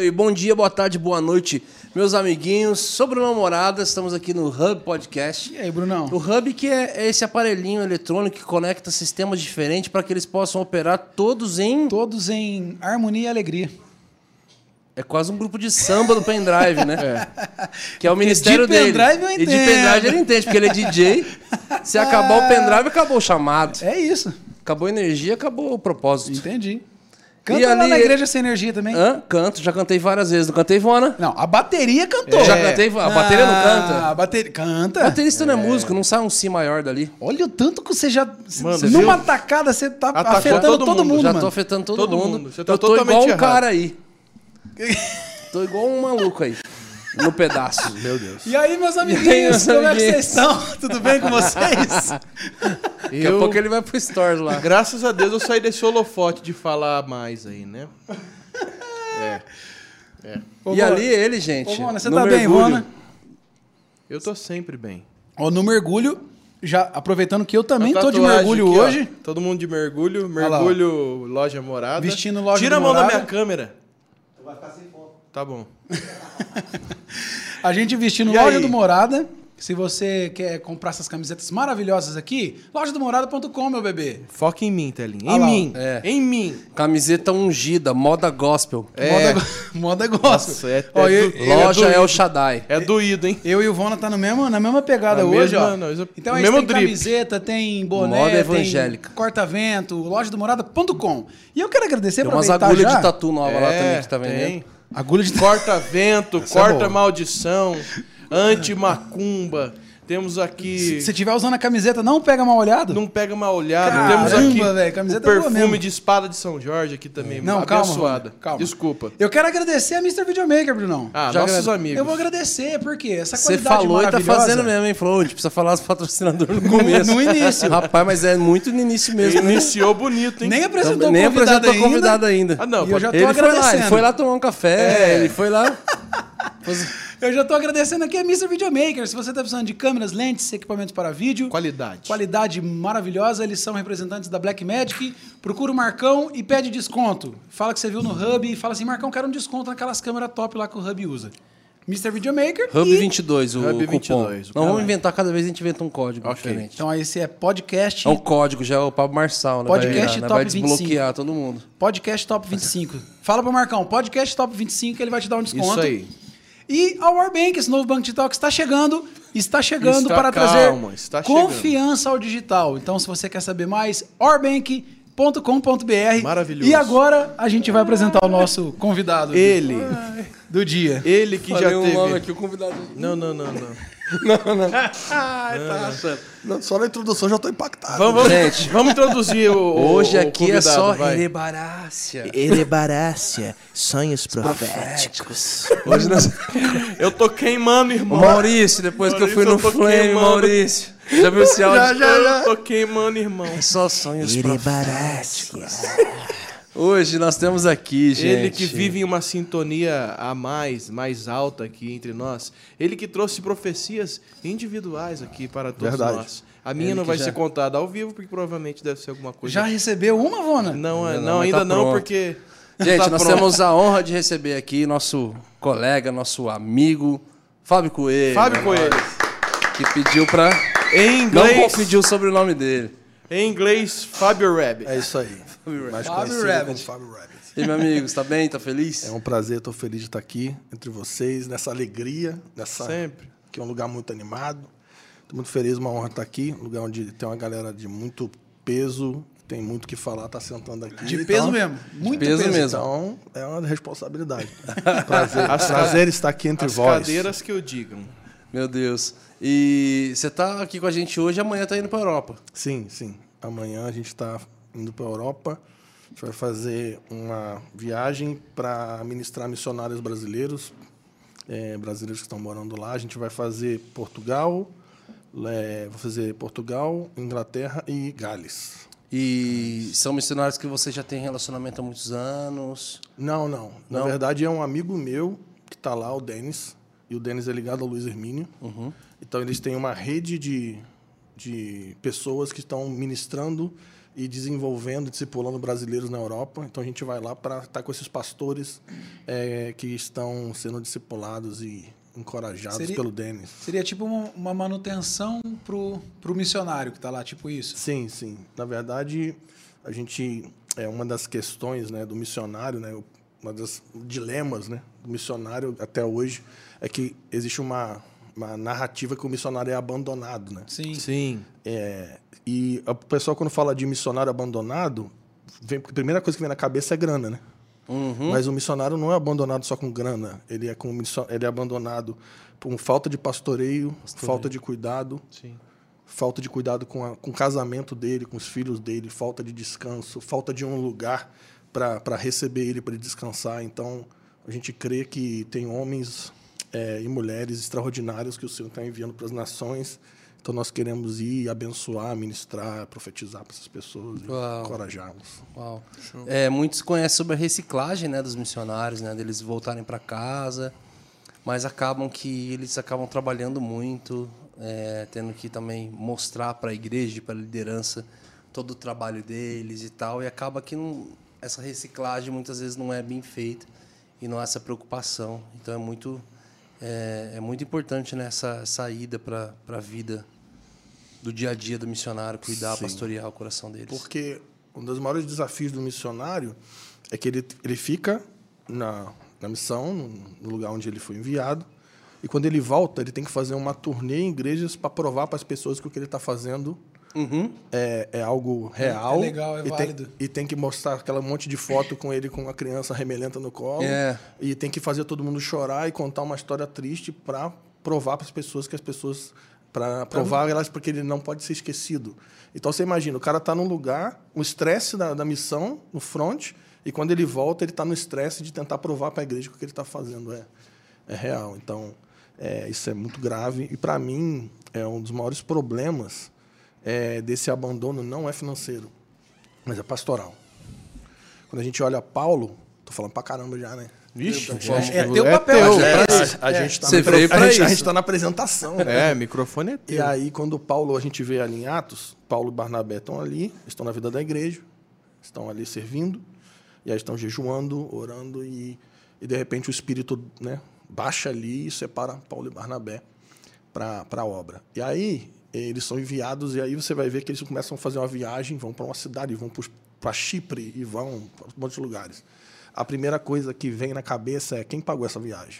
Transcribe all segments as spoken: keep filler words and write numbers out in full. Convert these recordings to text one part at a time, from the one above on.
e bom dia, boa tarde, boa noite, meus amiguinhos. Sobre o Namorada, estamos aqui no Hub Podcast. E aí, Brunão? O Hub que é esse aparelhinho eletrônico que conecta sistemas diferentes para que eles possam operar todos em... Todos em harmonia e alegria. É quase um grupo de samba do pendrive, né? É. Que é o ministério de dele. pendrive eu E de entendo. pendrive ele entende, porque ele é D J. Se acabar o pendrive, acabou o chamado. É isso. Acabou a energia, acabou o propósito. Entendi. Canta E lá ali- na igreja sem energia também. Hã? Canto, já cantei várias vezes. Não cantei, Ivona? Não, a bateria cantou. Já cantei, a bateria não canta? A bateria canta. Baterista não é músico, não sai um Si maior dali. Olha o tanto que você já... Mano, você- viu? numa tacada você tá Atacou afetando todo todo, mundo, mundo, Já mano. tô afetando todo, Todo mundo. mundo. Você tá Eu tô totalmente igual um errado. cara aí. Tô igual um maluco aí. No pedaço. Meu Deus. E aí, meus E aí, amiguinhos, meus como é que amiguinhos? vocês estão? Tudo bem com vocês? Daqui a pouco ele vai pro Stores lá. Graças a Deus eu saí desse holofote de falar mais aí, né? É. É. Ô, E Vona, ali ele, gente. Ô, Vona, você no tá bem, mergulho. Vona? Eu tô sempre bem. Ó, no mergulho, já aproveitando que eu também A tô de tatuagem mergulho aqui, ó. hoje. Todo mundo de mergulho. lá, ó. Mergulho, loja morada. Vestindo loja Tira a do mão da Morada. minha câmera. Vai ficar sem foto. Tá bom. A gente vestindo E Loja aí? do Morada. Se você quer comprar essas camisetas maravilhosas aqui, loja do morada ponto com, meu bebê. Foca em mim, Telinho. Em Ah lá, ó. mim. É. Em mim. Camiseta ungida, moda gospel. É. Moda, go- moda gospel. Nossa, é- Ó, é eu, do- eu- Loja é El do- Shaddai. É doído, hein? eu e o Vona tá no mesmo, na mesma pegada Na hoje, mesma- ó. não, isso- Então no a gente mesmo tem drip. camiseta, tem boné, Moda tem evangélica. corta-vento, loja do morada ponto com. E eu quero agradecer, Tem umas aproveitar agulhas já. de tatu nova lá É, também que tá vendendo. tem. Agulha de Corta-vento, Essa é corta boa. maldição, anti-macumba. Temos aqui... Se você estiver usando a camiseta, não pega mal olhado? Não pega mal olhado. Caramba, Temos aqui velho, o camiseta boa mesmo. perfume de espada de São Jorge aqui também. Não, calma, abençoada. Vona, calma. Desculpa. Eu quero agradecer a mister Videomaker, Brunão. Ah, Já nossos agrade- amigos. Eu vou agradecer, porque essa Você qualidade falou e tá maravilhosa... fazendo mesmo, hein? Falou, a gente precisa falar os patrocinadores no começo. No início. Rapaz, mas é muito no início mesmo. né? Iniciou bonito, hein? Nem apresentou Nem o convidado apresentou ainda. convidado ainda. Ah, não. E eu já tô Ele foi lá, agradecendo. ele foi lá tomar um café, É. ele foi lá... Eu já tô agradecendo aqui a mister Videomaker. Se você tá precisando de câmeras, lentes, equipamentos para vídeo, Qualidade. qualidade maravilhosa, eles são representantes da Blackmagic. Procura o Marcão e pede desconto. Fala que você viu no Hub e fala assim, Marcão, quero um desconto naquelas câmeras top lá que o Hub usa. mister Videomaker Hub e... vinte e dois, o Hub cupom. vinte e dois, o Não, vamos cupom. inventar, cada vez a gente inventa um código Ok. diferente. Então esse é podcast, É um código, já é o Pablo Marçal, né? Podcast vai, virar, né? Top vai desbloquear todo mundo. podcast Top vinte e cinco. Fala pro Marcão, podcast Top vinte e cinco, que ele vai te dar um desconto. Isso aí. E a Warbank, esse novo banco digital que está chegando, está chegando Está para calma, trazer está confiança ao digital. Então, se você quer saber mais, warbank ponto com ponto br. Maravilhoso. E agora a gente vai apresentar o nosso convidado Ele. do dia. Ele que já Falei um teve... nome aqui, o convidado... Não, não, não, não. Ai, tá achando. Não, só na introdução já tô impactado. Vamos, vamos, Gente. vamos introduzir o, o Hoje o aqui é convidado, só vai. rebarácia. Elebarácia, sonhos proféticos. Hoje nós... Eu tô queimando, Ô, irmão. Maurício, depois que eu fui no Maurício, eu tô Flame, queimando. Maurício. Já viu esse áudio? Eu tô queimando, irmão. É só sonhos Elebarácia. Hoje nós temos aqui, gente... Ele que vive em uma sintonia a mais, mais alta aqui entre nós. Ele que trouxe profecias individuais aqui para todos Verdade. nós. A minha Ele não que vai já- ser contada ao vivo, porque provavelmente deve ser alguma coisa... Já recebeu uma, Vona? Não, é- Ainda não, não, mas ainda tá não, pronto. porque... Gente, tá nós pronto. temos a honra de receber aqui nosso colega, nosso amigo, Fábio Coelho. Fábio né, Coelho. Que pediu pra... Em Não inglês, confundir o sobrenome dele. em inglês, Fábio Rabbit. É isso aí. Mais Fábio conhecido Rabbit. como Fábio Rabbit. E aí, meu amigo, você tá bem? Tá feliz? É um prazer, estou feliz de estar aqui entre vocês, nessa alegria, nessa Sempre. que é um lugar muito animado. Estou muito feliz, uma honra estar aqui, um lugar onde tem uma galera de muito peso, tem muito o que falar, está sentando aqui. De Então- peso mesmo. Muito peso peso, mesmo. Então, é uma responsabilidade. prazer, prazer estar aqui entre As vós. cadeiras que o digam. Meu Deus. E você tá aqui com a gente hoje e amanhã tá indo pra Europa. Sim, sim. Amanhã a gente está indo para a Europa. A gente vai fazer uma viagem para ministrar missionários brasileiros, é, brasileiros que estão morando lá. A gente vai fazer Portugal, é, vou fazer Portugal, Inglaterra e Gales. E são missionários que você já tem relacionamento há muitos anos. Não, não. Na Não? verdade, é um amigo meu que está lá, o Denis. E o Denis é ligado ao Luiz Hermínio. Então, eles têm uma rede de, de pessoas que estão ministrando e desenvolvendo, discipulando brasileiros na Europa. Então a gente vai lá para estar com esses pastores é, que estão sendo discipulados e encorajados Seria- pelo Denis. Seria tipo uma, uma manutenção pro, pro missionário que está lá, tipo isso. Sim, sim. Na verdade, a gente é uma das questões, né, do missionário, né, uma das dilemas, né, do missionário até hoje é que existe uma, uma narrativa que o missionário é abandonado, né? Sim. Sim. É, e o pessoal, quando fala de missionário abandonado, vem, a primeira coisa que vem na cabeça é grana, né? Uhum. Mas o missionário não é abandonado só com grana. Ele é, com, missio- ele é abandonado por falta de pastoreio, falta de cuidado, Sim. falta de cuidado com, a, com o casamento dele, com os filhos dele, falta de descanso, falta de um lugar para receber ele, para ele descansar. Então, a gente crê que tem homens é, e mulheres extraordinários que o Senhor está enviando para as nações. Então, nós queremos ir abençoar, ministrar, profetizar para essas pessoas e Uau. encorajá-los. Uau. É, muitos conhecem sobre a reciclagem, né, dos missionários, né, deles voltarem para casa, mas acabam que eles acabam trabalhando muito, é, tendo que também mostrar para a igreja, para a liderança, todo o trabalho deles e tal, e acaba que não, essa reciclagem muitas vezes não é bem feita e não há essa preocupação. Então é muito, é, é muito importante, né, essa saída para a vida do dia a dia do missionário, cuidar, Sim. pastorear o coração deles. Porque um dos maiores desafios do missionário é que ele, ele fica na, na missão, no, no lugar onde ele foi enviado, e quando ele volta, ele tem que fazer uma turnê em igrejas para provar para as pessoas que o que ele está fazendo Uhum. é, é algo real. É legal, é e válido. Tem, e tem que mostrar aquela monte de foto com ele com a criança remelenta no colo. É. E tem que fazer todo mundo chorar e contar uma história triste para provar para as pessoas que as pessoas... Para provar elas, porque ele não pode ser esquecido. Então, você imagina, o cara está num lugar, o estresse da, da missão, no front, e quando ele volta, ele está no estresse de tentar provar para a igreja que o que ele está fazendo é, é real. Então, é, isso é muito grave. E, para mim, é um dos maiores problemas é, desse abandono não é financeiro, mas é pastoral. Quando a gente olha Paulo, estou falando para caramba já, né? Vixe, É teu papel, teu. já. A, É. a gente está Você veio pra a gente, isso. a gente tá na apresentação. né? É, microfone é E teu. aí, quando Paulo, a gente vê ali em Atos, Paulo e Barnabé estão ali, estão na vida da igreja, estão ali servindo, e aí estão jejuando, orando, e, e de repente o Espírito, né, baixa ali e separa Paulo e Barnabé para a obra. E aí, eles são enviados, e aí você vai ver que eles começam a fazer uma viagem, vão para uma cidade, vão para Chipre, e vão para um monte de lugares. A primeira coisa que vem na cabeça é quem pagou essa viagem?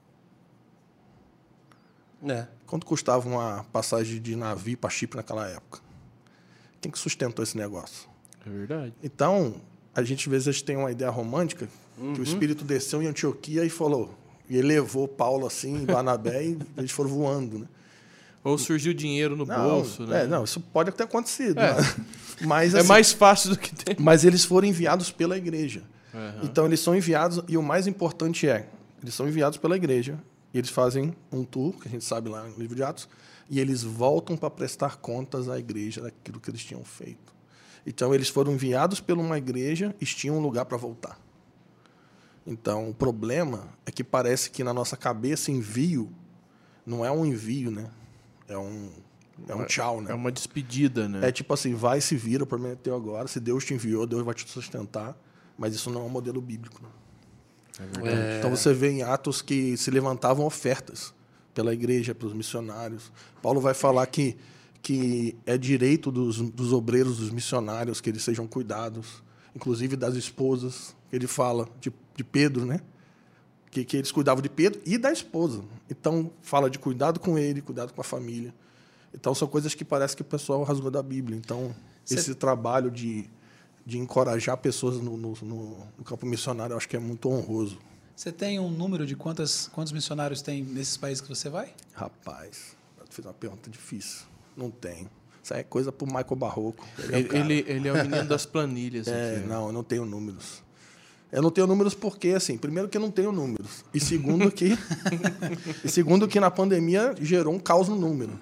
É. Quanto custava uma passagem de navio para Chipre naquela época? Quem que sustentou esse negócio? É verdade. Então, a gente às vezes tem uma ideia romântica que o Espírito desceu em Antioquia e falou, e ele levou Paulo assim, em Barnabé, e eles foram voando, né? Ou surgiu dinheiro no Não, bolso, né? é, não, isso pode ter acontecido. É. né? Mas, É assim, mais fácil do que tem. mas eles foram enviados pela igreja. Aham. Então, eles são enviados, e o mais importante é, eles são enviados pela igreja, e eles fazem um tour, que a gente sabe lá no livro de Atos, e eles voltam para prestar contas à igreja daquilo que eles tinham feito. Então, eles foram enviados por uma igreja e tinham um lugar para voltar. Então, o problema é que parece que na nossa cabeça, envio não é um envio, né? É um, é um tchau, né? É uma despedida, né? É tipo assim, vai, se vira, o problema é teu agora. Se Deus te enviou, Deus vai te sustentar. Mas isso não é um modelo bíblico. Né? É verdade. É. Então você vê em Atos que se levantavam ofertas pela igreja, pelos missionários. Paulo vai falar que, que é direito dos, dos obreiros, dos missionários, que eles sejam cuidados, inclusive das esposas. Ele fala de, de Pedro, né? Que, que eles cuidavam de Pedro e da esposa. Então, fala de cuidado com ele, cuidado com a família. Então, são coisas que parece que o pessoal rasgou da Bíblia. Então, Cê... esse trabalho de, de encorajar pessoas no, no, no, no campo missionário, eu acho que é muito honroso. Você tem um número de quantas, quantos missionários tem nesses países que você vai? Rapaz, eu fiz uma pergunta difícil. Não tenho. Isso aí é coisa para o Michael Barroco. Ele, é, um Ele, cara- ele, ele é o menino das planilhas. É, aqui, né? não, eu não tenho números. Eu não tenho números porque, assim, primeiro que eu não tenho números. E segundo que, e segundo que na pandemia gerou um caos no número.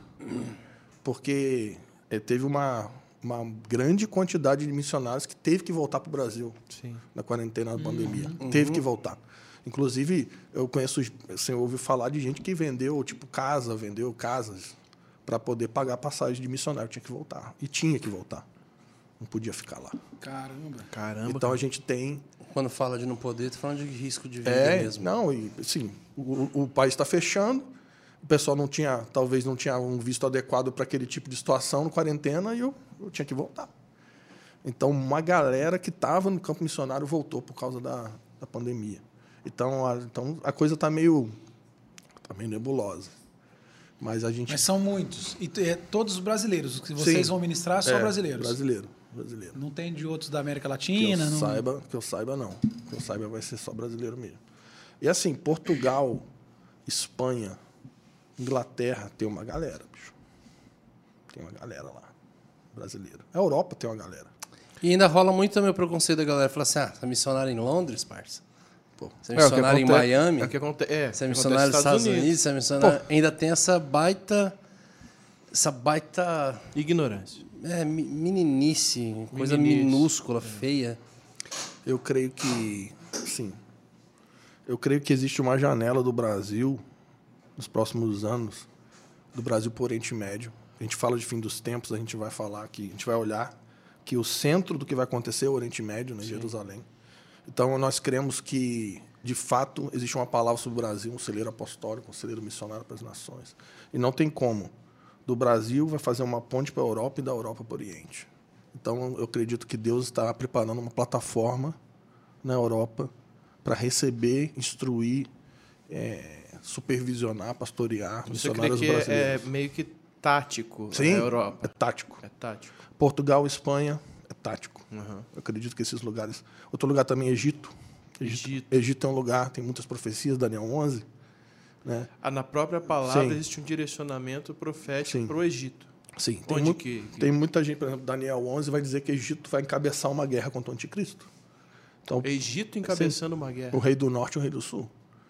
Porque eh, teve uma, uma grande quantidade de missionários que teve que voltar para o Brasil Sim. na quarentena da pandemia. Teve que voltar. Inclusive, eu conheço, você ouviu falar de gente que vendeu, tipo, casa, vendeu casas para poder pagar a passagem de missionário. Tinha que voltar. E tinha que voltar. não podia ficar lá. Caramba. Caramba. Então a gente tem... Quando fala de não poder, tá falando de risco de vida É, mesmo. não, e sim, o, o país está fechando, o pessoal não tinha, talvez não tinha um visto adequado para aquele tipo de situação no quarentena e eu, eu tinha que voltar. Então, uma galera que estava no campo missionário voltou por causa da, da pandemia. Então a, então, a coisa está meio, tá meio nebulosa. Mas a gente... Mas são muitos. E é, todos os brasileiros. Os que vocês Sim. vão ministrar, só É, brasileiros. Brasileiro, brasileiro. Não tem de outros da América Que Latina? eu, não... saiba, que eu saiba, não. Que eu saiba, vai ser só brasileiro mesmo. E assim, Portugal, Espanha, Inglaterra, tem uma galera, bicho. Tem uma galera lá, brasileira. A Europa tem uma galera. E ainda rola muito também o preconceito da galera. Fala assim, ah, você é missionário em Londres, parça? Pô, Você é É, o que missionário em aconte- Miami? É o que acontece. É, Você é o que missionário nos acontece Estados Unidos? Você é missionário... Ainda tem essa baita... Essa baita... Ignorância. É, mi- meninice, coisa Meninice. minúscula, feia. eu creio que, sim, eu creio que existe uma janela do Brasil, nos próximos anos, do Brasil para o Oriente Médio. A gente fala de fim dos tempos, a gente vai falar que, a gente vai olhar que o centro do que vai acontecer é o Oriente Médio, né, em Jerusalém. Então, nós cremos que, de fato, existe uma palavra sobre o Brasil, um celeiro apostólico, um celeiro missionário para as nações. E não tem como. Do Brasil vai fazer uma ponte para a Europa e da Europa para o Oriente. Então, eu acredito que Deus está preparando uma plataforma na Europa para receber, instruir, é, supervisionar, pastorear Você crê missionários que é, é brasileiros. meio que tático Sim, a é Europa? tático. É tático. Portugal, Espanha, é tático. Uhum. Eu acredito que esses lugares... Outro lugar também é Egito. Egito. Egito. Egito é um lugar, tem muitas profecias, Daniel onze. Né? Ah, na própria palavra Sim. existe um direcionamento profético Sim. para o Egito. Sim, tem, Onde mu- que- que- tem muita gente, por exemplo, Daniel onze vai dizer que Egito vai encabeçar uma guerra contra o anticristo. Então, Egito encabeçando uma guerra. o rei do norte e o rei do sul.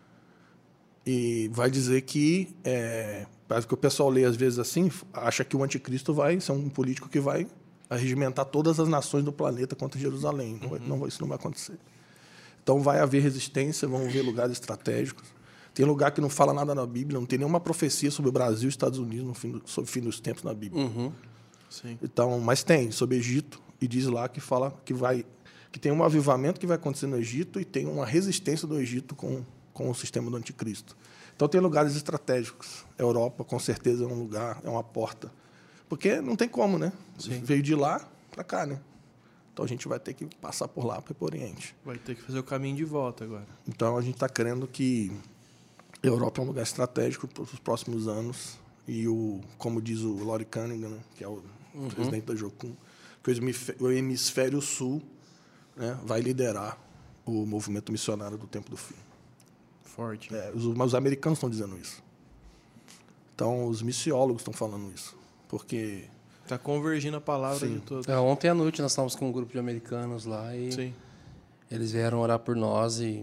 E vai dizer que, é, parece que o pessoal lê às vezes assim, acha que o anticristo vai ser um político que vai arregimentar todas as nações do planeta contra Jerusalém. Não vai- não vai- isso não vai acontecer. Então vai haver resistência, vão haver lugares estratégicos. Tem lugar que não fala nada na Bíblia, não tem nenhuma profecia sobre o Brasil e Estados Unidos no fim do, sobre o fim dos tempos na Bíblia. Sim. Então, mas tem sobre Egito e diz lá que fala que vai que tem um avivamento que vai acontecer no Egito e tem uma resistência do Egito com com o sistema do anticristo. Então tem lugares estratégicos. A Europa com certeza é um lugar, é uma porta. Porque não tem como, né? Veio de lá para cá, né? Então a gente vai ter que passar por lá para o Oriente. Vai ter que fazer o caminho de volta agora. Então a gente está crendo que a Europa é um lugar estratégico para os próximos anos. E, o, como diz o Lori Cunningham, né, que é o presidente da Jocum, que o hemisfé- o hemisfério sul, né, vai liderar o movimento missionário do tempo do fim. Forte. É, os, mas os americanos estão dizendo isso. Então os missiólogos estão falando isso. Porque, Tá convergindo a palavra Sim. de todos. É, ontem à noite nós estávamos com um grupo de americanos lá e Sim. eles vieram orar por nós e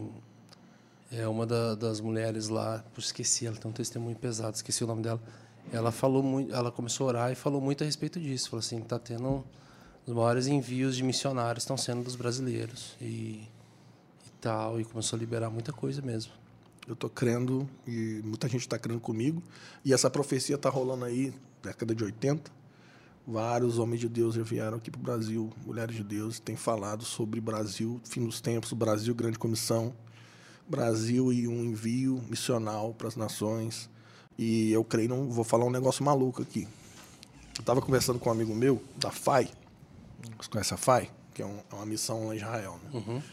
é uma da- das mulheres lá, eu esqueci, ela tem um testemunho pesado, esqueci o nome dela. Ela falou muito, ela começou a orar e falou muito a respeito disso. Falou assim, está tendo os maiores envios de missionários estão sendo dos brasileiros e, e tal, e começou a liberar muita coisa mesmo. eu estou crendo, e muita gente está crendo comigo, e essa profecia está rolando aí, década de oitenta. Vários homens de Deus já vieram aqui para o Brasil, mulheres de Deus, têm falado sobre Brasil, fim dos tempos, Brasil, grande comissão, Brasil e um envio missional para as nações. E eu creio, não vou falar um negócio maluco aqui. Eu estava conversando com um amigo meu, da F A I, você conhece a F A I? Que é, um- é uma missão lá em Israel, né?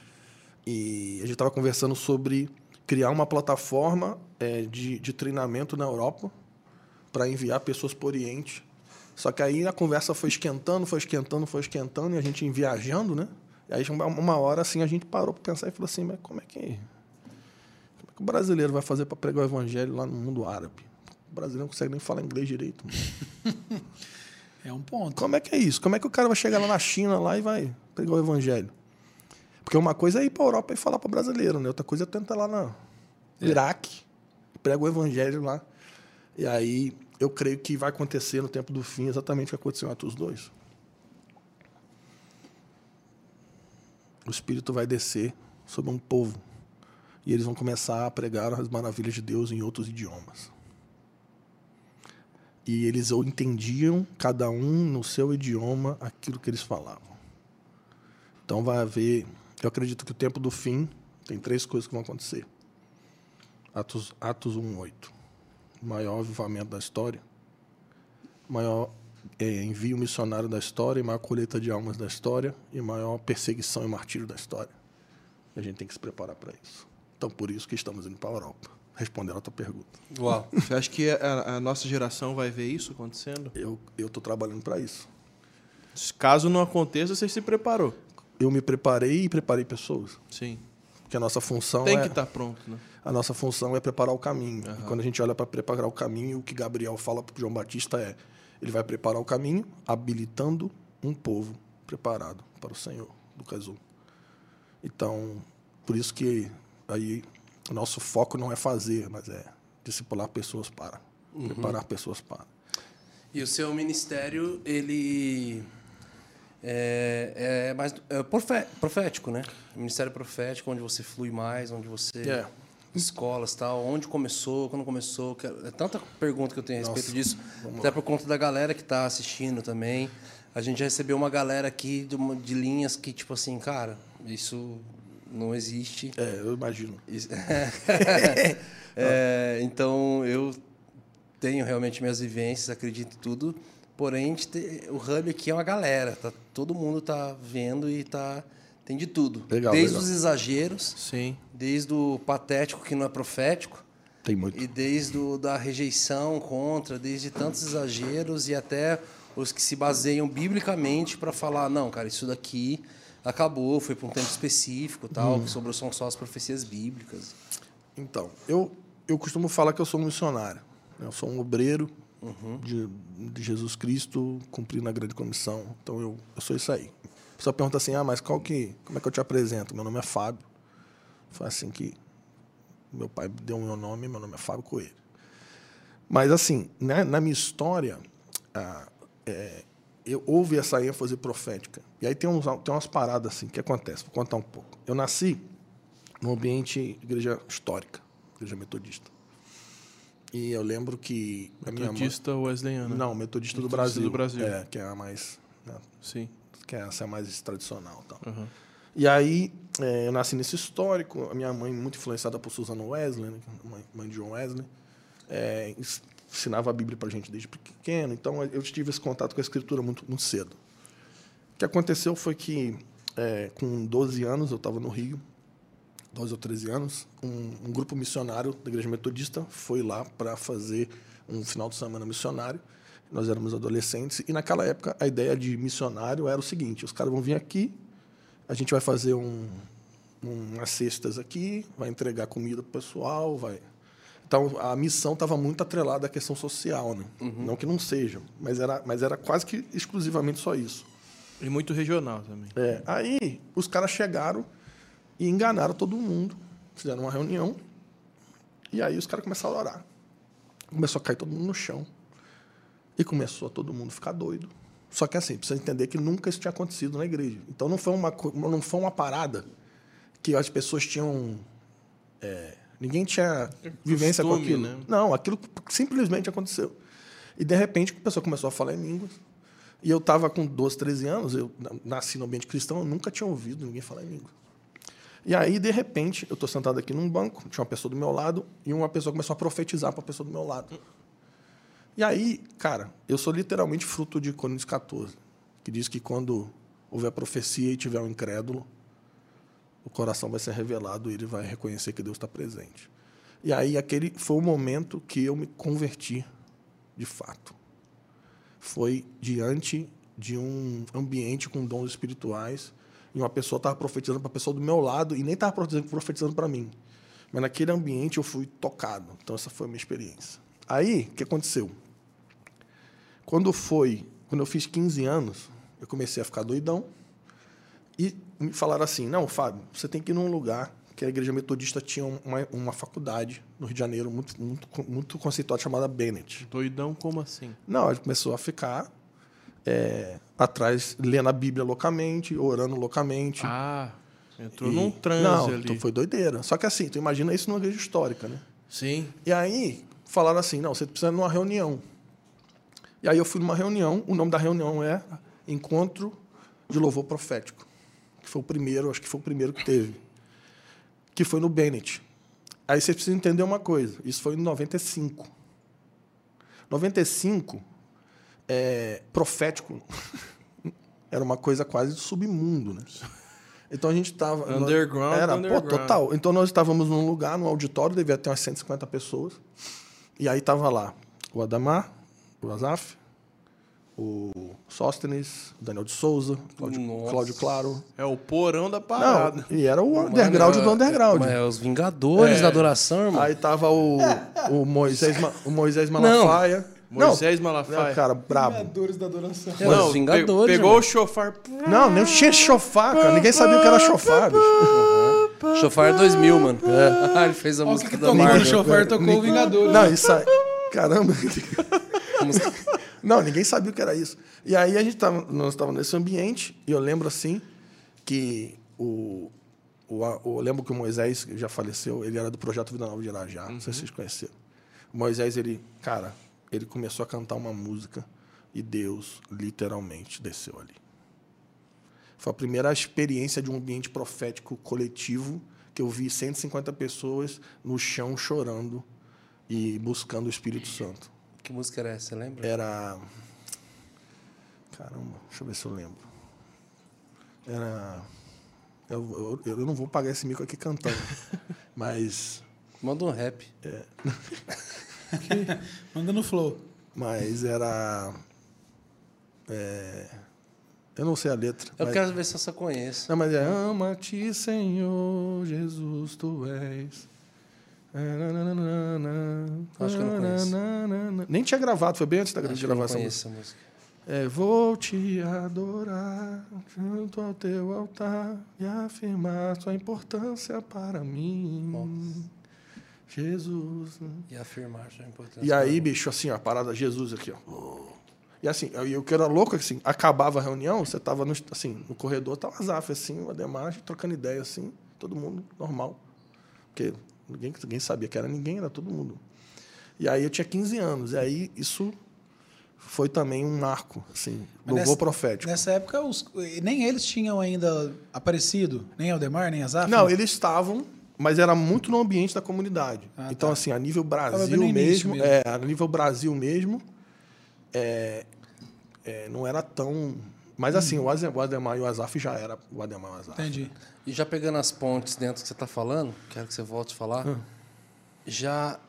E a gente estava conversando sobre criar uma plataforma é, de, de treinamento na Europa para enviar pessoas para o Oriente. Só que aí a conversa foi esquentando, foi esquentando, foi esquentando, e a gente viajando, né? E aí uma, uma hora assim a gente parou para pensar e falou assim, mas como é que, como é que o brasileiro vai fazer para pregar o evangelho lá no mundo árabe? O brasileiro não consegue nem falar inglês direito. Mano. É um ponto. Como é que é isso? Como é que o cara vai chegar lá na China lá e vai pregar o evangelho? Porque uma coisa é ir para a Europa e falar para o brasileiro, né? Outra coisa é tentar lá no Iraque, prega o evangelho lá. E aí eu creio que vai acontecer no tempo do fim exatamente o que aconteceu em Atos dois. O Espírito vai descer sobre um povo e eles vão começar a pregar as maravilhas de Deus em outros idiomas. E eles ou entendiam, cada um no seu idioma, aquilo que eles falavam. Então vai haver... Eu acredito que o tempo do fim tem três coisas que vão acontecer. Atos, Atos um, oito. O maior avivamento da história. O maior é, envio missionário da história. E maior colheita de almas da história. E maior perseguição e martírio da história. E a gente tem que se preparar para isso. Então, por isso que estamos indo para a Europa. Respondendo a tua pergunta. Uau. Você acha que a, a nossa geração vai ver isso acontecendo? Eu estou trabalhando para isso. Caso não aconteça, você se preparou. Eu me preparei e preparei pessoas. Sim. Porque a nossa função Tem é... que estar pronto, né? A nossa função é preparar o caminho. Uhum. E quando a gente olha para preparar o caminho, o que Gabriel fala para João Batista é: ele vai preparar o caminho, habilitando um povo preparado para o Senhor, do Casu. Então, por isso que aí o nosso foco não é fazer, mas é discipular pessoas para, uhum. preparar pessoas para. E o seu ministério, ele é, é mais é profético, né? Ministério profético, onde você flui mais, onde você... É. Escolas, tal, onde começou, quando começou. É tanta pergunta que eu tenho a respeito Nossa, disso. Até por conta da galera que está assistindo também. A gente já recebeu uma galera aqui de, uma, de linhas que, tipo assim, cara, isso não existe. É, eu imagino. Isso... é, então, eu tenho realmente minhas vivências, acredito em tudo. Porém, o Hub aqui é uma galera. Tá, todo mundo tá vendo e tá... Tem de tudo. Legal, desde legal. os exageros, Sim. desde o patético que não é profético, Tem muito. e desde o, da rejeição contra, desde tantos exageros e até os que se baseiam biblicamente para falar, não, cara, isso daqui acabou, foi para um tempo específico, tal, Hum. que sobrou são só as profecias bíblicas. Então, eu, eu costumo falar que eu sou um missionário. Eu sou um obreiro Uhum. de, de Jesus Cristo, cumprindo a grande comissão. Então, eu, eu sou isso aí. A pessoa pergunta assim, ah, mas qual que, como é que eu te apresento? Meu nome é Fábio. Foi assim que meu pai deu o meu nome, meu nome é Fábio Coelho. Mas, assim, né, na minha história, ah, é, eu, houve essa ênfase profética. E aí tem, uns, tem umas paradas assim, que acontecem. Vou contar um pouco. Eu nasci num ambiente de igreja histórica, igreja metodista. E eu lembro que a minha mãe... Metodista wesleyana? Não, metodista, Metodista do Brasil. do Brasil. É, que é a mais... Né, Sim. que essa é a mais tradicional. Então. Uhum. E aí, é, eu nasci nesse histórico, a minha mãe, muito influenciada por Susana Wesley, né, mãe, mãe de John Wesley, é, ensinava a Bíblia para a gente desde pequeno, então eu tive esse contato com a Escritura muito, muito cedo. O que aconteceu foi que, é, com doze anos, eu estava no Rio, doze ou treze anos, um, um grupo missionário da Igreja Metodista foi lá para fazer um final de semana missionário. Nós éramos adolescentes e, naquela época, a ideia de missionário era o seguinte: os caras vão vir aqui, a gente vai fazer um, um, umas cestas aqui, vai entregar comida para o pessoal, vai... Então, a missão estava muito atrelada à questão social, né? Uhum. Não que não seja, mas era, mas era quase que exclusivamente só isso. E muito regional também. É, aí, os caras chegaram e enganaram todo mundo, fizeram uma reunião, e aí os caras começaram a orar. Começou a cair todo mundo no chão. E começou a todo mundo ficar doido. Só que assim, precisa entender que nunca isso tinha acontecido na igreja. Então não foi uma, não foi uma parada que as pessoas tinham... É, ninguém tinha vivência Costume, com aquilo. Né? Não, aquilo simplesmente aconteceu. E de repente a pessoa começou a falar em línguas. E eu estava com doze, treze anos, eu nasci no ambiente cristão, eu nunca tinha ouvido ninguém falar em línguas. E aí, de repente, eu estou sentado aqui num banco, tinha uma pessoa do meu lado, e uma pessoa começou a profetizar para a pessoa do meu lado. E aí, cara, eu sou literalmente fruto de Coríntios quatorze, que diz que quando houver profecia e tiver um incrédulo, o coração vai ser revelado e ele vai reconhecer que Deus está presente. E aí, aquele foi o momento que eu me converti, de fato. Foi diante de um ambiente com dons espirituais, e uma pessoa estava profetizando para a pessoa do meu lado, e nem estava profetizando para mim. Mas naquele ambiente eu fui tocado. Então, essa foi a minha experiência. Aí, o que aconteceu? Quando foi, quando eu fiz quinze anos, eu comecei a ficar doidão e me falaram assim, não, Fábio, você tem que ir num lugar que a Igreja Metodista tinha uma, uma faculdade no Rio de Janeiro muito, muito, muito conceituada, chamada Bennett. Doidão como assim? Não, ele começou a ficar é, atrás, lendo a Bíblia loucamente, orando loucamente. Ah, entrou e, num transe não, ali. Então foi doideira. Só que assim, tu imagina isso numa igreja histórica, né? Sim. E aí, falaram assim, não, você precisa ir numa reunião. E aí eu fui numa reunião, o nome da reunião é Encontro de Louvor Profético. que foi o primeiro, acho que foi o primeiro que teve, que foi no Bennett. Aí você precisa entender uma coisa, isso foi em noventa e cinco. noventa e cinco, é, profético, era uma coisa quase do submundo, né? Então a gente estava... Underground, Era, underground. pô, total. Então nós estávamos num lugar, num auditório, devia ter umas cento e cinquenta pessoas. E aí estava lá o Adamar, o Azaf, o Sóstenes, o Daniel de Souza, Cláudio, Nossa. Cláudio Claro. É o porão da parada. Não, e era o underground Mano, do underground. É, é os Vingadores É. da adoração, irmão. Aí tava o, o, Moisés, Ma- o Moisés Malafaia. Moisés não, Malafaia. não, cara, brabo. Vingadores da adoração. É, os pe- Vingadores, pegou irmão. o chofar. Não, nem tinha chofar, cara. Ninguém sabia o que era chofar, bicho. Chofar dois mil, mano. Ah, ele fez a Olha o música que, que da tocou no Marvel. chofer, tocou o Vingadores. Não, isso aí... Caramba. A música- Não, ninguém sabia o que era isso. E aí a gente tava, nós estávamos nesse ambiente, e eu lembro assim que o, o, o- eu lembro que o Moisés, que já faleceu, ele era do Projeto Vida Nova de Irajá, não sei se vocês conheceram. O Moisés, ele, cara, ele começou a cantar uma música e Deus literalmente desceu ali. Foi a primeira experiência de um ambiente profético coletivo que eu vi cento e cinquenta pessoas no chão chorando e buscando o Espírito Santo. Que música era essa, você lembra? Era... Caramba, deixa eu ver se eu lembro. Era... Eu, eu, eu não vou pagar esse mico aqui cantando, mas... Manda um rap. Manda no flow. Mas era... é, eu não sei a letra. Eu mas, quero ver se eu só conheço. Não, mas é... Ama-te, Senhor, Jesus, Tu és... Acho que eu não conheço. Nem tinha gravado, foi bem antes da Acho de que eu não gravar essa conheço música. essa música. É, vou te adorar junto ao teu altar e afirmar sua importância para mim, Jesus. E afirmar sua importância. E aí, bicho, assim, ó, a parada Jesus aqui, ó. E assim, e o que era louco, assim, acabava a reunião, você tava no, assim, no corredor, tava o Azaf, assim, o Ademar, trocando ideia, assim, todo mundo normal. Porque ninguém, ninguém sabia que era ninguém, era todo mundo. E aí eu tinha quinze anos, e aí isso foi também um marco, assim, Mas louvor nessa- profético. Nessa época, os- nem eles tinham ainda aparecido, nem Aldemar, nem Azaf. Não, eles estavam, mas era muito no ambiente da comunidade. Ah, então, tá. assim, a nível Tava Brasil bem no início mesmo, mesmo. é, a nível Brasil mesmo, é, é, não era tão... Mas, assim, o Azem- o Ademar e o Azaf já era o Ademar e o Azaf. Entendi. E já pegando as pontes dentro que você está falando, quero que você volte a falar, Ah. já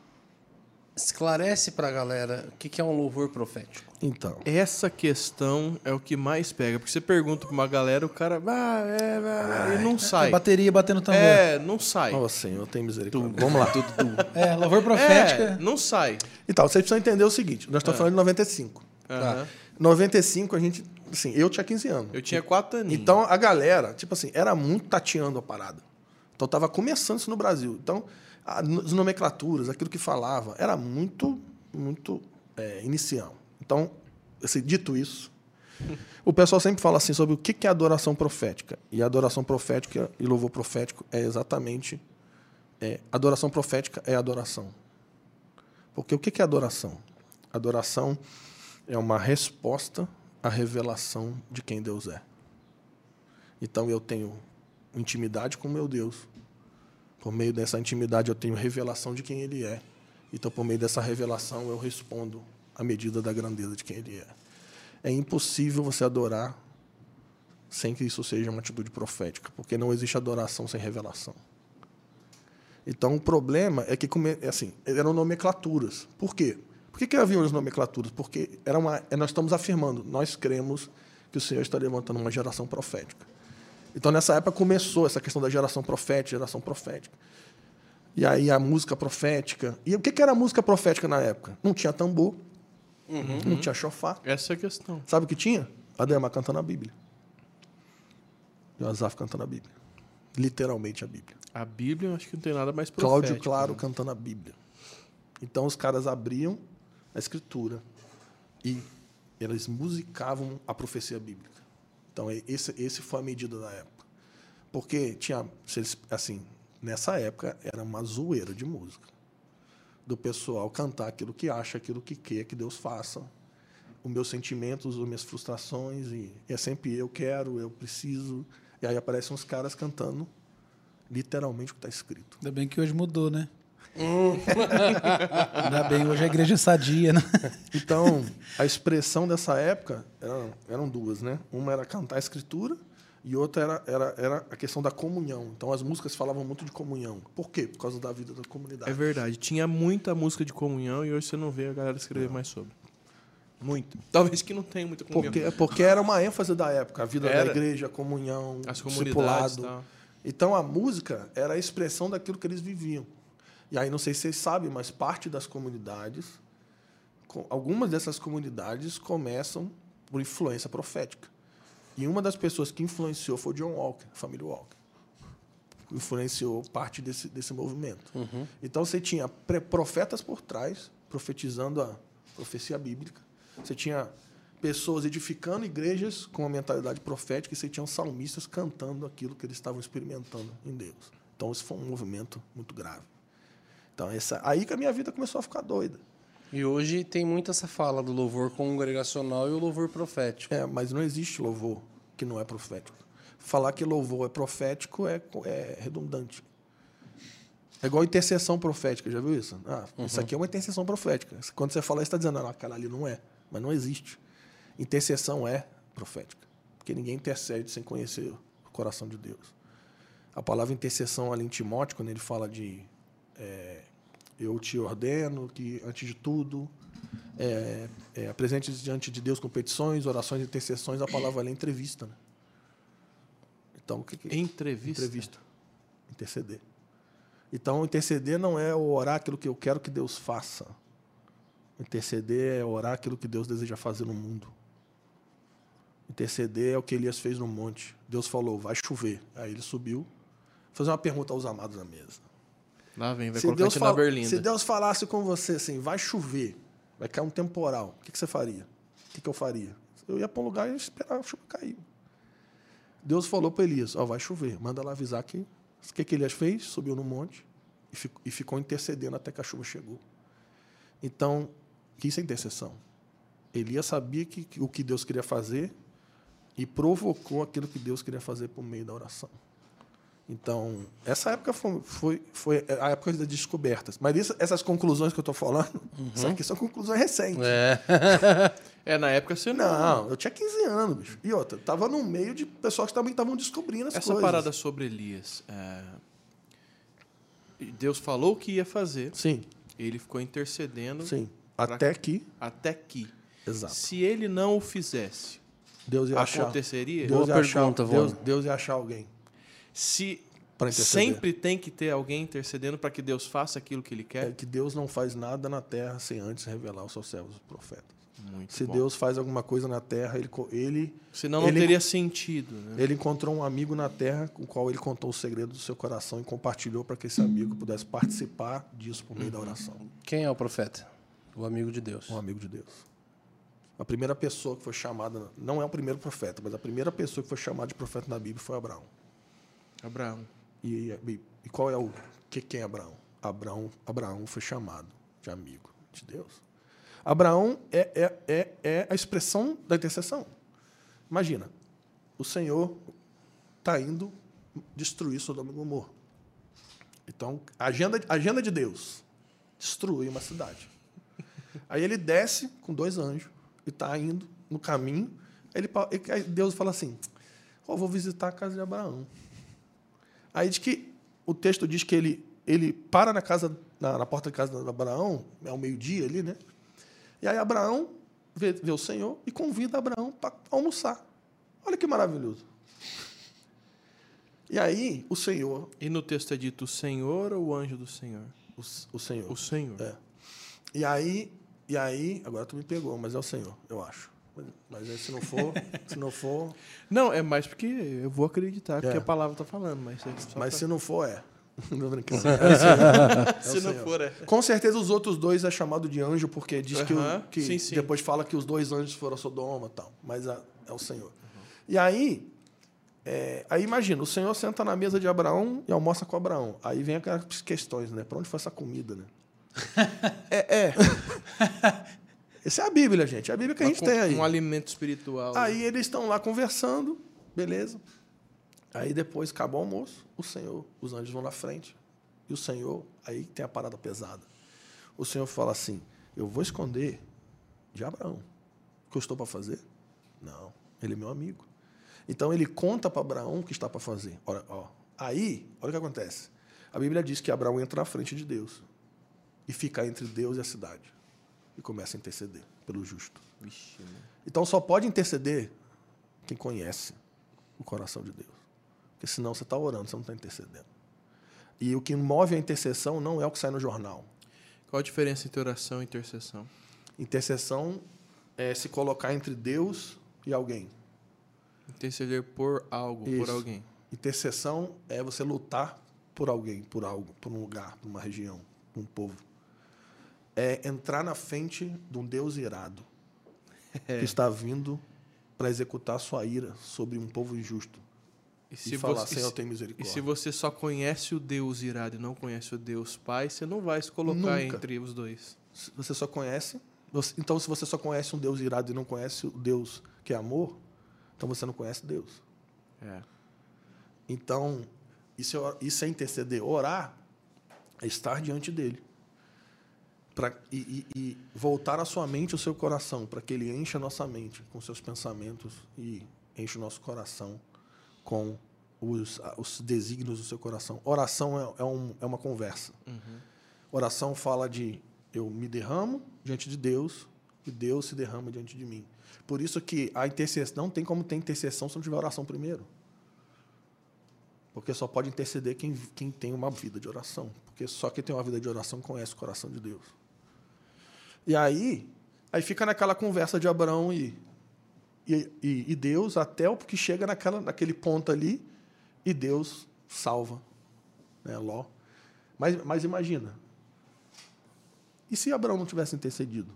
esclarece para a galera o que que é um louvor profético. Então, Essa questão é o que mais pega. Porque você pergunta pra uma galera, o cara. Ah, é, é, é", e não sai. Bateria batendo tambor. É, não sai. ó, Senhor, tem misericórdia. Vamos lá. É, louvor É, profética. não sai. Então, vocês precisam entender o seguinte, nós estamos falando de noventa e cinco. Aham. noventa e cinco, a gente... Assim, eu tinha quinze anos. Eu tinha quatro aninhos. Então, a galera, tipo assim, era muito tateando a parada. Então, estava começando isso no Brasil. Então, a- as nomenclaturas, aquilo que falava, era muito, muito é, inicial. Então, assim, dito isso, o pessoal sempre fala assim sobre o que que é adoração profética. E a adoração profética e louvor profético é exatamente... É, adoração profética é adoração. Porque o que que é adoração? Adoração é uma resposta à revelação de quem Deus é. Então eu tenho intimidade com o meu Deus. Por meio dessa intimidade eu tenho revelação de quem Ele é. Então por meio dessa revelação eu respondo à medida da grandeza de quem Ele é. É impossível você adorar sem que isso seja uma atitude profética, porque não existe adoração sem revelação. Então, o problema é que come- é assim, eram nomenclaturas. Por quê? Por que, que havia as nomenclaturas? Porque era uma, é, nós estamos afirmando, nós cremos que o Senhor está levantando uma geração profética. Então, nessa época, começou essa questão da geração profética, geração profética. E aí, a música profética. E o que, que era a música profética na época? Não tinha tambor, não tinha chofar. Essa é a questão. Sabe o que tinha? Ademar cantando a Bíblia. E o Azaf cantando a Bíblia. Literalmente a Bíblia. A Bíblia, eu acho que não tem nada mais profético. Cláudio Claro né? cantando a Bíblia. Então os caras abriam a escritura e eles musicavam a profecia bíblica. Então e- esse, esse foi a medida da época. Porque tinha, se eles- assim, nessa época era uma zoeira de música. Do pessoal cantar aquilo que acha, aquilo que quer que Deus faça. Os meus sentimentos, as minhas frustrações, e é sempre eu quero, eu preciso. E aí aparecem uns caras cantando literalmente o que está escrito. Ainda bem que hoje mudou, né? Ainda bem, hoje a igreja é sadia, né? Então, a expressão dessa época eram, eram duas, né? Uma era cantar a escritura e outra era, era, era a questão da comunhão. Então, as músicas falavam muito de comunhão. Por quê? Por causa da vida da comunidade. É verdade. Tinha muita música de comunhão e hoje você não vê a galera escrever mais sobre. Muito. Talvez que não tenha muita comunhão. Porque, porque era uma ênfase da época. A vida Era. da igreja, a comunhão, As o comunidades e discipulado. tal. Então, a música era a expressão daquilo que eles viviam. E aí, não sei se vocês sabem, mas parte das comunidades, com- algumas dessas comunidades começam por influência profética. E uma das pessoas que influenciou foi o John Walker, a família Walker. Influenciou parte desse, desse movimento. Então, você tinha pre- profetas por trás, profetizando a profecia bíblica. Você tinha pessoas edificando igrejas com uma mentalidade profética e você tinha salmistas cantando aquilo que eles estavam experimentando em Deus. Então, isso foi um movimento muito grave. Então, essa, aí que a minha vida começou a ficar doida. E hoje tem muito essa fala do louvor congregacional e o louvor profético. É, mas não existe louvor que não é profético. Falar que louvor é profético é, é redundante. É igual intercessão profética, já viu isso? Ah, isso aqui é uma intercessão profética. Quando você fala isso, está dizendo, ah, cara, ali não é. Mas não existe. Intercessão é profética. Porque ninguém intercede sem conhecer o coração de Deus. A palavra intercessão ali em Timóteo, quando ele fala de é, eu te ordeno que, antes de tudo, é, é, apresente diante de Deus com petições, orações e intercessões, a palavra ali é entrevista. Né? Então, o que, que Entrevista. Entrevista. Interceder. Então, interceder não é orar aquilo que eu quero que Deus faça. Interceder é orar aquilo que Deus deseja fazer no mundo. Interceder é o que Elias fez no monte. Deus falou, vai chover. Aí ele subiu. Vou fazer uma pergunta aos amados da mesa. Lá vem, vai Se colocar Deus, a gente na fala- berlinda. se Deus falasse com você assim, vai chover, vai cair um temporal, o que, que você faria? O que, que eu faria? Eu ia para um lugar e esperar a chuva cair. Deus falou para Elias, ó, vai chover, manda lá avisar que... O que, que Elias fez? Subiu no monte e ficou, e ficou intercedendo até que a chuva chegou. Então, isso é intercessão. Elias sabia que, que o que Deus queria fazer e provocou aquilo que Deus queria fazer por meio da oração. Então, essa época foi, foi, foi a época das descobertas. Mas isso, essas conclusões que eu estou falando, uhum. Isso aqui são conclusões recentes. É. É, na época você não... Não, eu tinha quinze anos, bicho. E outra, eu estava no meio de pessoas que também estavam descobrindo as Essa coisas. parada sobre Elias, é, Deus falou o que ia fazer, Sim, ele ficou intercedendo sim. pra- Até que... até que. Exato. Se ele não o fizesse, Deus ia achar... aconteceria? Deus Boa ia achar, pergunta, Deus, Vona. Deus ia achar alguém. Se Pra interceder. sempre tem que ter alguém intercedendo para que Deus faça aquilo que ele É quer? que Deus não faz nada na terra sem antes revelar aos seus servos os profetas. Muito Se bom. Deus faz alguma coisa na terra, ele, co- ele, Senão não ele- teria sentido. Né? ele encontrou um amigo na terra com o qual ele contou o segredo do seu coração e compartilhou para que esse amigo pudesse participar disso por meio da oração. Quem é o profeta? O amigo de Deus. Um amigo de Deus. A primeira pessoa que foi chamada, não é o primeiro profeta, mas a primeira pessoa que foi chamada de profeta na Bíblia foi Abraão. Abraão. E, e, e qual é o que quem é Abraão? Abraão? Abraão foi chamado de amigo de Deus. Abraão é, é, é, é a expressão da intercessão. Imagina, o Senhor está indo destruir Sodoma e Gomorra. Então, a agenda, a agenda de Deus, destruir uma cidade. Aí ele desce com dois anjos e está indo no caminho. Ele, aí Deus fala assim, oh, vou visitar a casa de Abraão. Aí diz que o texto diz que ele, ele para na casa na, na porta da casa de Abraão, é ao meio-dia ali, né? E aí Abraão vê, vê o Senhor e convida Abraão para almoçar. Olha que maravilhoso. E aí o Senhor, E no texto é dito o Senhor ou o anjo do Senhor? o, o Senhor, O Senhor. é. E aí, e aí, agora tu me pegou, mas é o Senhor, eu acho. Mas, mas aí, se não for, se não for, Não, é mais porque eu vou acreditar porque É. a palavra está falando. Mas, é só mas pra- se não for, é. Não brincando. É o Senhor. É o se não Senhor. for, é. Com certeza os outros dois é chamado de anjo, porque diz que, o- Aham, que sim, sim. depois fala que os dois anjos foram a Sodoma e tal. Mas é, é o Senhor. E aí, é, aí imagina, o Senhor senta na mesa de Abraão e almoça com Abraão. Aí vem aquelas questões, né? Para onde foi essa comida, né? é, é. Essa é a Bíblia, gente. É a Bíblia que a gente Um- tem aí. Um alimento espiritual. Aí eles estão lá conversando, beleza. Aí depois, acabou o almoço, o Senhor, os anjos vão na frente. E o Senhor, aí tem a parada pesada. O Senhor fala assim, eu vou esconder de Abraão. O que eu estou para fazer? Não, ele é meu amigo. Então ele conta para Abraão o que está para fazer. Olha, ó. Aí, olha o que acontece. A Bíblia diz que Abraão entra na frente de Deus e fica entre Deus e a cidade. E começa a interceder pelo justo. Vixe, então só pode interceder quem conhece o coração de Deus. Porque senão você está orando, você não está intercedendo. E o que move a intercessão não é o que sai no jornal. Qual a diferença entre oração e intercessão? Intercessão é se colocar entre Deus e alguém. Interceder por algo, Isso. por alguém. Intercessão é você lutar por alguém, por algo, por um lugar, por uma região, por um povo. É entrar na frente de um Deus irado É. que está vindo para executar sua ira sobre um povo injusto. E E, se falar, você, Senhor, e tem se- e misericórdia. se você só conhece o Deus irado e não conhece o Deus Pai, você não vai se colocar Nunca. entre os dois. Se você só conhece... você- então, se você só conhece um Deus irado e não conhece o Deus que é amor, então você não conhece Deus. É. Então, isso é, isso é interceder. Orar é estar diante dele. Pra, e, e, e voltar a sua mente e o seu coração, para que ele encha a nossa mente com seus pensamentos e enche o nosso coração com os, os desígnios do seu coração. Oração é, é, um, é uma conversa. Uhum. Oração fala de eu me derramo diante de Deus e Deus se derrama diante de mim. Por isso que a intercessão, não tem como ter intercessão se não tiver oração primeiro. Porque só pode interceder quem, quem tem uma vida de oração. Porque só quem tem uma vida de oração conhece o coração de Deus. E aí, aí fica naquela conversa de Abraão e, e, e, e Deus, até o que chega naquela, naquele ponto ali, e Deus salva, né, Ló. Mas, mas imagina, e se Abraão não tivesse intercedido?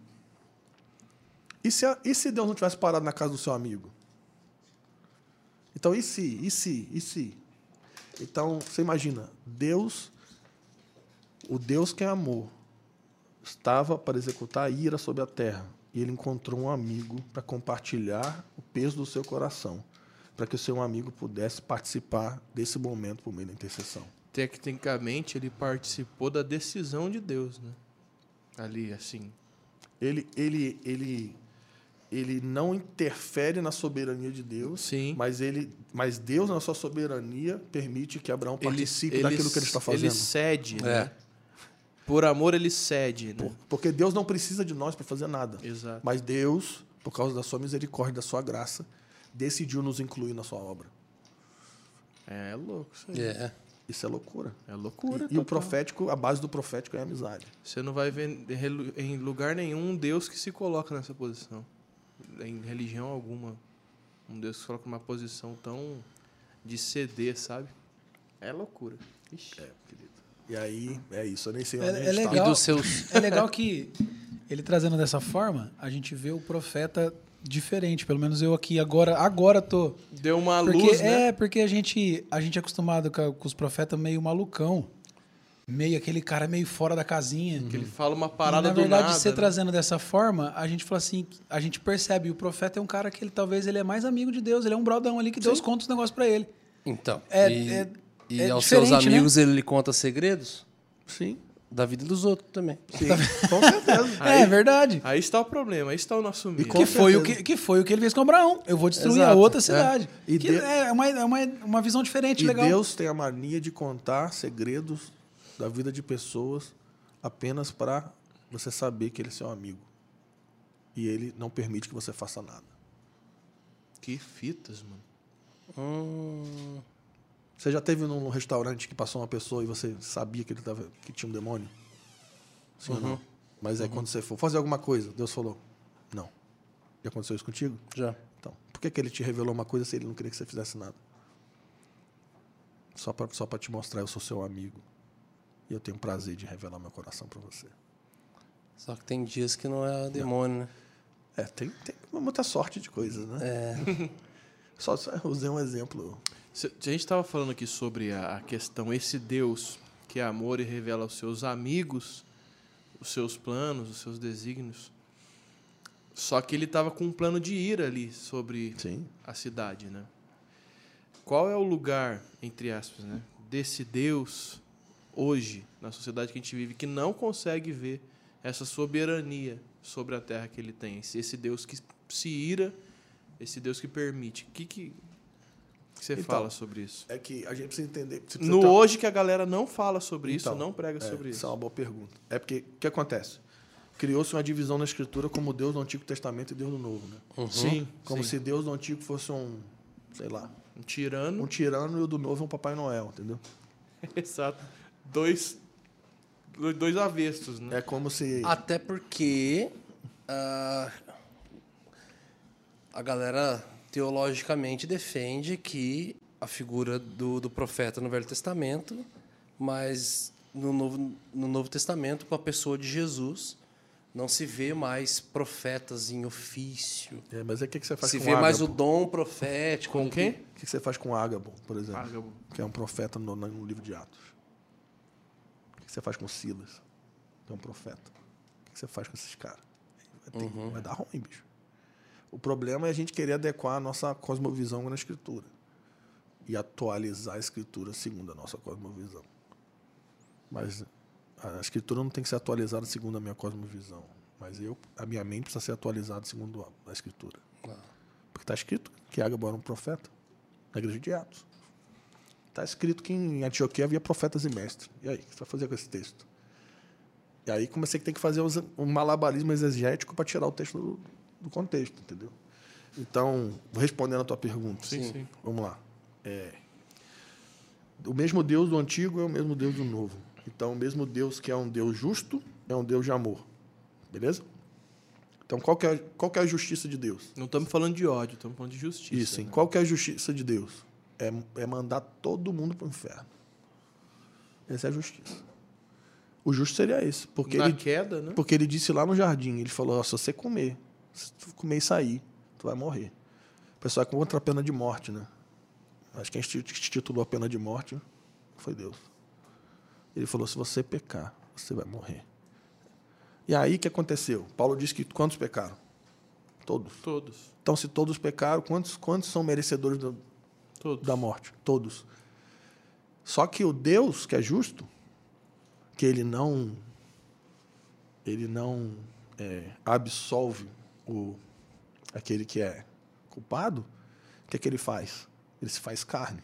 E se, a, e se Deus não tivesse parado na casa do seu amigo? Então, e se, e se, e se? Então, você imagina, Deus, o Deus que é amor, estava para executar a ira sobre a terra. E ele encontrou um amigo para compartilhar o peso do seu coração, para que o seu amigo pudesse participar desse momento por meio da intercessão. Tecnicamente, ele participou da decisão de Deus, né? Ali, assim. Ele, ele, ele, ele não interfere na soberania de Deus, Sim. mas, ele, mas Deus, na sua soberania, permite que Abraão Ele, participe ele, daquilo que ele está fazendo. Ele cede, né? É. Por amor, ele cede, né? Por- Porque Deus não precisa de nós para fazer nada. Exato. Mas Deus, por causa da sua misericórdia, da sua graça, decidiu nos incluir na sua obra. É, é louco isso aí. É. Isso é loucura. É loucura. E, e o total. profético, a base do profético é a amizade. Você não vai ver em lugar nenhum um Deus que se coloca nessa posição. Em religião alguma. Um Deus que se coloca numa posição tão de ceder, sabe? É loucura. Ixi. É, querido. E aí, é isso. Eu nem sei onde É- a gente é tá. E legal. dos seus. É legal que ele trazendo dessa forma, a gente vê o profeta diferente. Pelo menos eu aqui agora, agora tô. Deu uma Porque, luz, né? É, porque a gente, a gente é acostumado com, com os profetas meio malucão. Meio aquele cara meio fora da casinha. Que ele fala uma E, parada na do verdade, nada. você né? trazendo dessa forma, a gente fala assim, a gente percebe, o profeta é um cara que ele talvez ele é mais amigo de Deus, ele é um brodão ali que Deus conta os negócios pra ele. Então. É- e é- e é aos seus diferente, né? amigos ele lhe conta segredos Sim, da vida dos outros também. sim. Com certeza. Aí- é verdade. Aí está o problema, aí está o nosso medo. com Que foi, o certeza. que, que foi o que ele fez com Abraão. Eu vou destruir a Exato, outra é. cidade. E Que de- é uma, é uma, uma visão diferente, E legal. Deus tem a mania de contar segredos da vida de pessoas apenas para você saber que ele é seu amigo. E ele não permite que você faça nada. Que fitas, mano. Hum, Você já teve num restaurante que passou uma pessoa e você sabia que ele tava, que tinha um demônio? Sim ou não? Mas aí quando você for fazer alguma coisa, Deus falou, não. Já aconteceu isso contigo? já. Então, por que, que ele te revelou uma coisa se ele não queria que você fizesse nada? Só para só para te mostrar, eu sou seu amigo. E eu tenho prazer de revelar meu coração para você. Só que tem dias que não é demônio, né? É, tem, tem muita sorte de coisas, né? É. Só, só usei um exemplo. Se- A gente estava falando aqui sobre a a questão, esse Deus que é amor e revela aos seus amigos os seus planos, os seus desígnios. Só que ele estava com um plano de ira ali sobre Sim. a cidade, né? qual é o lugar, entre aspas, né, desse Deus hoje, na sociedade que a gente vive, que não consegue ver essa soberania sobre a terra que ele tem? Esse Deus que se ira, esse Deus que permite. O que, que você Então, fala sobre isso? É que a gente precisa entender... Precisa No ter- hoje que a galera não fala sobre isso, Então, não prega é, sobre Isso isso. é uma boa pergunta. É porque, o que acontece? Criou-se uma divisão na Escritura como Deus do Antigo Testamento e Deus do Novo, né? Sim, Como sim. se Deus do Antigo fosse um, sei lá, Um tirano. um tirano e o do Novo é um Papai Noel, entendeu? Exato. Dois, dois avessos, né? É como se... Até porque ah, a galera teologicamente defende que a figura do, do profeta no Velho Testamento, mas no Novo, no Novo Testamento, com a pessoa de Jesus, não se vê mais profetas em ofício. É, mas é o que que você faz Se com vê mais o Ágabo? dom profético. Com quem? O que que você faz com Ágabo, por exemplo? Ágabo. Que é um profeta no, no livro de Atos. O que que você faz com Silas? Que é um profeta. O que que você faz com esses caras? Vai, ter- vai dar ruim, bicho. O problema é a gente querer adequar a nossa cosmovisão na Escritura. E atualizar a Escritura segundo a nossa cosmovisão. Mas a Escritura não tem que ser atualizada segundo a minha cosmovisão. Mas eu, a minha mente precisa ser atualizada segundo a, a Escritura. Porque está escrito que Ágabo era um profeta na igreja de Atos. Está escrito que em Antioquia havia profetas e mestres. E aí, o que você vai fazer com esse texto? E aí comecei a ter que fazer os- um malabarismo exegético para tirar o texto do, do contexto, entendeu? Então, respondendo a tua pergunta. Sim, sim. Vamos lá. É, o mesmo Deus do Antigo é o mesmo Deus do Novo. Então, o mesmo Deus que é um Deus justo é um Deus de amor. Beleza? Então, qual que é, qual que é a justiça de Deus? Não estamos falando de ódio, estamos falando de justiça. Isso, hein? né? Qual que é a justiça de Deus? É, é mandar todo mundo para o inferno. Essa é a justiça. O justo seria esse. Porque Na ele, queda, né? porque ele disse lá no jardim, ele falou, ó, se você comer, se tu comer e sair, tu vai morrer. O pessoal é contra a pena de morte, né? Acho que quem instituiu a pena de morte foi Deus. Ele falou, se você pecar, você vai morrer. E aí, o que aconteceu? Paulo disse que quantos pecaram? Todos. Todos. Então, se todos pecaram, quantos, quantos são merecedores do, Todos. da morte? Todos. Só que o Deus, que é justo, que ele não, ele não é, absolve o, aquele que é culpado, o que é que ele faz? Ele se faz carne.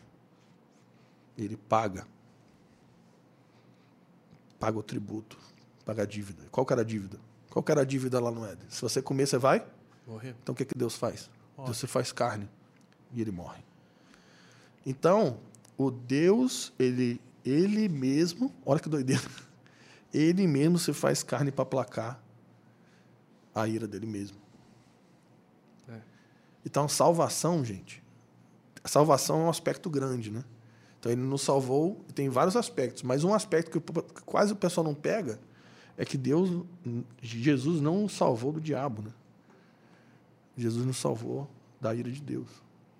Ele paga. Paga o tributo. Paga a dívida. Qual que era a dívida? Qual que era a dívida lá no Éden? Se você comer, você vai? Morreu. Então o que, que Deus faz? Morre. Deus se faz carne e ele morre. Então, o Deus, ele, ele mesmo, olha que doideira, ele mesmo se faz carne para aplacar a ira dele mesmo. É. Então, salvação, gente, a salvação é um aspecto grande, né? Então, ele nos salvou, e tem vários aspectos, mas um aspecto que quase o pessoal não pega é que Deus, Jesus não nos salvou do diabo, né? Jesus nos salvou da ira de Deus.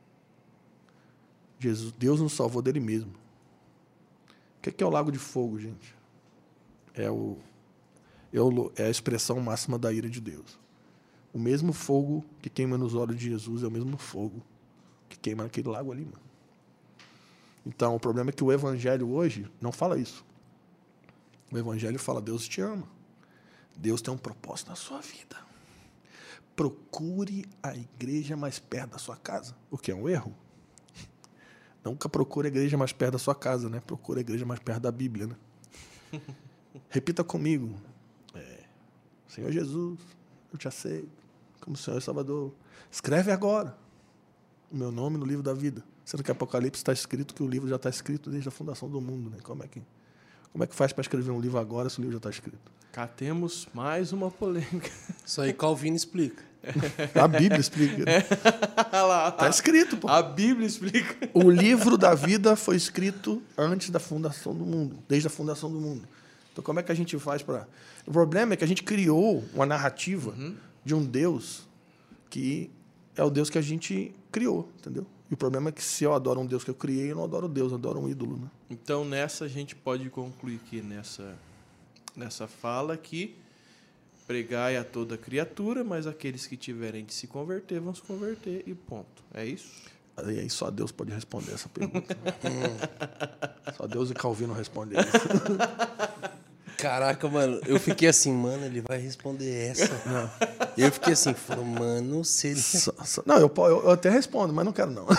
Jesus, Deus nos salvou dele mesmo. O que é, que é o lago de fogo, gente? É, o, é, o, é a expressão máxima da ira de Deus. O mesmo fogo que queima nos olhos de Jesus é o mesmo fogo que queima naquele lago ali, mano. Então, o problema é que o evangelho hoje não fala isso. O evangelho fala, Deus te ama. Deus tem um propósito na sua vida. Procure a igreja mais perto da sua casa. O que é um erro? Nunca procure a igreja mais perto da sua casa, né? Procure a igreja mais perto da Bíblia, né? Repita comigo. É, Senhor Jesus, eu te aceito como Senhor e Salvador. Escreve agora o meu nome no livro da vida. Sendo que Apocalipse está escrito que o livro já está escrito desde a fundação do mundo, né? Como é que, como é que faz para escrever um livro agora se o livro já está escrito? Cá temos mais uma polêmica. Isso aí Calvino explica. A Bíblia explica. Lá, Está escrito, pô. a Bíblia explica. O livro da vida foi escrito antes da fundação do mundo, desde a fundação do mundo. Então, como é que a gente faz para... O problema é que a gente criou uma narrativa uhum. de um Deus que é o Deus que a gente criou, entendeu? E o problema é que se eu adoro um Deus que eu criei, eu não adoro Deus, eu adoro um ídolo, né? Então, nessa a gente pode concluir que nessa, nessa fala que pregai a toda criatura, mas aqueles que tiverem de se converter vão se converter e ponto. É isso? E aí só Deus pode responder essa pergunta. hum. Só Deus e Calvino respondem isso. Caraca, mano, eu fiquei assim, mano, ele vai responder essa. Não. Eu fiquei assim, falando, mano, se ele... Só, só, não, eu, eu, eu até respondo, mas não quero, não.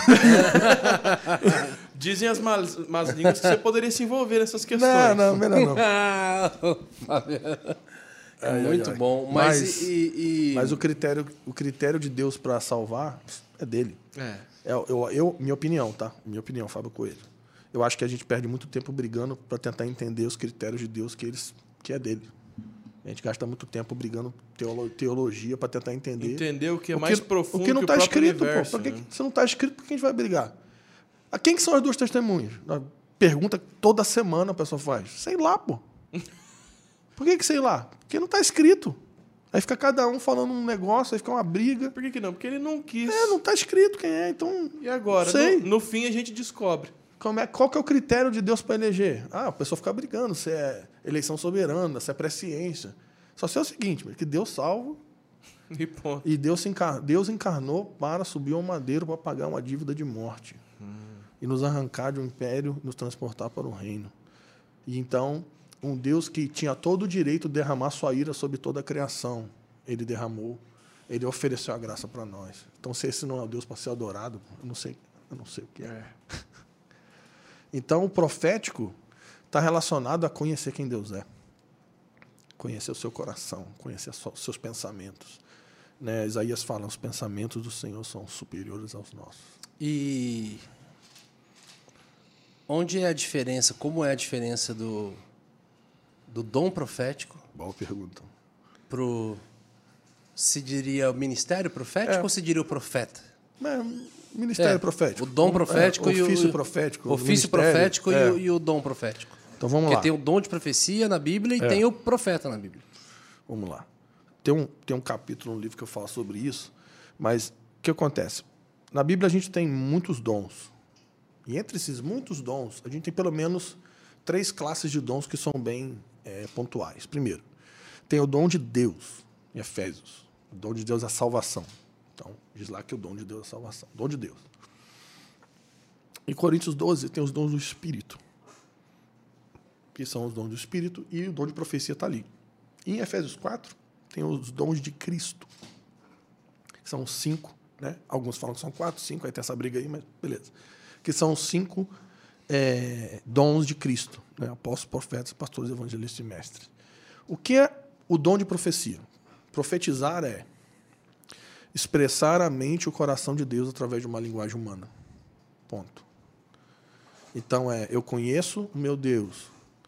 Dizem as más, más línguas que você poderia se envolver nessas questões. Não, não, melhor não. É ai, muito ai, ai. bom. Mas, Mas, e, e... mas o, critério, o critério de Deus para salvar é dele. É. Eu, eu, eu, minha opinião, tá? Minha opinião, Fábio Coelho. Eu acho que a gente perde muito tempo brigando para tentar entender os critérios de Deus que, eles, que é dele. A gente gasta muito tempo brigando teolo, teologia para tentar entender. Entender o que é o que, mais profundo o que não que está o próprio escrito, universo, pô. Por que, né? se não está escrito, por que a gente vai brigar? A quem que são as duas testemunhas? A pergunta que toda semana a pessoa faz. Sei lá, pô. Por que que sei lá? Porque não está escrito. Aí fica cada um falando um negócio, aí fica uma briga. Por que, que não? Porque ele não quis. É, não está escrito quem é, então... E agora? Sei. No, no fim, a gente descobre. Como é, qual que é o critério de Deus para eleger? Ah, a pessoa fica brigando se é eleição soberana, se é presciência. Só sei o seguinte, que Deus salva E ponto. e Deus, encar, Deus encarnou para subir ao madeiro para pagar uma dívida de morte. Hum. E nos arrancar de um império e nos transportar para o reino. E então, um Deus que tinha todo o direito de derramar sua ira sobre toda a criação, ele derramou, ele ofereceu a graça para nós. Então, se esse não é o Deus para ser adorado, eu não sei, eu não sei o que é. É. Então, o profético está relacionado a conhecer quem Deus é. Conhecer o seu coração, conhecer os seus pensamentos. Né? Isaías fala, os pensamentos do Senhor são superiores aos nossos. E onde é a diferença, como é a diferença do, do dom profético Boa pergunta. pro, se diria o ministério profético É. ou se diria o profeta? É, ministério É, profético. o dom profético é, e o... ofício profético. Ofício ministério, profético é. e, o, e o dom profético. Então vamos Porque lá. tem o dom de profecia na Bíblia e É. tem o profeta na Bíblia. Vamos lá. Tem um, tem um capítulo no livro que eu falo sobre isso, mas o que acontece? Na Bíblia a gente tem muitos dons. E entre esses muitos dons, a gente tem pelo menos três classes de dons que são bem é, pontuais. Primeiro, tem o dom de Deus, em Efésios. O dom de Deus é a salvação. Então, diz lá que o dom de Deus é a salvação. Dom de Deus. Em Coríntios doze, tem os dons do Espírito, que são os dons do Espírito, e o dom de profecia está ali. E em Efésios quatro, tem os dons de Cristo, que são cinco, né? Alguns falam que são quatro, cinco, aí tem essa briga aí, mas beleza. Que são cinco é, dons de Cristo, né? Apóstolos, profetas, pastores, evangelistas e mestres. O que é o dom de profecia? Profetizar é expressar a mente e o coração de Deus através de uma linguagem humana. Ponto. Então, é, eu conheço o meu Deus,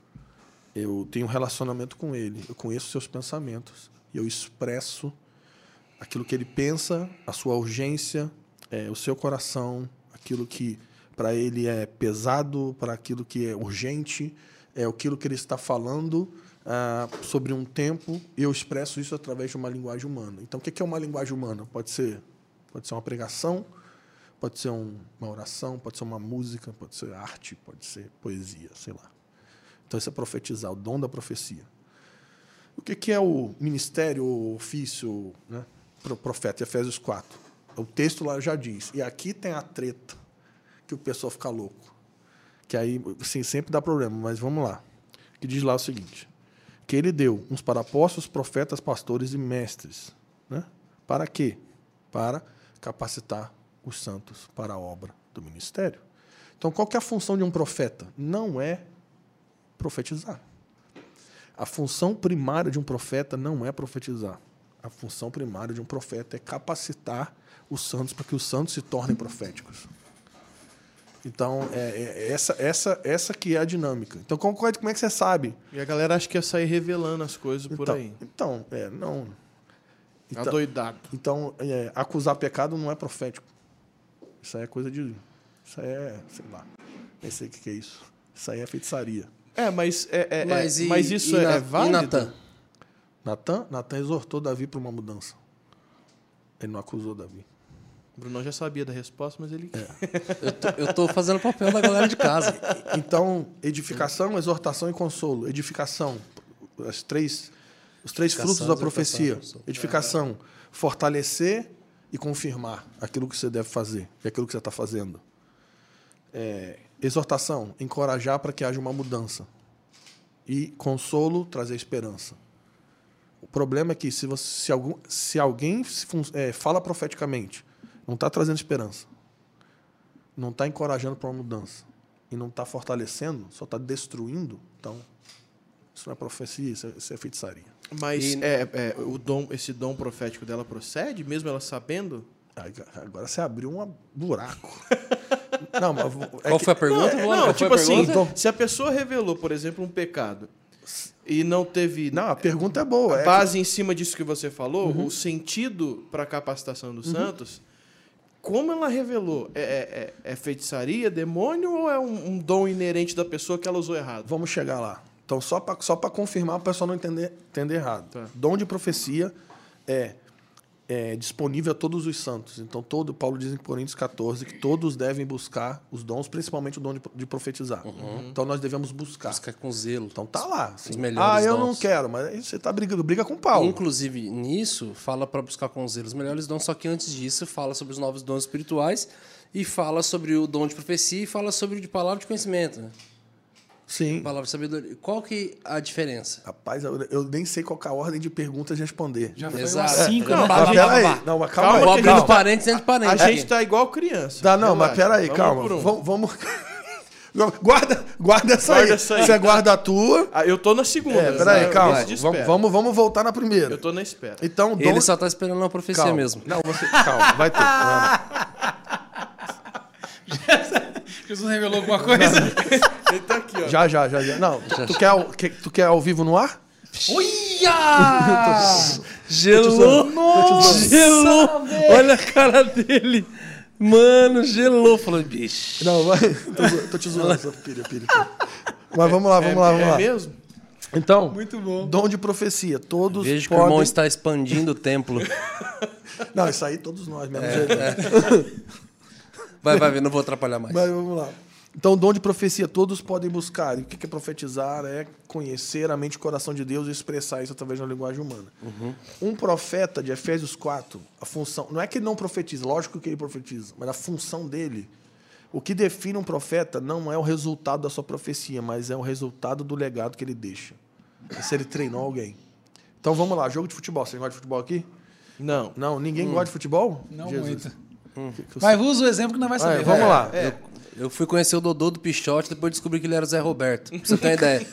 eu tenho um relacionamento com Ele, eu conheço seus pensamentos, e eu expresso aquilo que Ele pensa, a sua urgência, é, o seu coração, aquilo que para Ele é pesado, para aquilo que é urgente, é aquilo que Ele está falando ah, sobre um tempo, e eu expresso isso através de uma linguagem humana. Então, o que é uma linguagem humana? Pode ser, pode ser uma pregação, pode ser um, uma oração, pode ser uma música, pode ser arte, pode ser poesia, sei lá. Então, isso é profetizar, o dom da profecia. O que é o ministério, o ofício, né? Profeta, Efésios quatro. O texto lá já diz. E aqui tem a treta, que o pessoal fica louco. Que aí, assim, sempre dá problema, mas vamos lá. Que diz lá o seguinte, que ele deu uns para apóstolos, profetas, pastores e mestres. Né? Para quê? Para capacitar os santos para a obra do ministério. Então, qual que é a função de um profeta? Não é profetizar. A função primária de um profeta não é profetizar. A função primária de um profeta é capacitar os santos para que os santos se tornem proféticos. Então, é, é essa, essa, essa que é a dinâmica. Então, como, como é que você sabe? E a galera acha que ia sair revelando as coisas por então, aí. Então, é, não... Então, Adoidado. então é, acusar pecado não é profético. Isso aí é coisa de... Isso aí é, sei lá, nem sei o que é isso. Isso aí é feitiçaria. É, mas, é, é, Mas, é, e, mas isso e é, Na- é válido? E Natan? Natan, Natan exortou Davi para uma mudança. Ele não acusou Davi. O Bruno já sabia da resposta, mas ele... Eu tô, eu tô fazendo o papel da galera de casa. Então, edificação, exortação e consolo. Edificação, as três, os três Edificação, frutos da exortação profecia. e consolo. Edificação, fortalecer e confirmar aquilo que você deve fazer e aquilo que você está fazendo. É, exortação, encorajar para que haja uma mudança. E consolo, trazer esperança. O problema é que se, você, se, algum, se alguém se, é, fala profeticamente, não está trazendo esperança, não está encorajando para uma mudança e não está fortalecendo, só está destruindo, então isso não é profecia, isso é, isso é feitiçaria. Mas E- é, é, o dom, esse dom profético dela procede, mesmo ela sabendo? Agora você abriu um buraco. Não, mas é Qual que- foi a pergunta? Não, é- Luana? não, Qual foi tipo a assim, pergunta? se a pessoa revelou, por exemplo, um pecado e não teve Não, a pergunta é boa. É que- base em cima disso que você falou, Uhum. o sentido para a capacitação dos santos, como ela revelou? É, é- é- é feitiçaria, demônio ou é um, um dom inerente da pessoa que ela usou errado? Vamos chegar lá. Então, só para só para confirmar, o pessoal não entender, entender errado. Tá. Dom de profecia é, é disponível a todos os santos. Então, todo Paulo diz em Coríntios catorze que todos devem buscar os dons, principalmente o dom de, de profetizar. Então, nós devemos buscar. Buscar com zelo. Então, tá lá. assim. Os melhores ah, eu dons. não quero, mas aí você está brigando, briga com Paulo. Inclusive, nisso, fala para buscar com zelo os melhores dons, só que antes disso, fala sobre os novos dons espirituais e fala sobre o dom de profecia e fala sobre o de palavra de conhecimento. Né? Sim. Palavra de sabedoria. Qual que é a diferença? Rapaz, eu, eu nem sei qual que é a ordem de perguntas responder. Já foi Exato. umas cinco. É, né? não, Mas Blá, blá, peraí. blá, blá. Não, mas Calma, calma, Vou aí. abrindo calma. parênteses dentro de A parênteses. gente tá igual criança. Tá, não, mas Relaxa. peraí, Vamos calma. por um. Vamos, vamos... Guarda, guarda essa Guarda aí. essa aí. Você guarda a tua. Ah, eu tô na segunda. É, peraí, né? calma. Esse de Vamos, espera. vamos, vamos voltar na primeira. Eu tô na espera. Então, dom... Ele só tá esperando uma profecia calma. mesmo. Não, você... Calma, vai ter. Jesus revelou alguma coisa? Ele tá aqui, ó. Já, já, já. já. Não, tu, tu quer, ao- que- tu quer ao vivo no ar? Uia! Gelou! Nossa, Gelou! velho. Olha a cara dele! Mano, gelou. Falou, bicho. Não, vai. Tô, zo- tô te zoando, só pilha, pilha, pilha. Mas vamos lá, vamos é, lá, vamos é lá. mesmo? Então, Muito bom. dom de profecia. Todos Vejo que o podem... irmão está expandindo o templo. Não, isso aí todos nós mesmo. É, jeito. Vai, vai ver, não vou atrapalhar mais. Mas vamos lá. Então, dom de profecia, todos podem buscar. E o que é profetizar? É conhecer a mente e o coração de Deus e expressar isso através da linguagem humana. Um profeta de Efésios quatro, a função... Não é que ele não profetiza, lógico que ele profetiza, mas a função dele... O que define um profeta não é o resultado da sua profecia, mas é o resultado do legado que ele deixa. É se ele treinou alguém. Então, vamos lá. Jogo de futebol. Você gosta de futebol aqui? Não. Não? Ninguém gosta de futebol? Não Jesus. muito. Que- que eu Mas usa o exemplo que não vai sei. saber. Ah, vamos lá. É. Eu fui conhecer o Dodô do Pichote, depois descobri que ele era o Zé Roberto. Pra você ter uma ideia.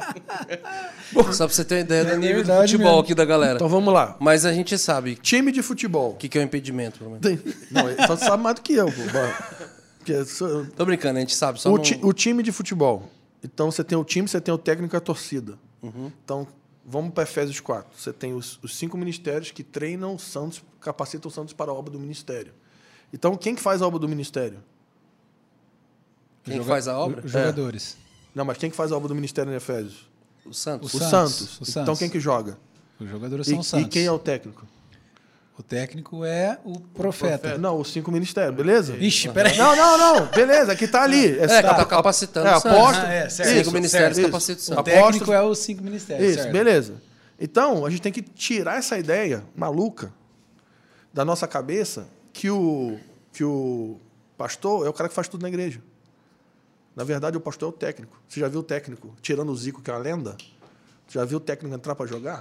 Só pra você ter uma ideia do nível do verdade futebol mesmo. aqui da galera. Então, vamos lá. Mas a gente sabe Time de futebol. o que, que é o impedimento, pelo menos. Tem- Não, ele só sabe mais do que eu. Pô. Porque eu sou- Tô brincando, a gente sabe. Só o, não... ti- o time de futebol. Então, você tem o time, você tem o técnico e a torcida. Então, vamos para Efésios quatro. Você tem os, os cinco ministérios que treinam os santos, capacitam os santos para a obra do ministério. Então, quem que faz a obra do ministério? Quem que faz a obra? Os jogadores. Não, mas quem que faz a obra do ministério em Efésios? O Santos. Os Santos, Santos. os Então, Santos. quem que joga? Os jogadores E, são e santos. quem é o técnico? O técnico é o profeta. Não, os cinco ministérios, beleza? Ixi, peraí. Não, não, não. Beleza, aqui tá ali. É, que tá capacitando É, o Santos. apóstolo. Ah, é, certo. Cinco Isso, ministérios certo, capacitam o O Santos. Apóstolo- técnico é os cinco ministérios. Isso, certo. beleza. Então, a gente tem que tirar essa ideia maluca da nossa cabeça que o, que o pastor é o cara que faz tudo na igreja. Na verdade, o pastor é o técnico. Você já viu o técnico tirando o Zico, que é uma lenda? Já viu o técnico entrar para jogar?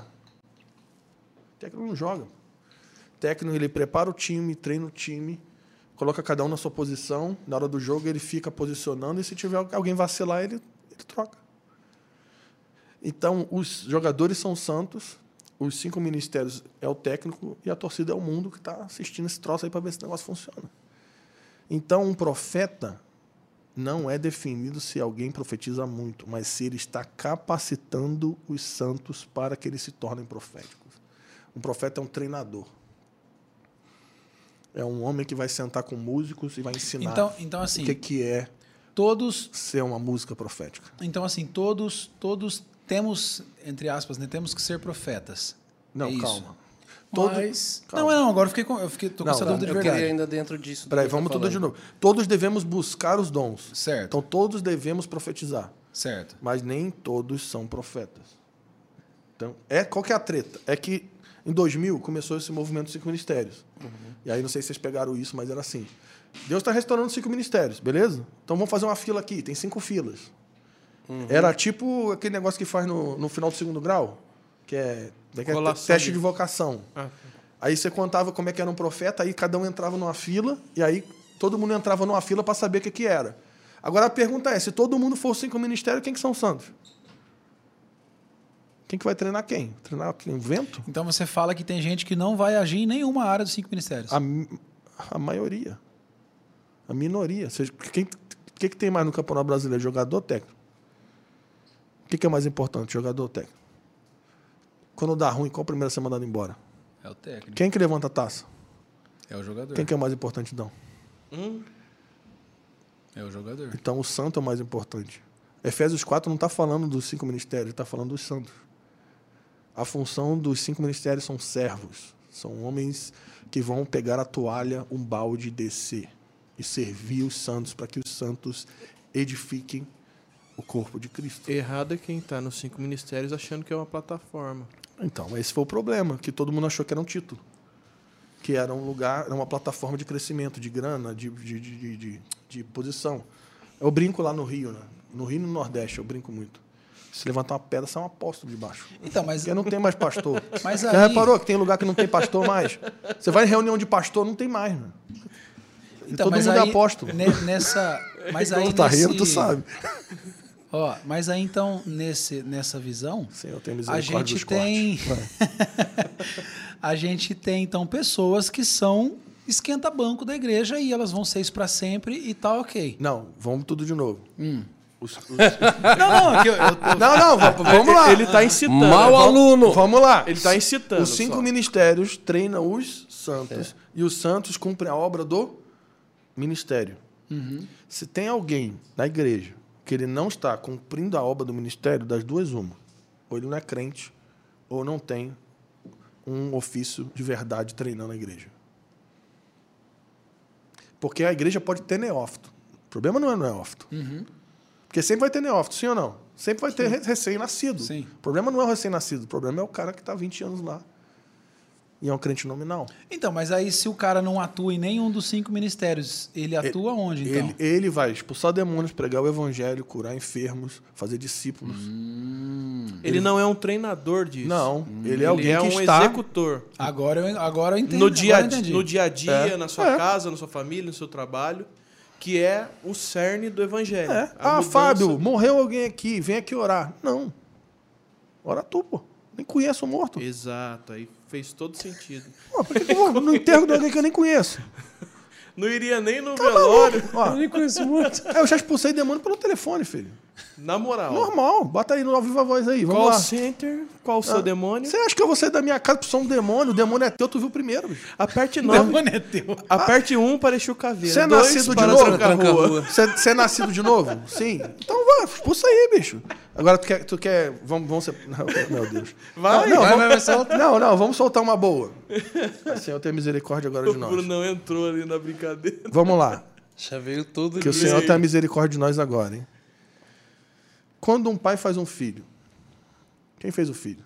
O técnico não joga. O técnico, ele prepara o time, treina o time, coloca cada um na sua posição. Na hora do jogo, ele fica posicionando e se tiver alguém vacilar, ele, ele troca. Então, os jogadores são santos, os cinco ministérios é o técnico e a torcida é o mundo que está assistindo esse troço aí para ver se o negócio funciona. Então, um profeta não é definido se alguém profetiza muito, mas se ele está capacitando os santos para que eles se tornem proféticos. Um profeta é um treinador. É um homem que vai sentar com músicos e vai ensinar Então, então assim, o que, que é todos, ser uma música profética. então assim, todos, todos temos, entre aspas, né, temos que ser profetas. Não, É isso. calma. Todo- Mas... Não, não, agora eu fiquei com, eu fiquei, tô com Não, essa não, dúvida de Eu verdade. queria ainda dentro disso. Peraí, que tá vamos tudo falando. de novo. Todos devemos buscar os dons. Certo, Então, todos devemos profetizar. certo. Mas nem todos são profetas. Então, é, qual que é a treta? É que Em dois mil, começou esse movimento dos cinco ministérios. Uhum. E aí, não sei se vocês pegaram isso, mas era assim. Deus está restaurando cinco ministérios, beleza? Então, vamos fazer uma fila aqui. Tem cinco filas. Uhum. Era tipo aquele negócio que faz no, no final do segundo grau, que é, que é teste de vocação. Ah. Aí você contava como é que era um profeta, aí cada um entrava numa fila, e aí todo mundo entrava numa fila para saber o que, que era. Agora a pergunta é, se todo mundo for cinco ministérios, quem que são os santos? Quem que vai treinar quem? Treinar o vento? Então você fala que tem gente que não vai agir em nenhuma área dos cinco ministérios. A, a maioria. A minoria. Ou seja, quem, o que, que tem mais no Campeonato Brasileiro? Jogador ou técnico? O que, que é mais importante? Jogador ou técnico? Quando dá ruim, qual a primeira a ser mandado embora? É o técnico. Quem que levanta a taça? É o jogador. Quem que é o mais importante, então? Hum. É o jogador. Então o santo é o mais importante. Efésios quatro não está falando dos cinco ministérios, está falando dos santos. A função dos cinco ministérios são servos. São homens que vão pegar a toalha, um balde e descer. E servir os santos para que os santos edifiquem o corpo de Cristo. Errado é quem está nos cinco ministérios achando que é uma plataforma. Então, esse foi o problema, que todo mundo achou que era um título. Que era um lugar, era uma plataforma de crescimento, de grana, de, de, de, de, de posição. Eu brinco lá no Rio, né? No Rio e no Nordeste, eu brinco muito. Se levantar uma pedra, sai um apóstolo de baixo. Então, mas... Porque não tem mais pastor. Mas Você aí... reparou que tem lugar que não tem pastor mais? Você vai em reunião de pastor, não tem mais, né? Então, todo mas mundo aí, é apóstolo. Nessa... Mas aí tu tá nesse... rindo, tu sabe. Ó, mas aí então, nesse, nessa visão, Sim, eu tenho a gente dos tem... a gente tem, então, pessoas que são esquenta-banco da igreja e elas vão ser isso para sempre e tá ok. Não, vamos tudo de novo. Hum. Os, os... Não, não, eu, eu, não, não, vamos lá. Ele está incitando. Mau aluno. Vamos lá. Ele está incitando. Os cinco só. ministérios treinam os santos é. e os santos cumprem a obra do ministério. Uhum. Se tem alguém na igreja que ele não está cumprindo a obra do ministério, das duas uma. Ou ele não é crente, ou não tem um ofício de verdade treinando a igreja. Porque a igreja pode ter neófito. O problema não é neófito. Uhum. Porque sempre vai ter neófito, sim ou não? Sempre vai ter recém-nascido. Sim. O problema não é o recém-nascido, o problema é o cara que está há vinte anos lá. E é um crente nominal. Então, mas aí se o cara não atua em nenhum dos cinco ministérios, ele atua ele, onde, então? Ele, ele vai expulsar demônios, pregar o evangelho, curar enfermos, fazer discípulos. Hum. Ele não é um treinador disso. Não, hum. ele é alguém ele é que um está... executor. Agora eu, agora eu entendi. No dia, agora eu entendi. no dia a dia, É. na sua É. casa, na sua família, no seu trabalho, que é o cerne do evangelho. É. A Ah, mudança- Fábio, morreu alguém aqui, vem aqui orar. Não. Ora tu, pô. Nem conheço o morto. Exato, aí fez todo sentido. Pô, por que que eu vou no enterro de alguém que eu nem conheço? Não iria nem no Tá velório. maluco? Ó, nem conheço muito. é, eu já expulsei demônio pelo telefone, filho. Na moral. Normal. Bota aí no ao vivo a voz aí. Vamos Call lá. center, qual o seu Ah, demônio? Você acha que eu vou sair da minha casa pra ser um demônio? O demônio é teu, tu viu primeiro, bicho. Aperte O nove. demônio é teu. Aperte um para encher o caveiro. Você é Dois nascido de para novo? trancar a Tranca a rua. rua. Você, você é nascido de novo? Sim. Então vai, expulsa aí, bicho. Agora tu quer. Tu quer vamos, vamos ser. Não, meu Deus. Vai, não, não, vai, vamos, vai, solta. não, não, vamos soltar uma boa. Senhor, tenha misericórdia agora O de nós. Bruno não entrou ali na brincadeira. Vamos lá. Já veio tudo Que o ali. Senhor tenha misericórdia de nós agora, hein? Quando um pai faz um filho, quem fez o filho?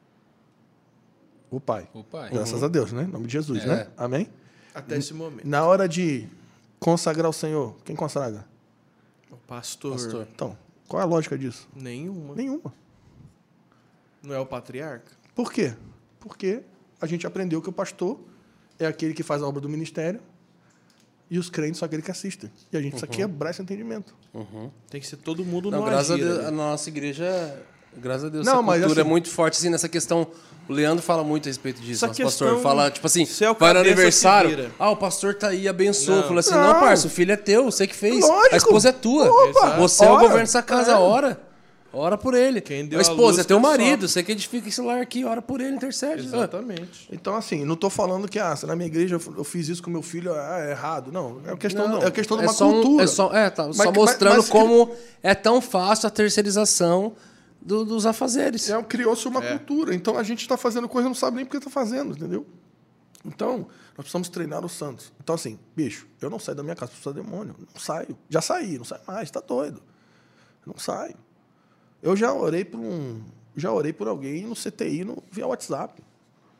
O pai. O pai. Graças a Deus, né? Em nome de Jesus, É. né? Amém? Até esse momento. Na hora de consagrar o Senhor, quem consagra? O pastor. Pastor. Então, qual é a lógica disso? Nenhuma. Nenhuma. Não é o patriarca? Por quê? Porque a gente aprendeu que o pastor é aquele que faz a obra do ministério e os crentes são aqueles que assistem. E a gente precisa quebrar esse entendimento. Uhum. Tem que ser todo mundo Não, no graças a agir Deus, ali. a nossa igreja, graças a Deus, Não, essa mas cultura assim- é muito forte assim, nessa questão. O Leandro fala muito a respeito disso. Essa Nosso pastor questão- fala, tipo assim, você é o vai no cabeça que aniversário. vira. Ah, o pastor tá aí, abençoa. Não. Fala assim: Não. não, parça, o filho é teu, você que fez. Lógico. A esposa é tua. Opa, Você é o ora. governo dessa casa, É. ora. Ora por ele. Quem deu a a esposa luz é teu que marido, sofre. você que edifica esse lar aqui, ora por ele, intercede. Exatamente. Então, assim, não estou falando que ah, se na minha igreja eu eu fiz isso com meu filho, ah, é errado. Não, é questão, Não, é questão de é uma só um- cultura. é só, é, tá, Mas só que- mostrando mas- mas como é tão fácil a terceirização do- dos afazeres. É, criou-se uma É. cultura. Então, a gente está fazendo coisa e não sabe nem porque está fazendo, entendeu? Então, nós precisamos treinar os santos. Então, assim, bicho, eu não saio da minha casa para expulsar demônio. Não saio. Já saí, não saio mais, tá doido. Não saio. Eu já orei por um. Já orei por alguém no C T I no, via WhatsApp.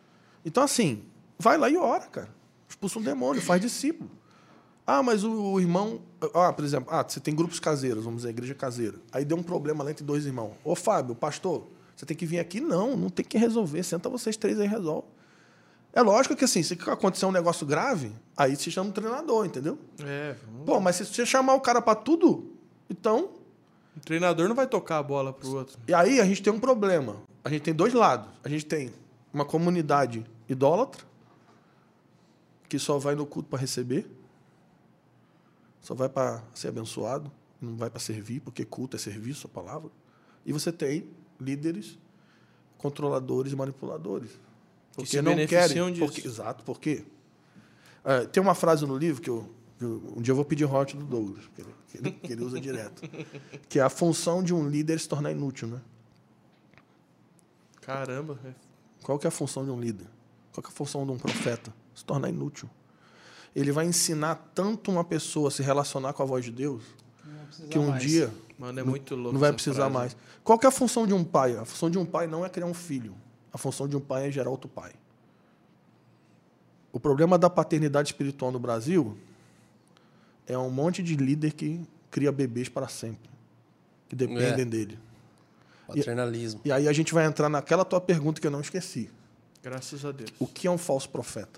Então, assim, vai lá e ora, cara. Expulsa um demônio, faz discípulo. Ah, mas o, o irmão... Ah, por exemplo, ah, você tem grupos caseiros, vamos dizer, igreja caseira. Aí deu um problema lá entre dois irmãos. Ô, Fábio, pastor, você tem que vir aqui? Não, não tem que resolver. Senta vocês três aí e resolve. É lógico que, assim, se acontecer um negócio grave, aí se chama um treinador, entendeu? É, vamos... Pô, mas se você chamar o cara pra tudo, então... O treinador não vai tocar a bola pro outro. E aí a gente tem um problema. A gente tem dois lados. A gente tem uma comunidade idólatra, que só vai no culto para receber, só vai para ser abençoado, não vai para servir, porque culto é serviço, a palavra. E você tem líderes, controladores e manipuladores. Porque se não beneficiam querem. disso. Porque, exato, porque... É, tem uma frase no livro que eu, eu... Um dia eu vou pedir rote do Douglas, que ele, que ele, que ele usa direto. Que é a função de um líder se tornar inútil, né? Caramba. É. Qual que é a função de um líder? Qual que é a função de um profeta? Se tornar inútil. Ele vai ensinar tanto uma pessoa a se relacionar com a voz de Deus que um mais. dia Mano, é muito louco. não vai essa precisar frase. mais. Qual que é a função de um pai? A função de um pai não é criar um filho. A função de um pai é gerar outro pai. O problema da paternidade espiritual no Brasil é um monte de líder que cria bebês para sempre, que dependem É. dele. Paternalismo. E aí a gente vai entrar naquela tua pergunta que eu não esqueci. Graças a Deus. O que é um falso profeta?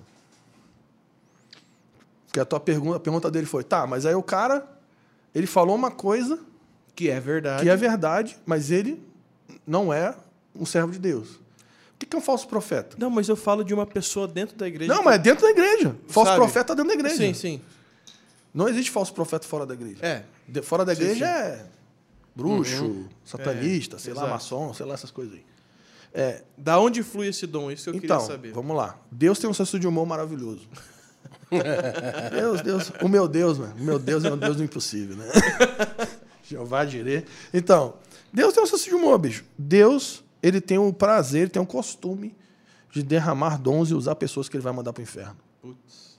Porque a tua pergunta, a pergunta dele foi, tá, mas aí o cara, ele falou uma coisa Que é verdade. que é verdade, mas ele não é um servo de Deus. O que é um falso profeta? Não, mas eu falo de uma pessoa dentro da igreja. Não, que- mas é dentro da igreja. Falso Sabe? profeta dentro da igreja. Sim, sim. Não existe falso profeta fora da igreja. É. De- fora da Sim, igreja sim. é bruxo, satanista, É, sei lá, exato. maçom, sei lá, essas coisas aí. É, Da onde flui esse dom? Isso que eu então, queria saber. vamos lá. Deus tem um senso de humor maravilhoso. Deus, Deus, o meu Deus, mano. O meu Deus é um Deus do impossível, né? Jeová Jirê. Então, Deus tem um senso de humor, bicho. Deus, ele tem o prazer, ele tem o costume de derramar dons e usar pessoas que ele vai mandar para o inferno. Putz.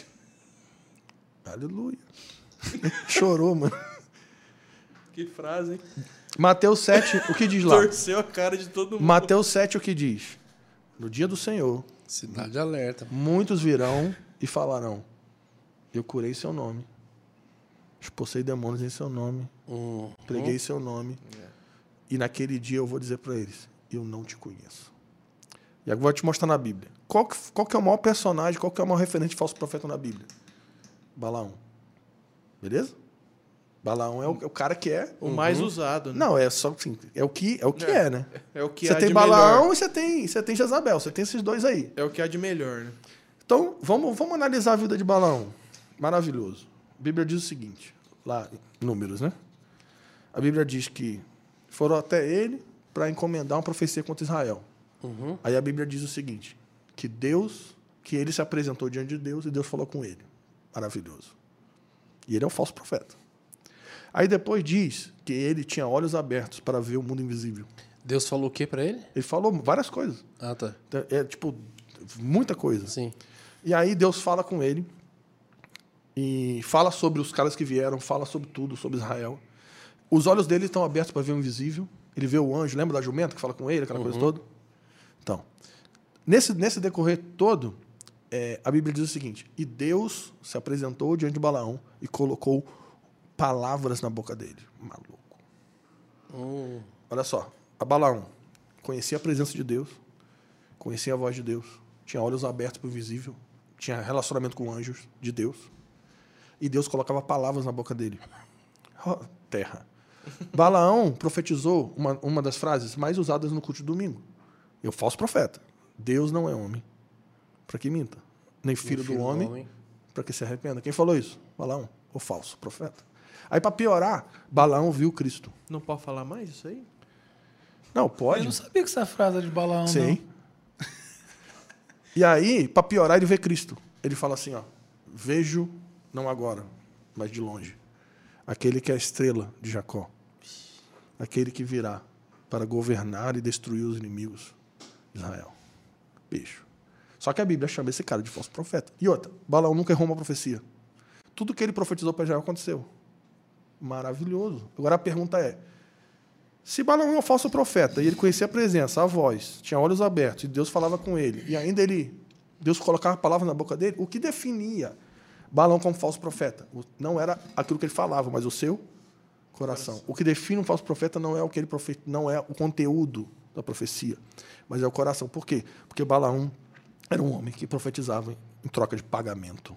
Aleluia. Chorou, mano. Que frase, hein? Mateus sete, o que diz lá? Torceu a cara de todo mundo. Mateus sete, o que diz? No dia do Senhor, Cidade alerta. muitos virão e falarão: eu curei seu nome, expulsei demônios em seu nome, Hum. preguei seu nome, e naquele dia eu vou dizer para eles: eu não te conheço. E agora eu vou te mostrar na Bíblia. Qual que, qual que é o maior personagem, qual que é o maior referente de falso profeta na Bíblia? Balaão. Beleza? Balaão é o, é o cara que é... O mais usado, né? Não, é só assim, é o que é, o que é, É. né? É o que Você há tem de Balaão melhor. e você tem, você tem Jezabel, você tem esses dois aí. É o que há de melhor, né? Então, vamos, vamos analisar a vida de Balaão. Maravilhoso. A Bíblia diz o seguinte, lá em Números, né? A Bíblia diz que foram até ele para encomendar uma profecia contra Israel. Uhum. Aí a Bíblia diz o seguinte, que Deus, que ele se apresentou diante de Deus e Deus falou com ele. Maravilhoso. E ele é um falso profeta. Aí depois diz que ele tinha olhos abertos para ver o mundo invisível. Deus falou o que pra ele? Ele falou várias coisas. Ah, tá. É tipo, muita coisa. Sim. E aí Deus fala com ele e fala sobre os caras que vieram, fala sobre tudo, sobre Israel. Os olhos dele estão abertos para ver o invisível. Ele vê o anjo, lembra da jumenta que fala com ele, aquela coisa toda? Então, nesse, nesse decorrer todo, é, a Bíblia diz o seguinte, e Deus se apresentou diante de Balaão e colocou palavras na boca dele. Maluco. Hum. Olha só, a Balaão conhecia a presença de Deus, conhecia a voz de Deus, tinha olhos abertos para o invisível, tinha relacionamento com anjos de Deus, e Deus colocava palavras na boca dele. Oh, terra. Balaão profetizou uma, uma das frases mais usadas no culto de domingo. Eu, falso profeta. Deus não é homem para que minta, nem filho, filho do do homem, homem. para que se arrependa. Quem falou isso? Balaão, o falso profeta. Aí, para piorar, Balaão viu Cristo. Não pode falar mais isso aí? Não, Eu pode. não sabia que essa frase era de Balaão, Sim. E aí, para piorar, ele vê Cristo. Ele fala assim, ó, vejo, não agora, mas de longe, aquele que é a estrela de Jacó, aquele que virá para governar e destruir os inimigos de Israel. Bicho. Só que a Bíblia chama esse cara de falso profeta. E outra, Balaão nunca errou uma profecia. Tudo que ele profetizou para Israel aconteceu. Maravilhoso. Agora a pergunta é, Se Balaão é um falso profeta e ele conhecia a presença, a voz, tinha olhos abertos e Deus falava com ele, e ainda ele, Deus colocava palavras na boca dele, o que definia Balaão como falso profeta? Não era aquilo que ele falava, mas o seu coração. O que define um falso profeta não é o que ele profe... não é o conteúdo da profecia, mas é o coração. Por quê? Porque Balaão era um homem que profetizava em troca de pagamento.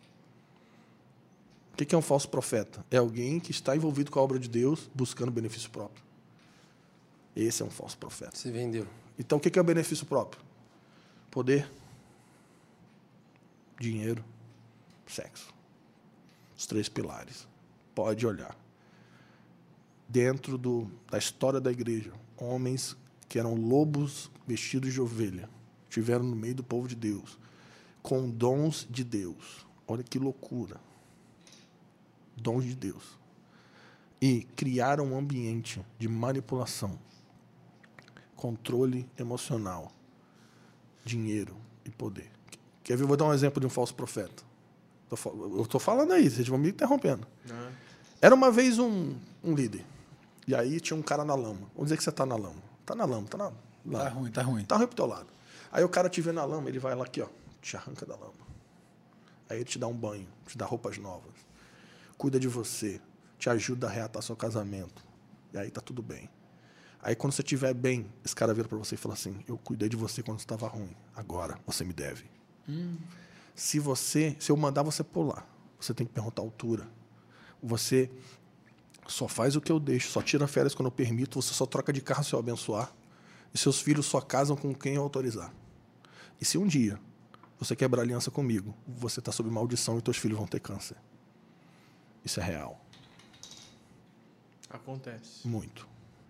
O que é um falso profeta? É alguém que está envolvido com a obra de Deus buscando benefício próprio. Esse é um falso profeta. Se vendeu. Então, o que é o benefício próprio? Poder, dinheiro, sexo. Os três pilares. Pode olhar. Dentro do, da história da igreja, homens que eram lobos vestidos de ovelha, estiveram no meio do povo de Deus, com dons de Deus. Olha que loucura. Dons de Deus. E criaram um ambiente de manipulação, controle emocional, dinheiro e poder. Quer ver? Eu vou dar um exemplo de um falso profeta. Eu estou falando aí, vocês vão me interrompendo. Não. Era uma vez um, um líder. E aí tinha um cara na lama. Vamos dizer que você está na lama. Está na lama, está na lama. Tá ruim, tá ruim. Está ruim pro teu lado. Aí o cara te vê na lama, ele vai lá aqui, ó, te arranca da lama. Aí ele te dá um banho, te dá roupas novas. Cuida de você, te ajuda a reatar seu casamento. E aí tá tudo bem. Aí quando você estiver bem, esse cara vira para você e fala assim, eu cuidei de você quando você estava ruim. Agora você me deve. Hum. Se você, se eu mandar você pular, você tem que perguntar a altura. Você só faz o que eu deixo, só tira férias quando eu permito, você só troca de carro se eu abençoar. E seus filhos só casam com quem eu autorizar. E se um dia você quebrar aliança comigo, você está sob maldição e teus filhos vão ter câncer. Isso é real. Acontece. Muito.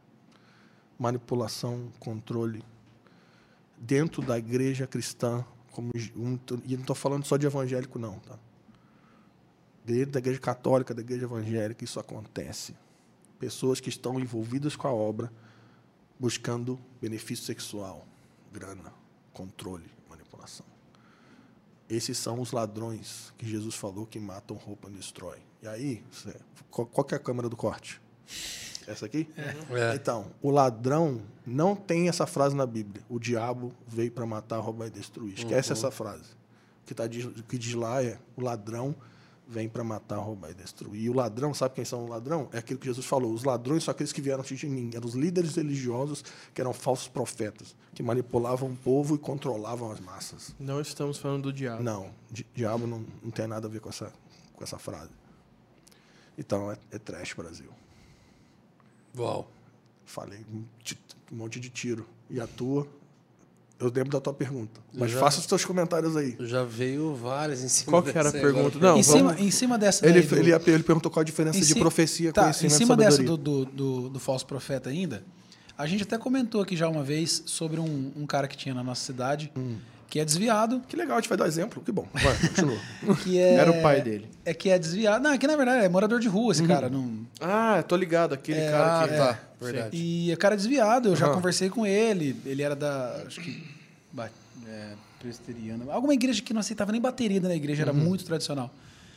Manipulação, controle. Dentro da igreja cristã, como, um, e não estou falando só de evangélico, não. Tá? Dentro da igreja católica, da igreja evangélica, isso acontece. Pessoas que estão envolvidas com a obra, buscando benefício sexual, grana, controle, manipulação. Esses são os ladrões que Jesus falou que matam, roubam e destroem. E aí, qual, qual que é a câmera do corte? Essa aqui? É. Então, o ladrão não tem essa frase na Bíblia. O diabo veio para matar, roubar e destruir. Esquece uhum. essa frase. O que, tá, o que diz lá é o ladrão vem para matar, roubar e destruir. E o ladrão, sabe quem são os ladrão? É aquilo que Jesus falou. Os ladrões são aqueles que vieram antes de mim. Eram os líderes religiosos que eram falsos profetas, que manipulavam o povo e controlavam as massas. Não estamos falando do diabo. Não, di diabo não, não tem nada a ver com essa, com essa frase. Então, é, é trash, Brasil. Uau. Falei um, um monte de tiro. E a tua... Eu lembro da tua pergunta. Mas já, faça os teus comentários aí. Já veio várias em cima Qual que era a pergunta? Não, em, vamos... cima, em cima dessa... Ele, do... ele, ele perguntou qual a diferença de profecia, tá, conhecimento em cima e sabedoria. dessa do, do, do, do falso profeta ainda, a gente até comentou aqui já uma vez sobre um, um cara que tinha na nossa cidade, hum. que é desviado. Que legal, a gente vai dar exemplo. Que bom. Vai, continua. que é, era o pai dele. É que é desviado. Não, é que na verdade é morador de rua esse uhum. cara. Não... Ah, tô ligado. Aquele é, cara que... É, tá, verdade. E o cara é desviado. Eu já uhum. conversei com ele. Ele era da... Acho que... É, presbiteriana. Alguma igreja que não aceitava nem bateria na igreja, era uhum. muito tradicional.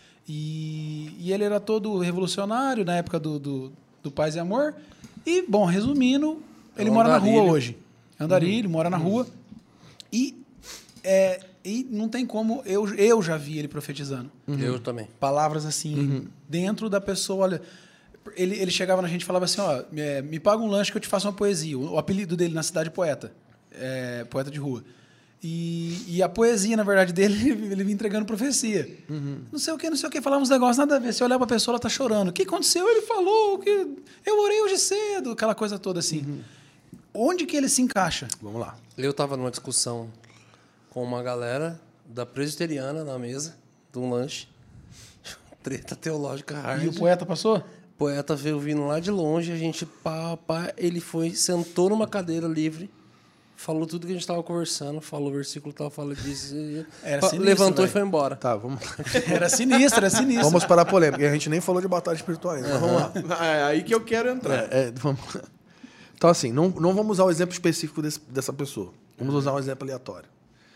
E, e ele era todo revolucionário na época do, do, do Paz e Amor. E, bom, resumindo, ele é mora andarilho. na rua hoje. Andarilho, uhum. mora na rua. E, é, e não tem como... Eu, eu já vi ele profetizando. Uhum. Eu também. Palavras assim, uhum. dentro da pessoa, olha... Ele, ele chegava na gente e falava assim, ó, me, me paga um lanche que eu te faço uma poesia. O, o apelido dele na cidade é Poeta. É, poeta de rua. E, e a poesia, na verdade, dele, ele vinha entregando profecia. Uhum. Não sei o que, não sei o que, falava uns negócios, nada a ver. Se olhar pra pessoa, ela tá chorando. O que aconteceu? Ele falou que eu orei hoje cedo, aquela coisa toda assim. Uhum. Onde que ele se encaixa? Vamos lá. Eu tava numa discussão com uma galera da presbiteriana na mesa, de um lanche. Treta teológica hard. E o poeta passou? O poeta veio vindo lá de longe, a gente, pá, pá, ele foi, sentou numa cadeira livre, falou tudo que a gente estava conversando, falou o versículo tal, falou disso. Era sinistro, levantou véio. e foi embora. Tá, vamos. Era sinistro, era sinistro. Vamos para a polêmica. E a gente nem falou de batalha espiritual ainda. Uhum. Vamos lá. É aí que eu quero entrar. É, é, vamos... Então, assim, não, não vamos usar o exemplo específico desse, dessa pessoa. Vamos usar um exemplo aleatório.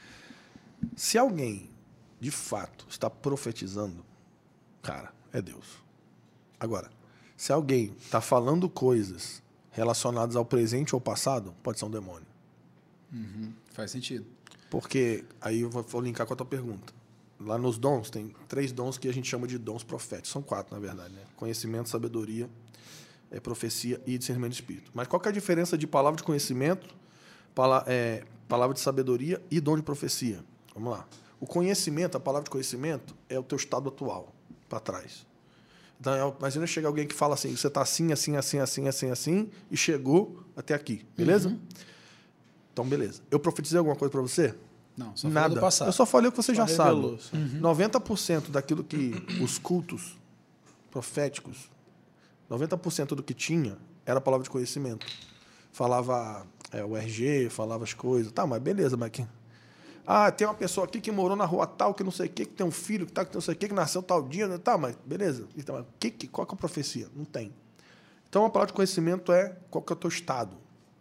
Se alguém, de fato, está profetizando, cara, é Deus. Agora, se alguém está falando coisas relacionados ao presente ou passado, pode ser um demônio. Uhum. Faz sentido. Porque, aí eu vou, vou linkar com a tua pergunta. Lá nos dons, tem três dons que a gente chama de dons proféticos. São quatro, na verdade. Né? Conhecimento, sabedoria, é, profecia e discernimento de espírito. Mas qual que é a diferença de palavra de conhecimento, pala, é, palavra de sabedoria e dom de profecia? Vamos lá. O conhecimento, a palavra de conhecimento, é o teu estado atual, para trás. Então, é, imagina chegar alguém que fala assim, você está assim, assim, assim, assim, assim, assim, e chegou até aqui, beleza? Uhum. Então, beleza. Eu profetizei alguma coisa para você? Não, só Nada. falei do passado. Eu só falei o que você Só já sabe. revelou, Uhum. noventa por cento daquilo que os cultos proféticos, noventa por cento do que tinha era a palavra de conhecimento. Falava é, o R G, falava as coisas. Tá, mas beleza, mas que... Ah, tem uma pessoa aqui que morou na rua tal, que não sei o quê, que tem um filho, que, tá, que não sei o quê, que nasceu tal dia. Tá, mas beleza. Então, mas que, que, qual que é a profecia? Não tem. Então, a palavra de conhecimento é qual que é o teu estado.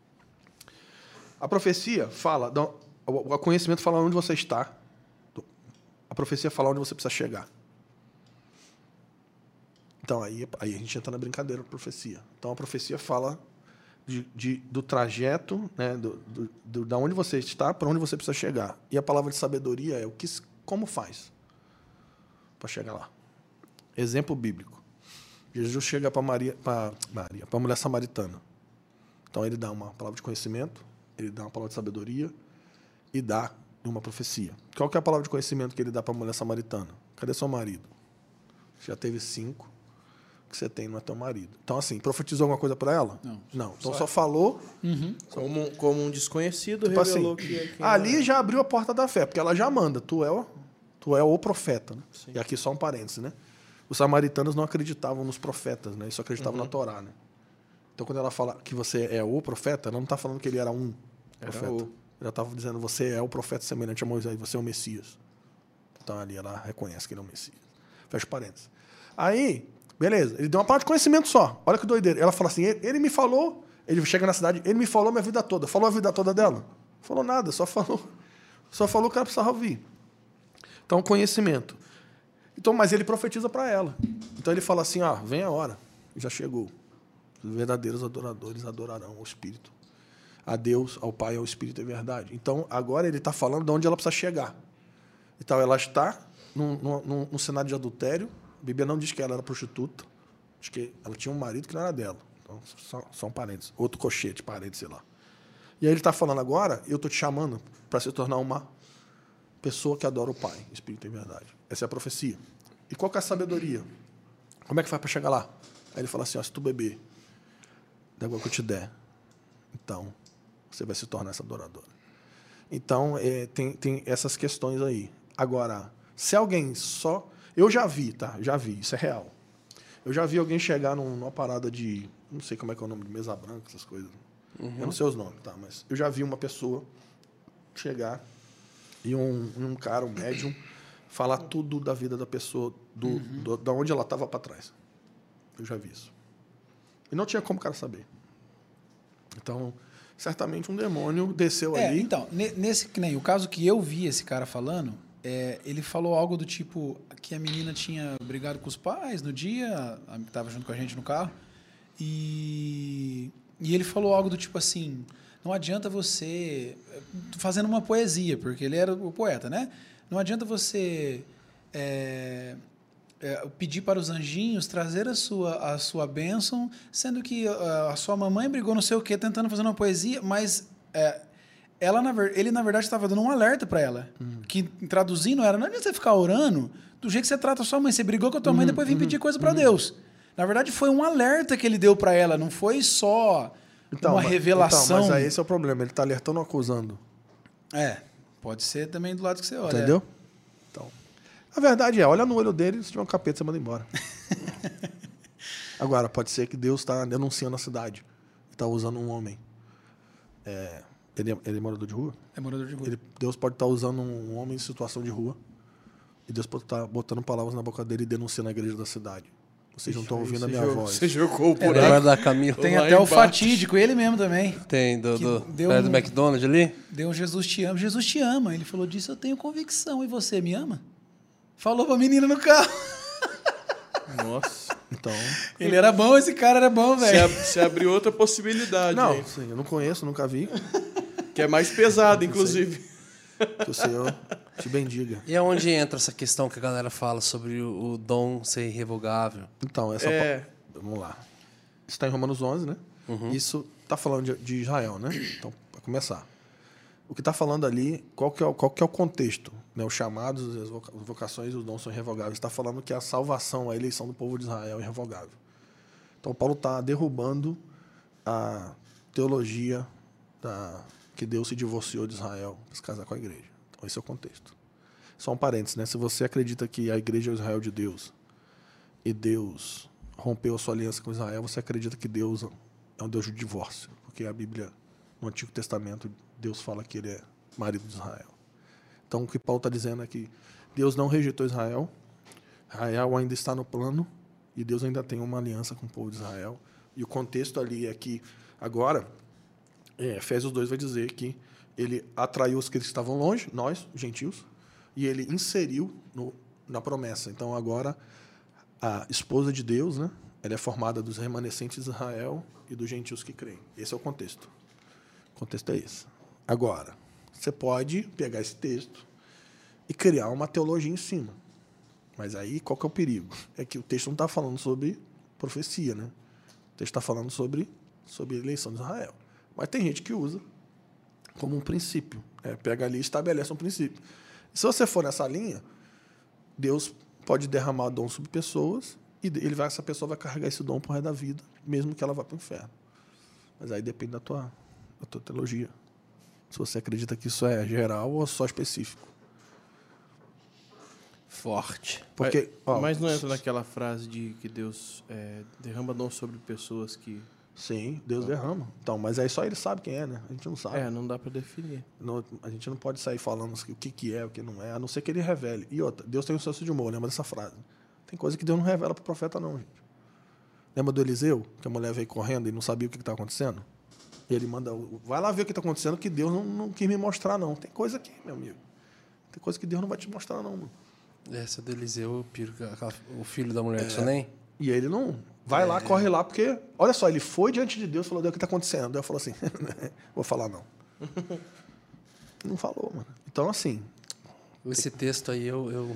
A profecia fala... O conhecimento fala onde você está. A profecia fala onde você precisa chegar. Então, aí, aí a gente entra na brincadeira da profecia. Então, a profecia fala de, de, do trajeto, né, do, do, do, da onde você está para onde você precisa chegar. E a palavra de sabedoria é o que, como faz para chegar lá. Exemplo bíblico. Jesus chega para Maria, para Maria, para a mulher samaritana. Então, ele dá uma palavra de conhecimento, ele dá uma palavra de sabedoria, e dá uma profecia. Qual que é a palavra de conhecimento que ele dá para a mulher samaritana? Cadê seu marido? Já teve cinco, que você tem não é teu marido. Então, assim, profetizou alguma coisa para ela? Não. Não. Então, só, só falou... Uhum. Como, como um desconhecido tipo revelou assim, que... é quem ali era. já abriu a porta da fé, porque ela já manda. Tu é o, tu é o profeta. Né? Sim. E aqui só um parênteses, né? Os samaritanos não acreditavam nos profetas, né? Eles só acreditavam Uhum. na Torá, né? Então, quando ela fala que você é o profeta, ela não está falando que ele era um Era profeta. o. Ela estava dizendo, você é o profeta semelhante a Moisés, você é o Messias. Então, ali ela reconhece que ele é o Messias. Fecha parênteses. Aí, beleza, ele deu uma palavra de conhecimento só. Olha que doideira. Ela fala assim, ele, ele me falou, ele chega na cidade, ele me falou minha vida toda. Falou a vida toda dela? Não falou nada, só falou, só falou que ela precisava ouvir. Então, conhecimento. Então, mas ele profetiza para ela. Então, ele fala assim, ah, vem a hora, já chegou. Os verdadeiros adoradores adorarão o Espírito. A Deus, ao Pai, ao Espírito é verdade. Então, agora ele está falando de onde ela precisa chegar. Então, ela está num, num, num cenário de adultério. A Bíblia não diz que ela era prostituta. Diz que ela tinha um marido que não era dela. Então, só, só um parênteses. Outro cochete, parênteses, sei lá. E aí ele está falando agora, eu estou te chamando para se tornar uma pessoa que adora o Pai, Espírito e verdade. Essa é a profecia. E qual que é a sabedoria? Como é que faz para chegar lá? Aí ele fala assim, ó, se tu beber da água que eu te der, então... você vai se tornar essa adoradora. Então, é, tem, tem essas questões aí. Agora, se alguém só... Eu já vi, tá? Já vi, isso é real. Eu já vi alguém chegar num, numa parada de... Não sei como é que é o nome de mesa branca, essas coisas. Uhum. Eu não sei os nomes, tá? Mas eu já vi uma pessoa chegar e um, um cara, um médium, falar tudo da vida da pessoa, do, uhum. do, da onde ela estava para trás. Eu já vi isso. E não tinha como o cara saber. Então... certamente um demônio desceu é, ali. Então, nesse que nem o caso que eu vi esse cara falando, é, ele falou algo do tipo que a menina tinha brigado com os pais no dia, que estava junto com a gente no carro, e, e ele falou algo do tipo assim, não adianta você... fazendo uma poesia, porque ele era o poeta, né? Não adianta você... É, É, pedir para os anjinhos trazer a sua, a sua bênção, sendo que a, a sua mamãe brigou não sei o quê, tentando fazer uma poesia, mas é, ela, na ver, ele, na verdade, estava dando um alerta para ela, uhum. que, traduzindo, era, não adianta você ficar orando do jeito que você trata a sua mãe. Você brigou com a tua uhum, mãe, depois vem uhum, pedir coisa para uhum. Deus. Na verdade, foi um alerta que ele deu para ela, não foi só então, uma mas, revelação. Então, mas aí esse é o problema, ele está alertando ou acusando? É, pode ser também do lado que você olha. Entendeu? Então... a verdade é, olha no olho dele, se tiver um capeta, você manda embora. Agora, pode ser que Deus está denunciando a cidade. Está usando um homem. É, ele, é, ele é morador de rua? É morador de rua. Ele, Deus pode estar tá usando um homem em situação de rua. E Deus pode estar tá botando palavras na boca dele e denunciando a igreja da cidade. Vocês não estão ouvindo a minha jogou, voz. Você jogou o É, buraco. da Camila. Tem Lá até o embaixo. fatídico, ele mesmo também. Tem, do, Que do, deu perto um- do McDonald's ali. Deu um Jesus te ama. Jesus te ama. Ele falou disso, eu tenho convicção. E você me ama? Falou pra menina no carro. Nossa. Então... Ele era bom, esse cara era bom, Você, velho. ab- você abriu outra possibilidade. Não, aí, sim, eu não conheço, nunca vi. que é mais pesado, inclusive. Que o Senhor te bendiga. E é onde entra essa questão que a galera fala sobre o, o dom ser irrevogável? Então, essa... É. pa- Vamos lá. Isso está em Romanos onze, né? Isso está falando de, de Israel, né? Então, para começar. O que está falando ali, qual que é o, qual que é o contexto? Né? Os chamados, as voca- as vocações e os dons são irrevogáveis. Está falando que a salvação, a eleição do povo de Israel é irrevogável. Então, Paulo está derrubando a teologia da, que Deus se divorciou de Israel para se casar com a igreja. Então, esse é o contexto. Só um parênteses, né? Se você acredita que a igreja é o Israel de Deus e Deus rompeu a sua aliança com Israel, você acredita que Deus é um Deus de divórcio. Porque a Bíblia, no Antigo Testamento, Deus fala que ele é marido de Israel. Então, o que Paulo está dizendo é que Deus não rejeitou Israel, Israel ainda está no plano e Deus ainda tem uma aliança com o povo de Israel. E o contexto ali é que, agora, é, Efésios dois vai dizer que ele atraiu os que estavam longe, nós, gentios, e ele inseriu no, na promessa. Então, agora, a esposa de Deus, né, ela é formada dos remanescentes de Israel e dos gentios que creem. Esse é o contexto. O contexto é esse. Agora, você pode pegar esse texto e criar uma teologia em cima. Mas aí, qual que é o perigo? É que o texto não está falando sobre profecia, né? O texto está falando sobre, sobre a eleição de Israel. Mas tem gente que usa como um princípio. Né? Pega ali e estabelece um princípio. E se você for nessa linha, Deus pode derramar dom sobre pessoas e ele vai, essa pessoa vai carregar esse dom pro resto da vida, mesmo que ela vá para o inferno. Mas aí depende da tua, da tua teologia. Se você acredita que isso é geral ou só específico. Forte. Porque, mas, ó, mas não entra naquela frase de que Deus é, derrama dom sobre pessoas que... sim, Deus derrama. Então, mas aí só ele sabe quem é, né? A gente não sabe. É, não dá para definir. Não, a gente não pode sair falando o que, que é, o que não é, a não ser que ele revele. E outra, Deus tem um senso de humor, lembra dessa frase. Tem coisa que Deus não revela para o profeta, não, gente. Lembra do Eliseu, que a mulher veio correndo e não sabia o que estava acontecendo? E ele manda, vai lá ver o que está acontecendo, que Deus não, não quis me mostrar, não. Tem coisa aqui, meu amigo. Tem coisa que Deus não vai te mostrar, não, mano. Essa do Eliseu, eu piro, aquela- o filho da mulher de Sunem. E aí ele não... Vai lá, corre lá, porque... Olha só, ele foi diante de Deus e falou, Deus, o que está acontecendo? Deus falou assim, vou falar não. Não falou, mano. Então, assim... Esse texto aí, eu, eu,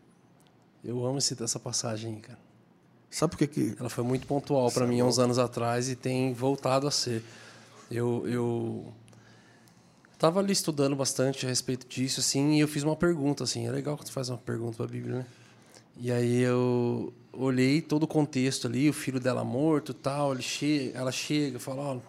eu amo esse, essa passagem aí, cara. Sabe por que que... Ela foi muito pontual para mim há uns anos atrás e tem voltado a ser. Eu, eu tava ali estudando bastante a respeito disso, assim, e eu fiz uma pergunta, assim. É legal quando você faz uma pergunta para a Bíblia, né? E aí eu olhei todo o contexto ali, o filho dela morto e tal, ele chega, ela chega, fala, ó,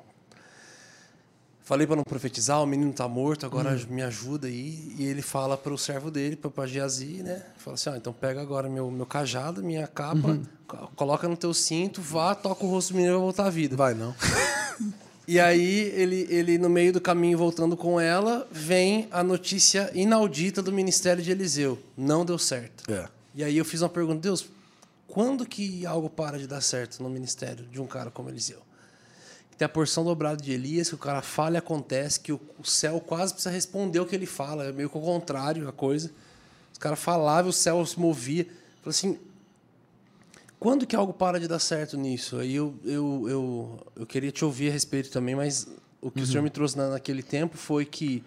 falei para não profetizar, o menino está morto, agora Hum. me ajuda aí. E ele fala para o servo dele, para Geazi, né? Fala assim, ó, então pega agora meu, meu cajado, minha capa, Uhum. co- coloca no teu cinto, vá, toca o rosto do menino e vai voltar à vida. Vai, não. E aí, ele, ele, no meio do caminho, voltando com ela, vem a notícia inaudita do ministério de Eliseu. Não deu certo. É. E aí eu fiz uma pergunta, Deus, quando que algo para de dar certo no ministério de um cara como Eliseu? Tem a porção dobrada de Elias, que o cara fala e acontece, que o, o céu quase precisa responder o que ele fala. É meio que o contrário a coisa. Os caras falavam, o céu se movia. Falei assim, quando que algo para de dar certo nisso? Aí eu, eu, eu, eu queria te ouvir a respeito também, mas o que o senhor me trouxe na, naquele tempo foi que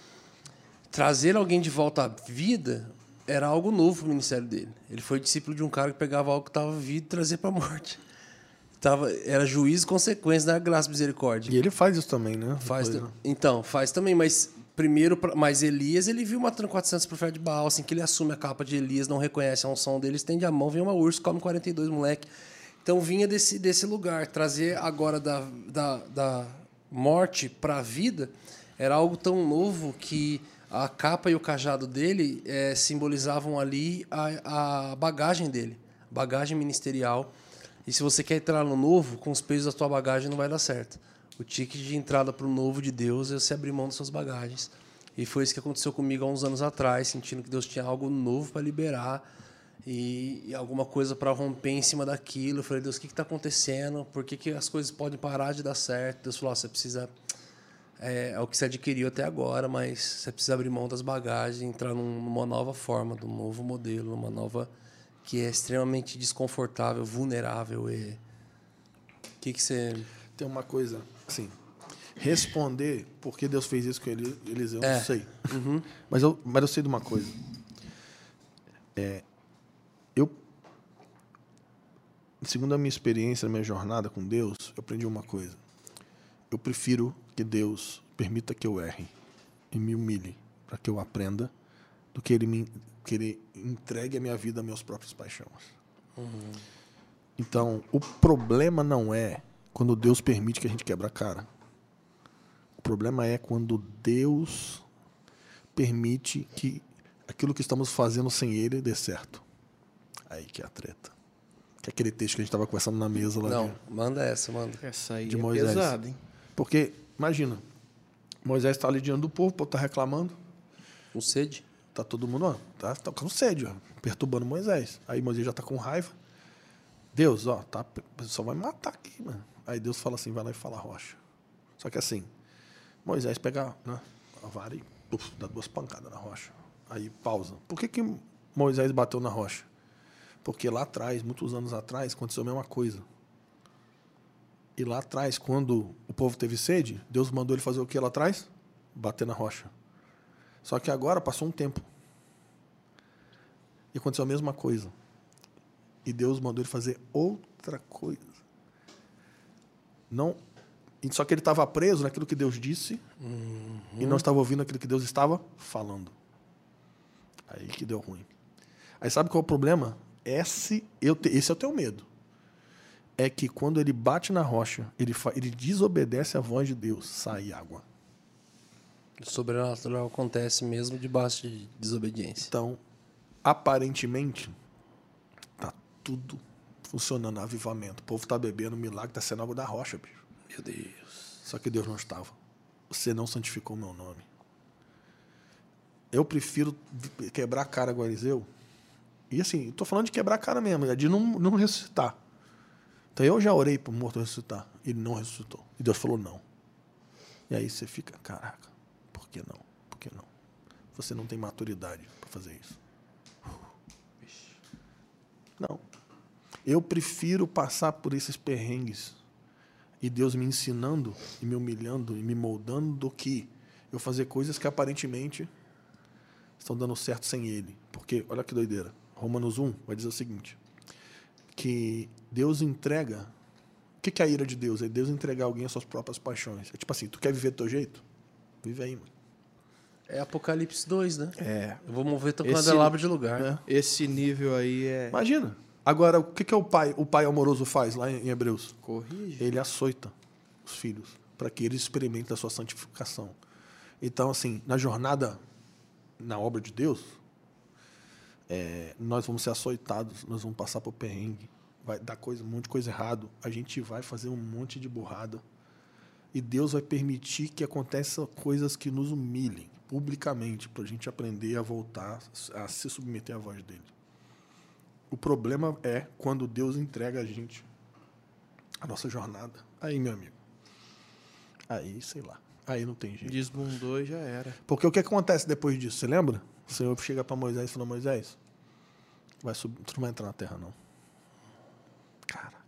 trazer alguém de volta à vida era algo novo para o ministério dele. Ele foi discípulo de um cara que pegava algo que estava vivo e trazia para a morte. Tava, era juízo e consequência da graça e misericórdia. E ele faz isso também, né? Faz Depois, ta- Então, faz também, mas primeiro, pra- mas Elias, ele viu matando quatrocentos profetas de Baal, assim que ele assume a capa de Elias, não reconhece a unção dele, estende a mão, vem uma urso, come quarenta e dois moleque. Então vinha desse, desse lugar, trazer agora da, da, da morte para a vida, era algo tão novo que a capa e o cajado dele eh, simbolizavam ali a, a bagagem dele, bagagem ministerial. E se você quer entrar no novo, com os pesos da tua bagagem não vai dar certo. O ticket de entrada para o novo de Deus é você abrir mão das suas bagagens. E foi isso que aconteceu comigo há uns anos atrás, sentindo que Deus tinha algo novo para liberar e, e alguma coisa para romper em cima daquilo. Eu falei, Deus, o que está acontecendo? Por que, que as coisas podem parar de dar certo? Deus falou, oh, você precisa... É, é o que você adquiriu até agora, mas você precisa abrir mão das bagagens e entrar num, numa nova forma, num novo modelo, numa nova que é extremamente desconfortável, vulnerável. E... O que, que você... Tem uma coisa, assim, responder por que Deus fez isso com ele, Eliseu, eu É. não sei. Uhum. Mas eu, mas eu sei de uma coisa. É, eu, segundo a minha experiência, a minha jornada com Deus, eu aprendi uma coisa. Eu prefiro que Deus permita que eu erre e me humilhe para que eu aprenda do que ele me que ele entregue a minha vida a meus próprios paixões. Uhum. Então, o problema não é quando Deus permite que a gente quebre a cara. O problema é quando Deus permite que aquilo que estamos fazendo sem Ele dê certo. Aí que é a treta. Que é aquele texto que a gente estava conversando na mesa lá. Não, de- manda essa, manda. Essa aí De é Moisés. pesada, hein? Porque, imagina, Moisés está ali diante do povo, o povo está reclamando. Com sede? Tá todo mundo, ó, tá, tá com sede, ó, perturbando Moisés. Aí Moisés já tá com raiva. Deus, ó, tá, o pessoal vai me matar aqui, mano. Aí Deus fala assim, vai lá e fala a rocha. Só que assim, Moisés pega, né, a vara e uf, dá duas pancadas na rocha. Aí pausa. Por que que Moisés bateu na rocha? Porque lá atrás, muitos anos atrás, aconteceu a mesma coisa. E lá atrás, quando o povo teve sede, Deus mandou ele fazer o que lá atrás? Bater na rocha. Só que agora passou um tempo. E aconteceu a mesma coisa. E Deus mandou ele fazer outra coisa. Não, e só que ele estava preso naquilo que Deus disse Uhum. e não estava ouvindo aquilo que Deus estava falando. Aí que deu ruim. Aí sabe qual é o problema? Esse, eu te, esse é o teu medo. É que quando ele bate na rocha, ele, fa, ele desobedece a voz de Deus, sai água. O sobrenatural acontece mesmo debaixo de desobediência. Então, aparentemente, tá tudo funcionando, avivamento. O povo tá bebendo, milagre, tá sendo água da rocha, bicho. Meu Deus. Só que Deus não estava. Você não santificou o meu nome. Eu prefiro quebrar a cara com Eliseu. E assim, estou falando de quebrar a cara mesmo, é de não, não ressuscitar. Então eu já orei para o morto ressuscitar. Ele não ressuscitou. E Deus falou não. E aí você fica, caraca, por que não? Por que não? Você não tem maturidade para fazer isso. Não. Eu prefiro passar por esses perrengues e Deus me ensinando e me humilhando e me moldando do que eu fazer coisas que aparentemente estão dando certo sem Ele. Porque, olha que doideira, Romanos um vai dizer o seguinte, que Deus entrega... O que é a ira de Deus? É Deus entregar alguém às suas próprias paixões. É tipo assim, tu quer viver do teu jeito? Vive aí, mano. É Apocalipse dois, né? É. Eu vou mover teu Esse- candelabro de lugar. É. Esse nível aí é. Imagina. Agora, o que, que é o pai, o pai amoroso faz lá em, em Hebreus? Corrige. Ele açoita os filhos para que eles experimentem a sua santificação. Então, assim, na jornada, na obra de Deus, é, nós vamos ser açoitados, nós vamos passar por perrengue, vai dar coisa, um monte de coisa errado, a gente vai fazer um monte de burrada e Deus vai permitir que aconteçam coisas que nos humilhem publicamente para a gente aprender a voltar a se submeter à voz dele. O problema é quando Deus entrega a gente a nossa jornada. Aí, meu amigo, aí, sei lá, aí não tem jeito. Desbundou e já era. Porque o que acontece depois disso? Você lembra? O Senhor chega para Moisés e fala, Moisés, vai subir, tu não vai entrar na terra, não. Caraca.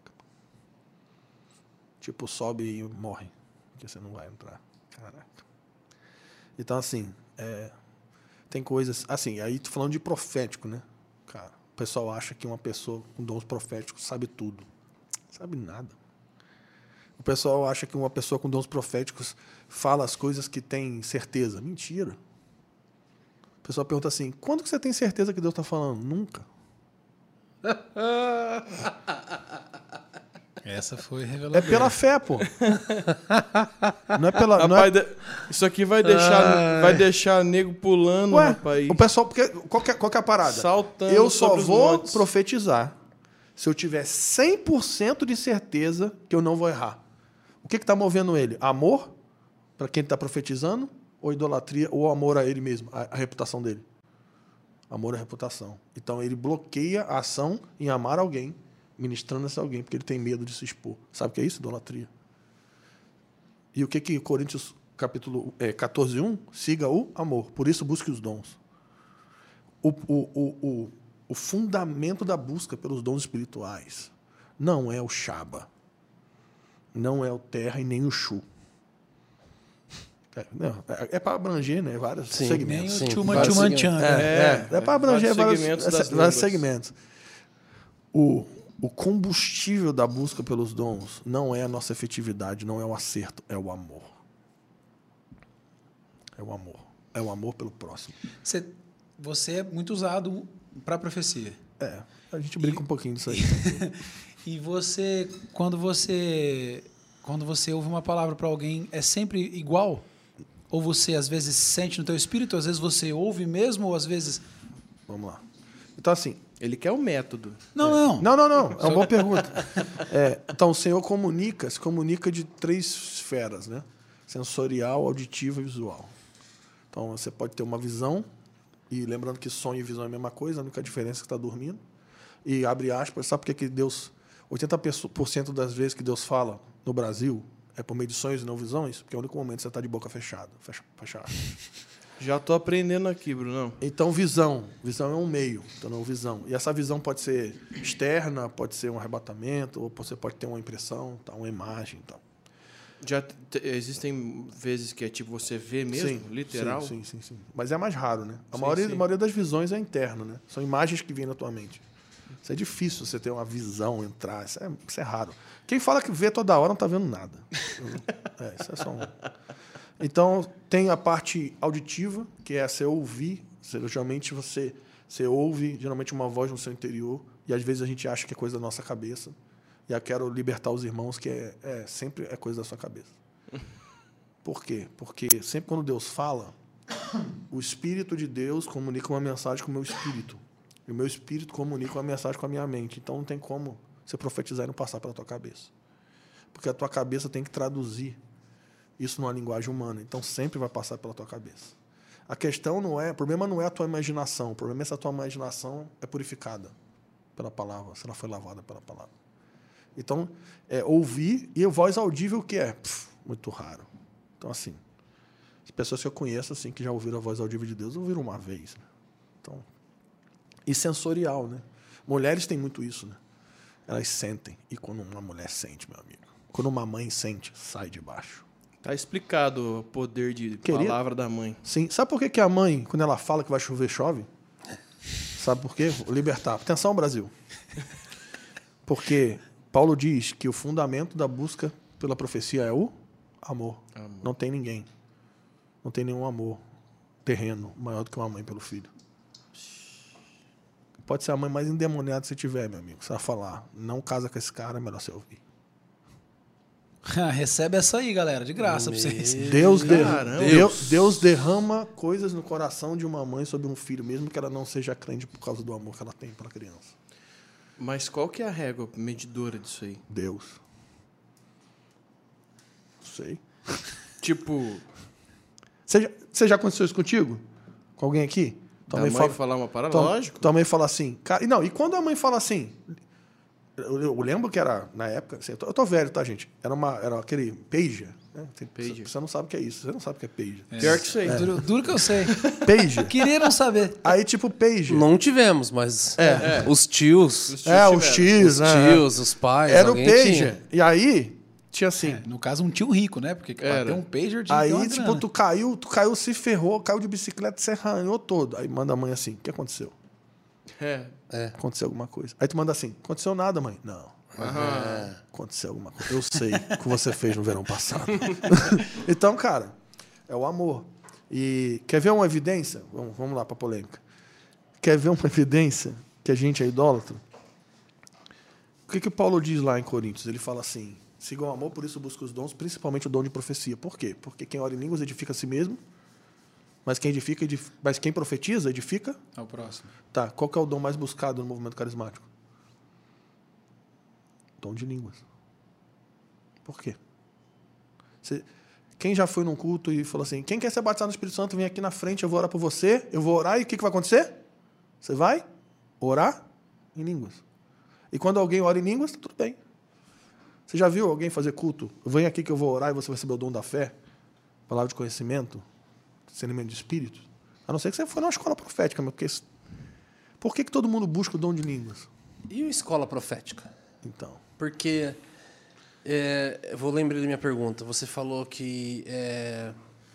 Tipo, sobe e morre, porque você não vai entrar. Caraca. Então, assim, é, tem coisas... Assim, aí tô falando de profético, né? Cara, o pessoal acha que uma pessoa com dons proféticos sabe tudo. Sabe nada. O pessoal acha que uma pessoa com dons proféticos fala as coisas que tem certeza. Mentira. O pessoal pergunta assim, quando que você tem certeza que Deus está falando? Nunca. Essa foi É reveladora. pela fé, pô. Não é pela... Não é... Rapaz, de- isso aqui vai deixar, vai deixar nego pulando, Ué, rapaz. o pessoal... Porque, qual, que é, qual que é a parada? Saltando Eu só sobre os vou montes. profetizar se eu tiver cem por cento de certeza que eu não vou errar. O que está movendo ele? Amor para quem está profetizando ou idolatria ou amor a ele mesmo, a, a reputação dele? Amor à reputação. Então ele bloqueia a ação em amar alguém, ministrando esse alguém, porque ele tem medo de se expor. Sabe o que é isso? Idolatria. E o que que Coríntios capítulo é, catorze, um? Siga o amor. Por isso busque os dons. O, o, o, o, o fundamento da busca pelos dons espirituais não é o Shaba, não é o Terra e nem o Shu. É, não, é, é para abranger, né, vários Sim, segmentos. Nem o Sim, Tchuman vários Tchuman segmentos. Tchan. É, né? é, é, para abranger vários vários, segmentos é, das vários línguas. segmentos. O, o combustível da busca pelos dons não é a nossa efetividade, não é o acerto, é o amor. É o amor. É o amor pelo próximo. Você, você é muito usado para profecia. É, a gente brinca um pouquinho disso aí. E você, quando você, quando você ouve uma palavra para alguém, é sempre igual? Ou você às vezes sente no teu espírito, às vezes você ouve mesmo, ou às vezes Vamos lá. Então, assim, Ele quer o método. não, não. Não, não, não. É uma boa pergunta. É, então, o Senhor comunica, se comunica de três esferas, né? Sensorial, auditiva e visual. Então, você pode ter uma visão, e lembrando que sonho e visão é a mesma coisa, a única diferença é que está dormindo. E abre aspas, sabe por que que Deus... oitenta por cento das vezes que Deus fala no Brasil é por meio de sonhos e não visões, porque é o único momento que você está de boca fechada. Fecha, fecha aspas. Já tô aprendendo aqui, Brunão. Então, visão. Visão é um meio. Então, não, visão. E essa visão pode ser externa, pode ser um arrebatamento, ou você pode ter uma impressão, tá, uma imagem. Tá. Já te- existem vezes que é tipo você vê mesmo, Sim, literal. Sim, sim, sim, sim. Mas é mais raro, né? A Sim, maioria, sim. a maioria das visões é interna, né? São imagens que vêm na tua mente. Isso é difícil, você ter uma visão, entrar. Isso é, isso é raro. Quem fala que vê toda hora não está vendo nada. É, isso é só um... Então, tem a parte auditiva, que é você ouvir. Você, geralmente você, você ouve geralmente uma voz no seu interior, e às vezes a gente acha que é coisa da nossa cabeça. E eu quero libertar os irmãos que é, é sempre é coisa da sua cabeça. Por quê? Porque sempre quando Deus fala, o Espírito de Deus comunica uma mensagem com o meu espírito. E o meu espírito comunica uma mensagem com a minha mente. Então não tem como você profetizar e não passar pela tua cabeça. Porque a tua cabeça tem que traduzir isso numa linguagem humana. Então sempre vai passar pela tua cabeça. A questão não é, o problema não é a tua imaginação. O problema é se a tua imaginação é purificada pela palavra, se ela foi lavada pela palavra. Então, é ouvir, e a voz audível, que é pff, muito raro. Então, assim, as pessoas que eu conheço, assim, que já ouviram a voz audível de Deus, ouviram uma vez. Né? Então, e sensorial, né? Mulheres têm muito isso, né? Elas sentem. E quando uma mulher sente, meu amigo, quando uma mãe sente, sai de baixo. Tá explicado o poder de Querido. palavra da mãe. Sim. Sabe por que, que a mãe, quando ela fala que vai chover, chove? Sabe por quê? Vou libertar. Atenção, Brasil. Porque Paulo diz que o fundamento da busca pela profecia é o amor. Amor. Não tem ninguém. Não tem nenhum amor terreno maior do que uma mãe pelo filho. Pode ser a mãe mais endemoniada que você tiver, meu amigo. Você vai falar, não casa com esse cara, é melhor você ouvir. Recebe essa aí, galera, de graça pra vocês. Deus, derra- Caramba. Deus, Deus derrama coisas no coração de uma mãe sobre um filho, mesmo que ela não seja crente por causa do amor que ela tem pela criança. Mas qual que é a régua medidora disso aí? Deus. Sei. Tipo, Você já, você já aconteceu isso contigo? Com alguém aqui? a mãe fala- falar uma parada, tua, lógico. Tua mãe fala assim... Cara, e não, e quando a mãe fala assim... Eu, eu lembro que era, na época... Assim, eu, tô, eu tô velho, tá, gente? Era, uma, era aquele pager. Né? Tem- Pager. Você não sabe o que é isso. Você não sabe o que é pager. Pior que isso aí. Duro, duro que eu sei. Pager. Queria não saber. Aí, tipo, pager. Não tivemos, mas É. os tios, Os tios É, os tiveram. tios, os né? tios, os pais, Era o alguém pager. tinha. E aí, tinha assim... É, no caso, um tio rico, né? Porque pra Era. ter um pager tinha que ter uma Aí, tipo, grana. tu caiu, tu caiu, se ferrou, caiu de bicicleta, se arranhou todo. Aí manda a mãe assim, o que aconteceu? É. Aconteceu alguma coisa. Aí tu manda assim, aconteceu nada, mãe? Não. Aham. Aconteceu alguma coisa. Eu sei o que você fez no verão passado. Então, cara, é o amor. E quer ver uma evidência? Vamos, vamos lá para polêmica. Quer ver uma evidência que a gente é idólatra? O que que Paulo diz lá em Coríntios? Ele fala assim, sigam o amor, por isso busca os dons, principalmente o dom de profecia. Por quê? Porque quem ora em línguas edifica a si mesmo, mas quem edifica, edif- mas quem profetiza, edifica. É o próximo. Tá, qual que é o dom mais buscado no movimento carismático? Dom de línguas. Por quê? Você, quem já foi num culto e falou assim, quem quer ser batizado no Espírito Santo, vem aqui na frente, eu vou orar por você, eu vou orar e o que, que vai acontecer? Você vai orar em línguas. E quando alguém ora em línguas, tá tudo bem. Você já viu alguém fazer culto? Vem aqui que eu vou orar e você vai receber o dom da fé, palavra de conhecimento, discernimento de espírito? A não ser que você for numa escola profética, mas porque... Por que, que todo mundo busca o dom de línguas? E a escola profética? Então, Porque, é, eu vou lembrar da minha pergunta. Você falou que... é,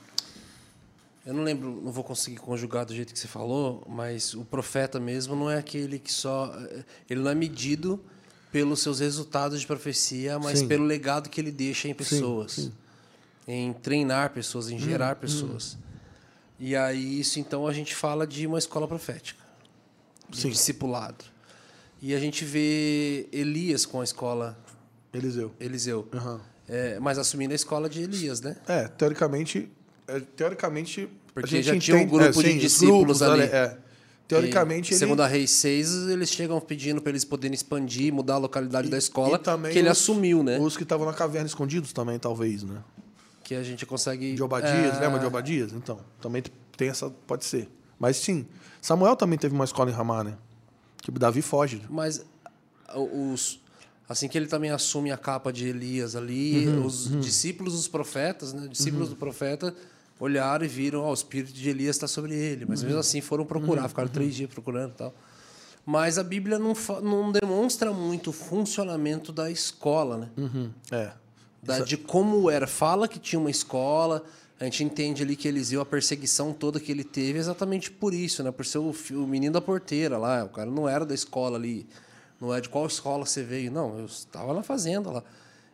eu não lembro, não vou conseguir conjugar do jeito que você falou, mas o profeta mesmo não é aquele que só... Ele não é medido pelos seus resultados de profecia, mas Sim. pelo legado que ele deixa em pessoas. sim. Em treinar pessoas, em gerar pessoas. E aí, isso, então, a gente fala de uma escola profética. De Sim. discipulado. E a gente vê Elias com a escola Eliseu. Eliseu. Aham. É, mas assumindo a escola de Elias, né? É, teoricamente, é, teoricamente Porque a gente já tinha um entende- grupo é, de sim, os discípulos grupos, ali. É. Teoricamente, E, ele... segundo a Reis seis, eles chegam pedindo para eles poderem expandir, mudar a localidade da escola, e também que ele os- assumiu, né? Os que estavam na caverna escondidos também, talvez, né? Que a gente consegue... De Obadias, é, lembra de Obadias? Então, também tem essa... Pode ser. Mas sim, Samuel também teve uma escola em Ramá, né? Que Davi foge. Mas os, assim que ele também assume a capa de Elias ali, Uhum, os discípulos dos profetas, né? Discípulos do profeta olharam e viram, ó, o espírito de Elias está sobre ele. Mas mesmo assim foram procurar, ficaram três dias procurando e tal. Mas a Bíblia não, fa- não demonstra muito o funcionamento da escola, né? Uhum. É. Da- de como era. Fala que tinha uma escola, a gente entende ali que Eliseu, a perseguição toda que ele teve é exatamente por isso, né? Por ser o, fi- o menino da porteira lá. O cara não era da escola ali. Não é de qual escola você veio. Não, eu estava na fazenda lá.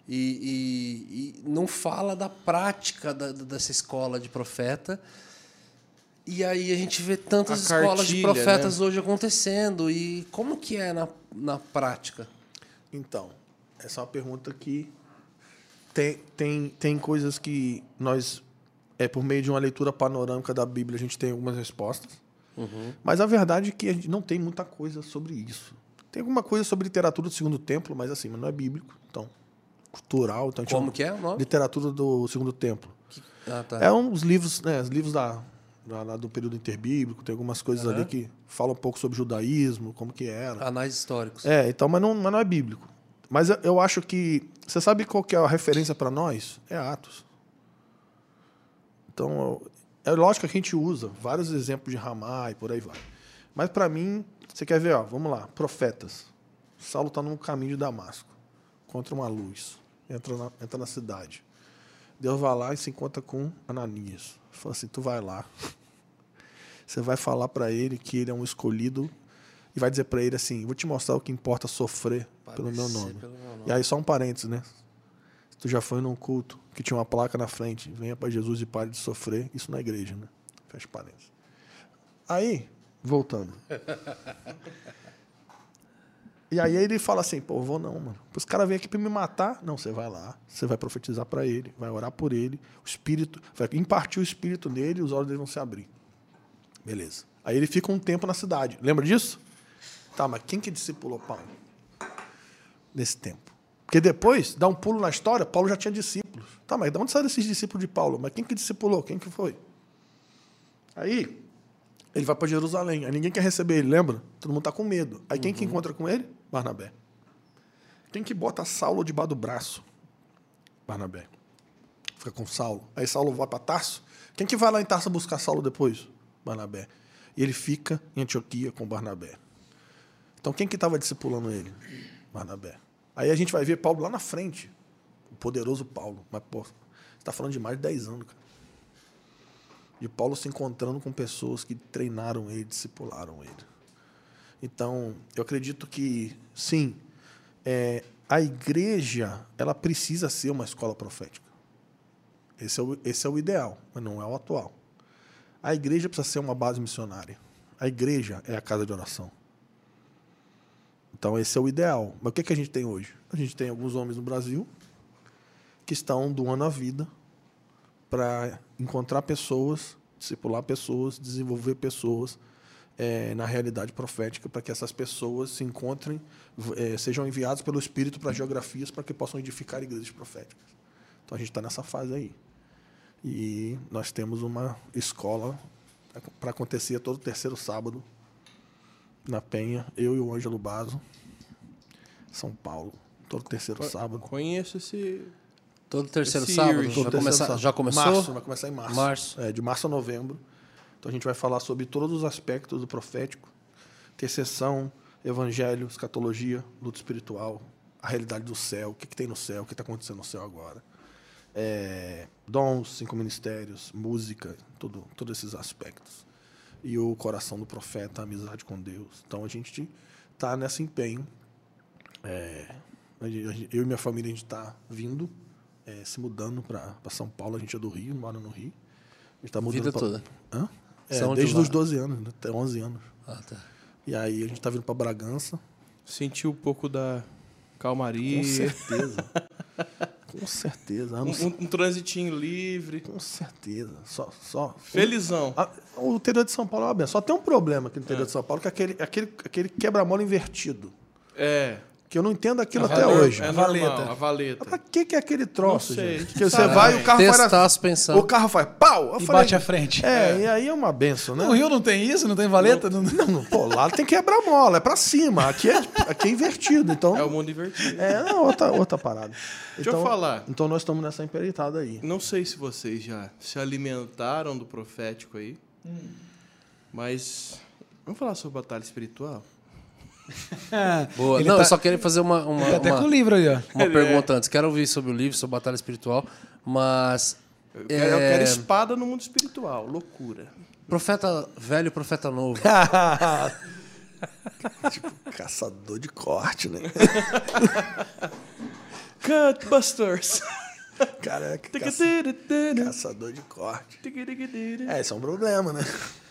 E, e- e não fala da prática da- da- dessa escola de profeta. E aí a gente vê tantas A escolas de cartilha, profetas hoje acontecendo. E como que é na, na prática? Então, essa é uma pergunta que tem, tem, tem coisas que nós, é por meio de uma leitura panorâmica da Bíblia, a gente tem algumas respostas. Mas a verdade é que a gente não tem muita coisa sobre isso. Tem alguma coisa sobre literatura do Segundo Templo, mas assim, mas não é bíblico, então cultural. Então a gente Como não- que é o nome? Literatura do Segundo Templo. Ah, tá. É uns livros, né, os livros da, da- lá do período interbíblico, tem algumas coisas Aham. ali que falam um pouco sobre judaísmo, como que era. Anais históricos. É, então, mas não, mas não é bíblico. Mas eu, eu acho que... Você sabe qual que é a referência para nós? É Atos. Então, eu- é lógico que a gente usa vários exemplos de Ramá e por aí vai. Mas para mim, você quer ver, ó, vamos lá, profetas. Saulo está no caminho de Damasco, contra uma luz, entra na, entra na cidade. Deus vai lá e se encontra com Ananias. Fala assim, tu vai lá. Você vai falar para ele que ele é um escolhido e vai dizer para ele assim, vou te mostrar o que importa sofrer pelo meu Padecer nome. pelo meu nome. E aí só um parênteses, né? Se tu já foi num culto que tinha uma placa na frente, venha para Jesus e pare de sofrer, isso na igreja, né? Fecha parênteses. Aí, voltando. E aí ele fala assim, pô, eu vou não, mano. Os caras vêm aqui para me matar. Não, você vai lá, você vai profetizar para ele, vai orar por ele, o Espírito, vai impartir o Espírito nele e os olhos dele vão se abrir. Beleza. Aí ele fica um tempo na cidade. Lembra disso? Tá, mas quem que discipulou Paulo? Nesse tempo. Porque depois, dá um pulo na história, Paulo já tinha discípulos. Tá, mas de onde saíram esses discípulos de Paulo? Mas quem que discipulou? Quem que foi? Aí, ele vai para Jerusalém. Aí ninguém quer receber ele, lembra? Todo mundo tá com medo. Aí quem que encontra com ele? Barnabé. Quem que bota Saulo debaixo do braço? Barnabé. Fica com Saulo. Aí Saulo vai para Tarso. Quem que vai lá em Tarso buscar Saulo depois? Barnabé. E ele fica em Antioquia com Barnabé. Então quem que estava discipulando ele? Barnabé. Aí a gente vai ver Paulo lá na frente. O poderoso Paulo. Mas, pô, você está falando de mais de dez anos, cara. De Paulo se encontrando com pessoas que treinaram ele, discipularam ele. Então, eu acredito que, sim, é, a igreja ela precisa ser uma escola profética. Esse é, o, esse é o ideal, mas não é o atual. A igreja precisa ser uma base missionária. A igreja é a casa de oração. Então, esse é o ideal. Mas o que, que a gente tem hoje? A gente tem alguns homens no Brasil que estão doando a vida para encontrar pessoas, discipular pessoas, desenvolver pessoas é, na realidade profética, para que essas pessoas se encontrem, é, sejam enviadas pelo Espírito para geografias, para que possam edificar igrejas proféticas. Então, a gente está nessa fase aí. E nós temos uma escola para acontecer todo terceiro sábado, na Penha, eu e o Ângelo Basso, São Paulo, todo terceiro sábado. Conheço esse... Todo terceiro Esse sábado? Irish. Já, Todo terceiro começa- sábado. já começou? Março, vai começar em março. Março. É, de março a novembro. Então a gente vai falar sobre todos os aspectos do profético. intercessão, evangelho, escatologia, luta espiritual, a realidade do céu, o que, que tem no céu, o que está acontecendo no céu agora. É, dons, cinco ministérios, música, tudo, todos esses aspectos. E o coração do profeta, a amizade com Deus. Então a gente está nesse empenho. É, eu e minha família, a gente está vindo, é, se mudando para São Paulo. A gente é do Rio, mora no Rio. A gente tá mudando Vida pra... toda? Hã? É, São de desde lá? os doze anos, né, até onze anos. Ah, tá. E aí a gente está vindo para Bragança. Sentiu um pouco da calmaria. Com certeza. Com certeza. Um, um, um transitinho livre. Com certeza. Só, só... Felizão. A- O interior de São Paulo é uma benção. Só tem um problema aqui no interior de São Paulo, que é aquele, aquele, aquele quebra-mola invertido. É. Que eu não entendo aquilo A até valeta. hoje. É A normal, valeta. a valeta. Mas pra que, que é aquele troço, Não sei, gente? que Que você sabe. vai e o carro Testar faz... a suspensão. O carro faz pau! Eu E falei, bate à frente. É, e aí é uma benção, né? No Rio não tem isso? Não tem valeta? Não, Não, não, pô, lá tem quebra-mola, é pra cima. Aqui é, aqui é invertido, então... É o mundo invertido. É outra, outra parada. Deixa então, eu falar. Então nós estamos nessa empreitada aí. Não sei se vocês já se alimentaram do profético aí, mas vamos falar sobre batalha espiritual? Boa. Ele Não, tá- eu só queria fazer uma, uma, Tá até uma, com o livro aí, ó. uma pergunta antes. Quero ouvir sobre o livro, sobre batalha espiritual, mas... Eu quero, eu quero é, espada no mundo espiritual, loucura. Profeta velho, profeta novo. Tipo, caçador de corte, né? Cutbusters. Caraca, caça... caçador de corte. É, isso é um problema, né?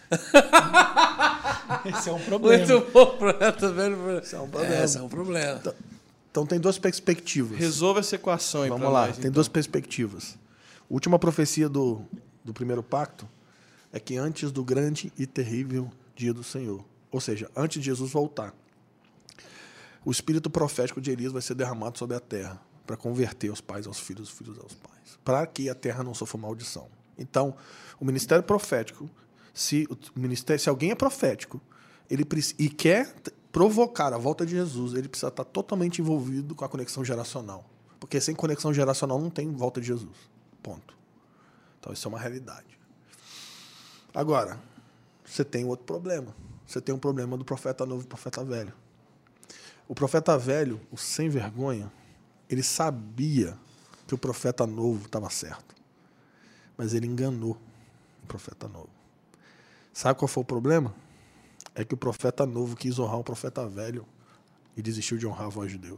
Esse é um problema. Muito bom, profeta velho. profeta- Isso é um problema. É, esse é um problema. Então, então tem duas perspectivas. Resolva essa equação aí Vamos pra lá, nós, tem então. duas perspectivas. A última profecia do, do primeiro pacto é que antes do grande e terrível dia do Senhor, ou seja, antes de Jesus voltar, o espírito profético de Elias vai ser derramado sobre a terra para converter os pais aos filhos, os filhos aos pais, para que a terra não sofra maldição. Então, o ministério profético, se, o ministério, se alguém é profético ele, preci- e quer t- provocar a volta de Jesus, ele precisa estar totalmente envolvido com a conexão geracional. Porque sem conexão geracional não tem volta de Jesus. Ponto. Então, isso é uma realidade. Agora, você tem outro problema. Você tem um problema do profeta novo e do profeta velho. O profeta velho, o sem vergonha, ele sabia que o profeta novo estava certo. Mas ele enganou o profeta novo. Sabe qual foi o problema? É que o profeta novo quis honrar o profeta velho e desistiu de honrar a voz de Deus.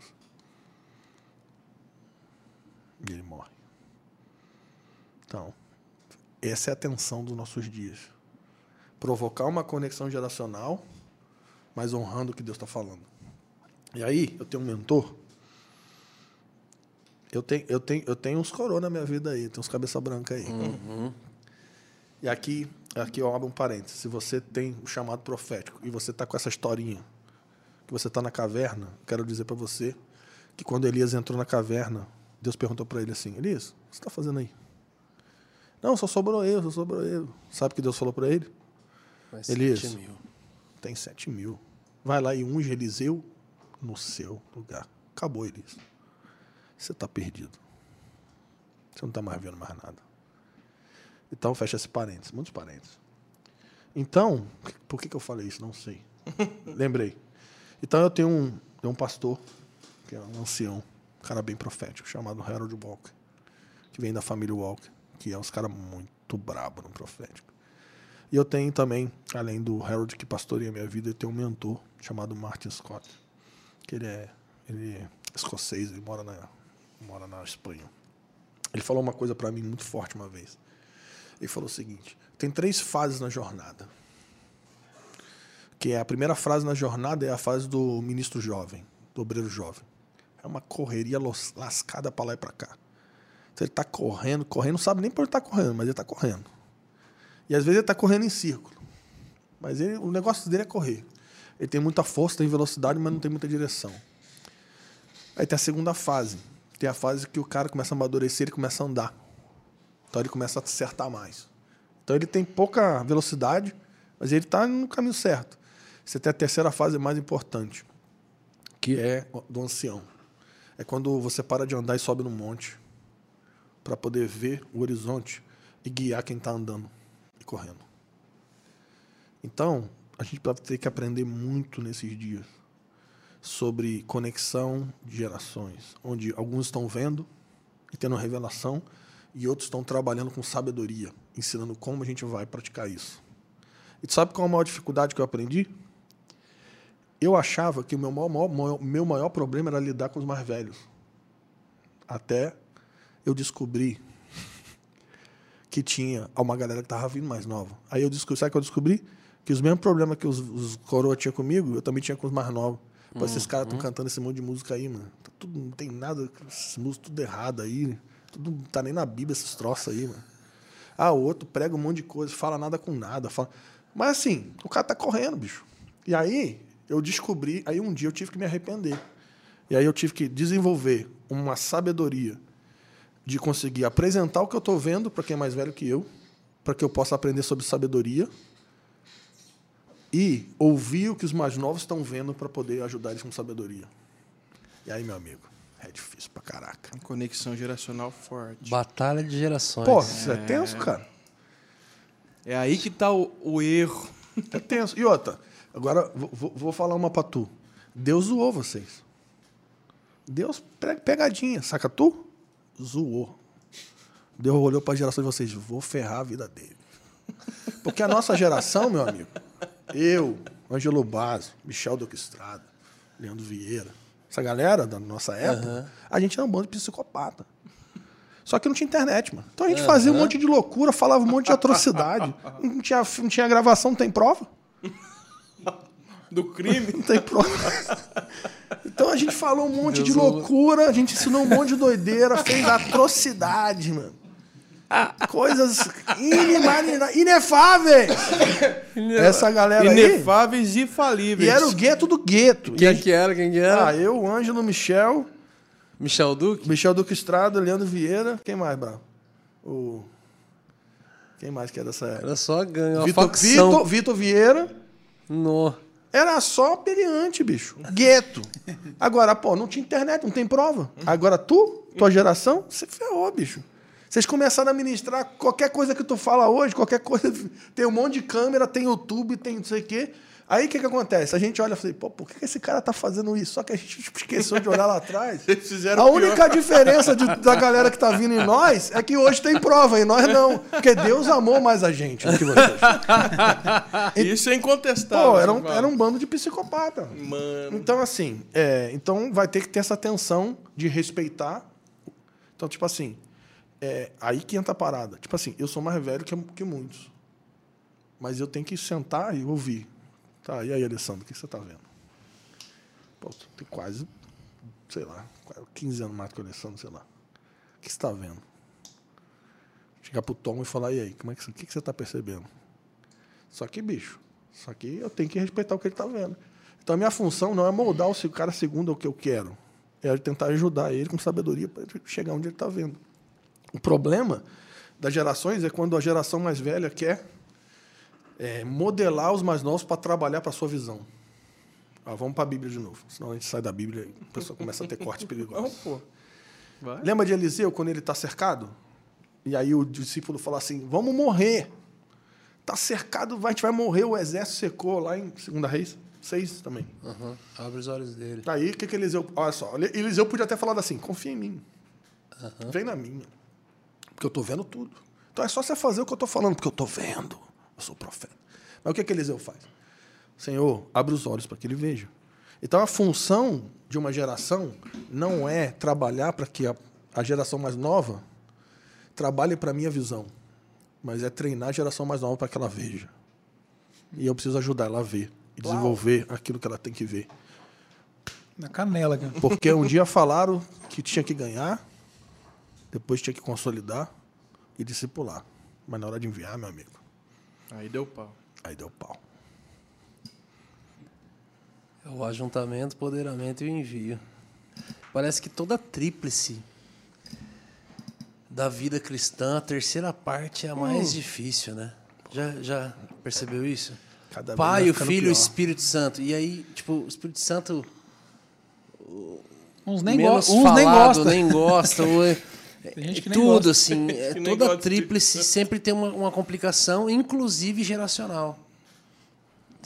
E ele morre. Então, essa é a tensão dos nossos dias. Provocar uma conexão geracional, mas honrando o que Deus está falando. E aí, eu tenho um mentor. Eu tenho, eu tenho, eu tenho uns coroa na minha vida aí, tem uns cabeça branca aí. Uhum. E aqui, aqui eu abro um parênteses. Se você tem o chamado profético e você está com essa historinha, que você está na caverna, quero dizer para você que quando Elias entrou na caverna, Deus perguntou para ele assim: Elias, o que você está fazendo aí? Não, só sobrou eu, só sobrou eu. Sabe o que Deus falou para ele? Mas Elias, sete mil. tem sete mil. Vai lá e unge Eliseu no seu lugar. Acabou, Elias. Você está perdido. Você não está mais vendo mais nada. Então, fecha esse parênteses, muitos parênteses. Então, por que, que eu falei isso? Não sei. Lembrei. Então, eu tenho um, tenho um pastor, que é um ancião, um cara bem profético, chamado Harold Walker, que vem da família Walker, que é uns caras muito brabo no profético. E eu tenho também, além do Harold que pastoreia a minha vida, eu tenho um mentor chamado Martin Scott, que ele é, ele é escocês, ele mora na, mora na Espanha. Ele falou uma coisa para mim muito forte uma vez. Ele falou o seguinte: tem três fases na jornada. Que é a primeira fase na jornada é a fase do ministro jovem, do obreiro jovem. É uma correria los- lascada para lá e para cá. Então ele está correndo, correndo, não sabe nem por onde está correndo, mas ele está correndo. E às vezes ele está correndo em círculo. Mas ele, o negócio dele é correr. Ele tem muita força, tem velocidade, mas não tem muita direção. Aí tem a segunda fase. Tem a fase que o cara começa a amadurecer, ele começa a andar. Então ele começa a acertar mais. Então ele tem pouca velocidade, mas ele está no caminho certo. Você tem a terceira fase mais importante, que é do ancião. É quando você para de andar e sobe no monte para poder ver o horizonte e guiar quem está andando e correndo. Então, a gente vai ter que aprender muito nesses dias sobre conexão de gerações, onde alguns estão vendo e tendo revelação e outros estão trabalhando com sabedoria, ensinando como a gente vai praticar isso. E tu sabe qual é a maior dificuldade que eu aprendi? Eu achava que o meu maior, maior, meu maior problema era lidar com os mais velhos. Até eu descobri que tinha uma galera que estava vindo mais nova. Aí eu descobri, sabe o que eu descobri? Que os mesmos problemas que os, os coroas tinham comigo, eu também tinha com os mais novos. Pô, esses caras estão cantando esse monte de música aí, mano. Tá tudo, não tem nada, essas músicas tudo errado aí. Tudo, não tá nem na Bíblia esses troços aí, mano. Ah, o outro prega um monte de coisa, fala nada com nada. Fala... Mas assim, o cara tá correndo, bicho. E aí eu descobri, aí um dia eu tive que me arrepender. E aí eu tive que desenvolver uma sabedoria de conseguir apresentar o que eu tô vendo para quem é mais velho que eu, para que eu possa aprender sobre sabedoria e ouvir o que os mais novos estão vendo para poder ajudar eles com sabedoria. E aí, meu amigo, é difícil pra caraca. Uma conexão geracional forte. Batalha de gerações. Pô, isso é, é tenso, cara. É aí que tá o, o erro. É tenso. E outra, agora vou, vou falar uma pra tu. Deus zoou vocês. Deus, pegadinha, saca tu? Zoou. Deus olhou pra geração de vocês, vou ferrar a vida dele. Porque a nossa geração, meu amigo, eu, Ângelo Basso, Michel Duque Estrada, Leandro Vieira, essa galera da nossa época, uhum. a gente era um bando de psicopata. Só que não tinha internet, mano. Então a gente uhum. fazia um monte de loucura, falava um monte de atrocidade. Não tinha, não tinha gravação, não tem prova. Do crime? Não tem prova. Então a gente falou um monte Deus de loucura, a gente ensinou um monte de doideira, fez atrocidade, mano. Coisas inimagináveis, inefáveis. Essa galera Inefáveis aí, e falíveis. E era o gueto do gueto. Quem que era? Quem que era? Ah, eu, Ângelo, Michel. Michel Duque? Michel Duque Estrada, Leandro Vieira. Quem mais, Bravo? O... Quem mais que é dessa época? Era só ganho, uma Vitor, facção. Vitor, Vitor Vieira. No. Era só periante, bicho. Gueto. Agora, pô, não tinha internet, não tem prova. Agora tu, tua geração, você ferrou, bicho. Vocês começaram a ministrar qualquer coisa que tu fala hoje, qualquer coisa... Tem um monte de câmera, tem YouTube, tem não sei o quê. Aí o que, que acontece? A gente olha e fala, pô, por que esse cara tá fazendo isso? Só que a gente esqueceu de olhar lá atrás. Eles fizeram a pior. única diferença de, da galera que tá vindo em nós é que hoje tem prova, e nós não. Porque Deus amou mais a gente do que vocês. Isso é incontestável. Pô, era um, era um bando de psicopata. Mano. Então, assim, é, então vai ter que ter essa atenção de respeitar. Então, tipo assim, é, aí que entra a parada. Tipo assim, eu sou mais velho que, que muitos. Mas eu tenho que sentar e ouvir. Tá, e aí, Alessandro, o que você tá vendo? Pô, tem quase, sei lá, quinze anos mais que o Alessandro, sei lá. O que você tá vendo? Chegar pro Tom e falar, e aí, como é que, o que você tá percebendo? Só que, bicho, só que eu tenho que respeitar o que ele tá vendo. Então, a minha função não é moldar o cara segundo o que eu quero. É tentar ajudar ele com sabedoria para chegar onde ele tá vendo. O problema das gerações é quando a geração mais velha quer É, modelar os mais novos para trabalhar para a sua visão. Ah, vamos para a Bíblia de novo. Senão a gente sai da Bíblia e a pessoa começa a ter cortes perigosos. Não, pô. Vai. Lembra de Eliseu, quando ele está cercado? E aí o discípulo fala assim, vamos morrer. Está cercado, a gente vai morrer. O exército secou lá em Segunda Reis seis também. Uhum. Abre os olhos dele. Aí, o que que Eliseu... Olha só, Eliseu podia ter falado assim, confia em mim. Uhum. Vem na minha. Porque eu estou vendo tudo. Então é só você fazer o que eu estou falando, porque eu estou vendo. Eu sou profeta. Mas o que, que Eliseu faz? Senhor, abre os olhos para que ele veja. Então, a função de uma geração não é trabalhar para que a, a geração mais nova trabalhe para a minha visão, mas é treinar a geração mais nova para que ela veja. E eu preciso ajudar ela a ver e desenvolver Uau. aquilo que ela tem que ver. Na canela, cara. Porque um dia falaram que tinha que ganhar, depois tinha que consolidar e discipular. Mas na hora de enviar, meu amigo, Aí deu pau. Aí deu pau. É o ajuntamento, poderamento e o envio. Parece que toda a tríplice da vida cristã, a terceira parte é a mais hum. difícil, né? Já, já percebeu isso? Cada Pai, o Filho e o Espírito Santo. E aí, tipo, o Espírito Santo... Uns nem, menos go uns falado, nem gostam. Nem gosta. Tem gente que nem tudo, gosta. assim. É, toda tríplice sempre tem uma, uma complicação, inclusive geracional.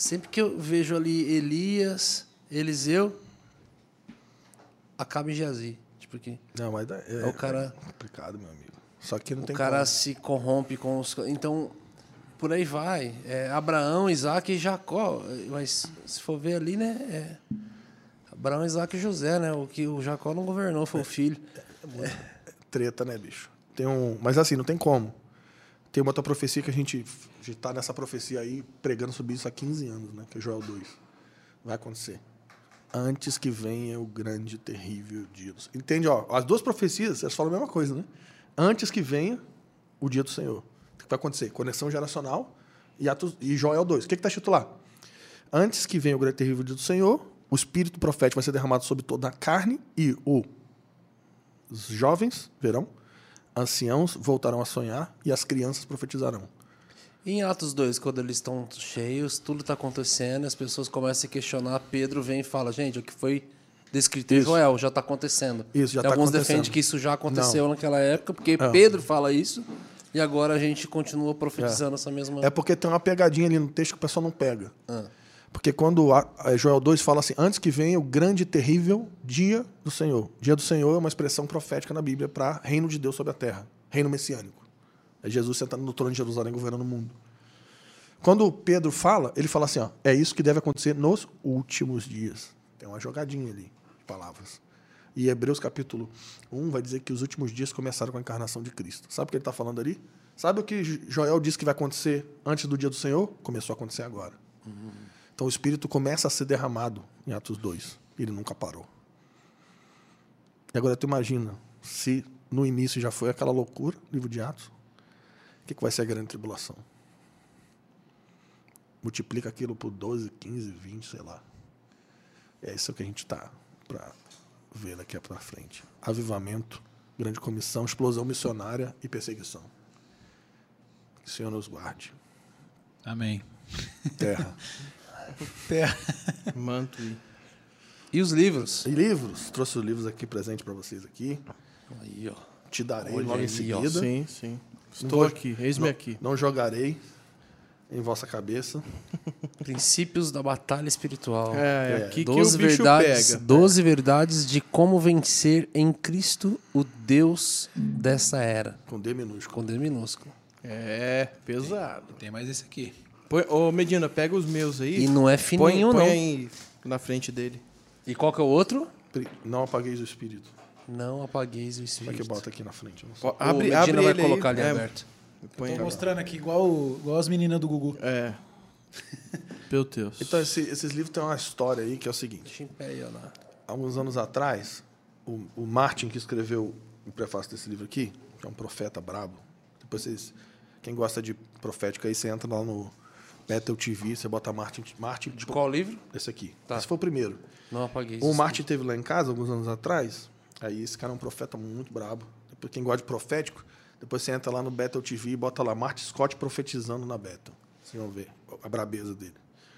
sempre que eu vejo ali Elias, Eliseu, acaba em Geazi. Tipo que Não, mas é, é o cara, é complicado, meu amigo. Só que não o tem cara como. se corrompe com os... Então, por aí vai. É Abraão, Isaac e Jacó. Mas se for ver ali, né? É Abraão, Isaac e José, né? O que o Jacó não governou foi o filho. É treta, né, bicho? Tem um... Mas assim, não tem como. Tem uma outra profecia que a gente está nessa profecia aí, pregando sobre isso há quinze anos, né? Que é Joel dois. Vai acontecer. Antes que venha o grande, terrível dia do Senhor. Entende? Ó, as duas profecias, elas falam a mesma coisa, né? Antes que venha o dia do Senhor. O que vai acontecer? Conexão geracional e, Atos, e Joel dois. O que está escrito lá? Antes que venha o grande, terrível dia do Senhor, o espírito profético vai ser derramado sobre toda a carne e o, os jovens verão, anciãos voltarão a sonhar e as crianças profetizarão. Em Atos dois, quando eles estão cheios, tudo está acontecendo, as pessoas começam a se questionar, Pedro vem e fala, gente, o que foi descrito em Isso. Joel já está acontecendo. Isso, já e tá alguns acontecendo. defendem que isso já aconteceu Não. naquela época, porque É. Pedro fala isso, e agora a gente continua profetizando essa mesma... É porque tem uma pegadinha ali no texto que o pessoal não pega. Ah. Porque quando a, a Joel dois fala assim, antes que venha o grande e terrível dia do Senhor. Dia do Senhor é uma expressão profética na Bíblia para reino de Deus sobre a terra. Reino messiânico. É Jesus sentado no trono de Jerusalém governando o mundo. Quando Pedro fala, ele fala assim, ó, é isso que deve acontecer nos últimos dias. Tem uma jogadinha ali de palavras. E Hebreus capítulo um vai dizer que os últimos dias começaram com a encarnação de Cristo. Sabe o que ele está falando ali? Sabe o que Joel disse que vai acontecer antes do dia do Senhor? Começou a acontecer agora. Uhum. Então o Espírito começa a ser derramado em Atos dois. Ele nunca parou. E agora tu imagina, se no início já foi aquela loucura, livro de Atos, o que, que vai ser a grande tribulação? Multiplica aquilo por doze, quinze, vinte, sei lá. É isso que a gente está para ver daqui para frente. Avivamento, grande comissão, explosão missionária e perseguição. Que o Senhor nos guarde. Amém. Terra. Terra. Manto e... E os livros? E livros. Trouxe os livros aqui presente para vocês aqui. Aí, ó. Te darei Olha logo aí, em seguida. Sim, sim. Não Estou vou- aqui, eis-me não- aqui. Não jogarei em vossa cabeça. Princípios da batalha espiritual. É, É, aqui que doze o bicho verdades, pega. doze verdades de como vencer em Cristo o Deus dessa era. Com D minúsculo. Com D minúsculo. É, pesado. Tem mais esse aqui. Põe, ô, Medina, pega os meus aí. E não é põe, fininho, põe não. aí na frente dele. E qual que é o outro? Pri- Não apagueis o espírito. Não apagueis o Como é espírito. que bota aqui na frente? Eu não sei. Ó, O abre, Medina abre vai ele aí. colocar ali É, aberto. põe Tô aí. mostrando aqui igual, o- igual as meninas do Gugu. É. Meu Deus. Então, esse- esses livros têm uma história aí que é o seguinte. Deixa em pé aí, ó. lá. Alguns anos atrás, o, o Martin, que escreveu o prefácio desse livro aqui, que é um profeta brabo, depois vocês, quem gosta de profética aí, você entra lá no Bethel T V, você bota Martin... Martin De qual livro? Esse aqui. Tá. Esse foi o primeiro. Não apagueis O o Martin teve lá em casa, alguns anos atrás, aí esse cara é um profeta muito brabo. Depois, quem gosta de profético, depois você entra lá no Bethel T V e bota lá Martin Scott profetizando na Bethel. Vocês vão ver a brabeza dele.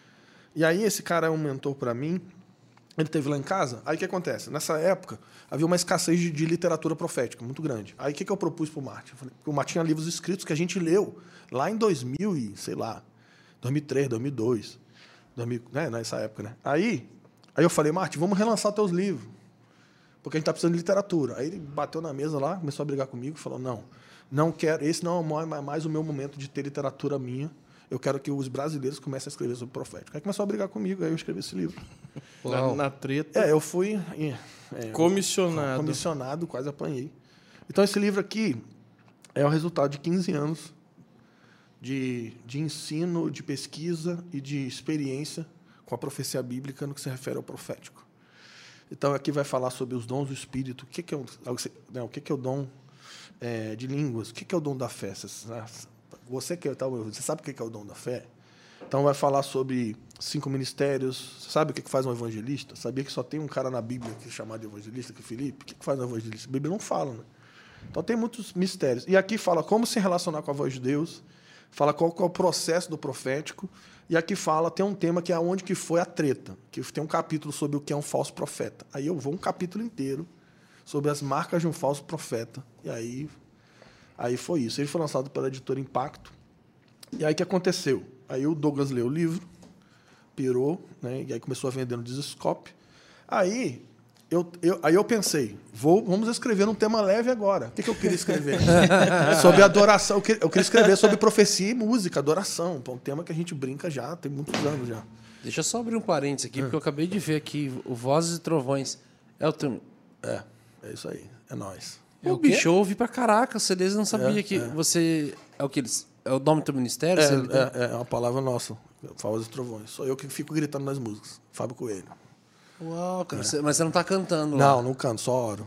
E aí esse cara é um mentor para mim, ele teve lá em casa, aí o que acontece? Nessa época, havia uma escassez de, de literatura profética muito grande. Aí o que, que eu propus para o Martin? Eu falei, porque o Martin tinha livros escritos que a gente leu lá em dois mil e, sei lá, dois mil e três, dois mil e dois, dois mil, né, nessa época, né? Aí, aí eu falei, Martin, vamos relançar teus livros, porque a gente está precisando de literatura. Aí ele bateu na mesa lá, começou a brigar comigo, falou, não, não quero, esse não é mais, mais o meu momento de ter literatura minha, eu quero que os brasileiros comecem a escrever sobre profética. Aí começou a brigar comigo, aí eu escrevi esse livro. Na, Uau. na treta. É, eu fui é, é, Comissionado. comissionado, quase apanhei. Então, esse livro aqui é o resultado de quinze anos de, de ensino, de pesquisa e de experiência com a profecia bíblica no que se refere ao profético. Então, aqui vai falar sobre os dons do Espírito, o que, que, é, o, né, o que, que é o dom é, de línguas, o que, que é o dom da fé. Você, que, tá, você sabe o que, que é o dom da fé? Então, vai falar sobre cinco ministérios. Você sabe o que, que faz um evangelista? Sabia que só tem um cara na Bíblia que é chamado de evangelista, que é Filipe? O que, que faz um evangelista? A Bíblia não fala, né? Então, tem muitos mistérios. E aqui fala como se relacionar com a voz de Deus, fala qual, qual é o processo do profético, e aqui fala, tem um tema que é onde que foi a treta, que tem um capítulo sobre o que é um falso profeta. Aí eu vou um capítulo inteiro sobre as marcas de um falso profeta. E aí, aí foi isso. Ele foi lançado pela editora Impacto. E aí o que aconteceu? Aí o Douglas leu o livro, pirou, né? E aí começou a vender no Discoscope. Aí eu, eu, aí eu pensei, vou, vamos escrever um tema leve agora. O que, que eu queria escrever? Sobre adoração. Eu queria, eu queria escrever sobre profecia e música, adoração. Um tema que a gente brinca já, tem muitos anos já. Deixa eu só abrir um parênteses aqui, porque eu acabei de ver aqui o Vozes e Trovões. É o termo. É, é isso aí. É nóis. É o bicho, eu ouvi pra caraca, os C Ds eu não sabia É, que é. você. É o que eles. É o nome do teu ministério? É, Você- é, é uma palavra nossa. Vozes e Trovões. Sou eu que fico gritando nas músicas. Fábio Coelho. Uau, cara, você- mas você não tá cantando lá. Não, não canto, só oro.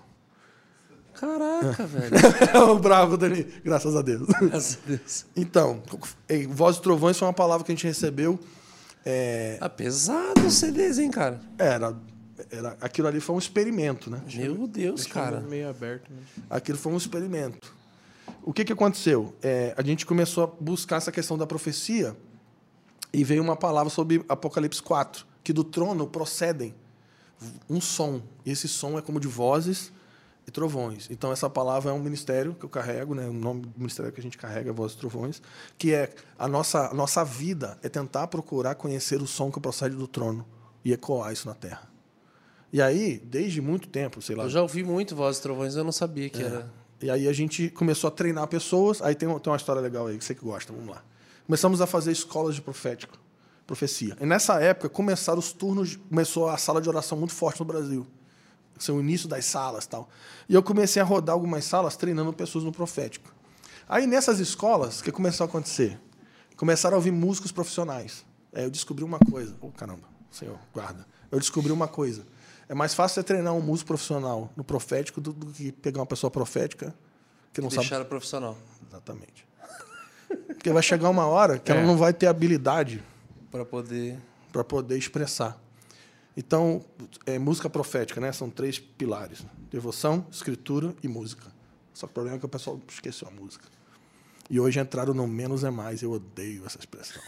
Caraca, velho. o bravo, Dani. Graças a Deus. Graças a Deus. Então, ei, Vozes e Trovões foi uma palavra que a gente recebeu. É, Ah, pesado os C Ds, hein, cara? era, era, aquilo ali foi um experimento, né? Meu Deus, Deixa cara. meio aberto, né? Aquilo foi um experimento. O que, que aconteceu? É, a gente começou a buscar essa questão da profecia e veio uma palavra sobre Apocalipse quatro, que do trono procedem um som. E esse som é como de vozes e trovões. Então, essa palavra é um ministério que eu carrego, né? O nome do ministério que a gente carrega é Vozes e Trovões, que é a nossa, a nossa vida é tentar procurar conhecer o som que procede do trono e ecoar isso na terra. E aí, desde muito tempo, sei lá... Eu já ouvi muito Vozes e Trovões, eu não sabia que era. E aí a gente começou a treinar pessoas. Aí tem, um- tem uma história legal aí, que você que gosta, vamos lá. Começamos a fazer escolas de profético, profecia. E nessa época, começaram os turnos, começou a sala de oração muito forte no Brasil. Esse é o início das salas e tal. E eu comecei a rodar algumas salas treinando pessoas no profético. Aí nessas escolas, o que começou a acontecer? Começaram a ouvir músicos profissionais. Aí eu descobri uma coisa. Oh, caramba, Senhor, guarda. Eu descobri uma coisa. É mais fácil você treinar um músico profissional no profético do, do que pegar uma pessoa profética que não sabe. Deixaram profissional. Exatamente. Porque vai chegar uma hora que É. ela não vai ter habilidade Pra poder. para poder expressar. Então, é, música profética, né? São três pilares: devoção, escritura e música. Só que o problema é que o pessoal esqueceu a música. E hoje entraram no menos é mais. Eu odeio essa expressão.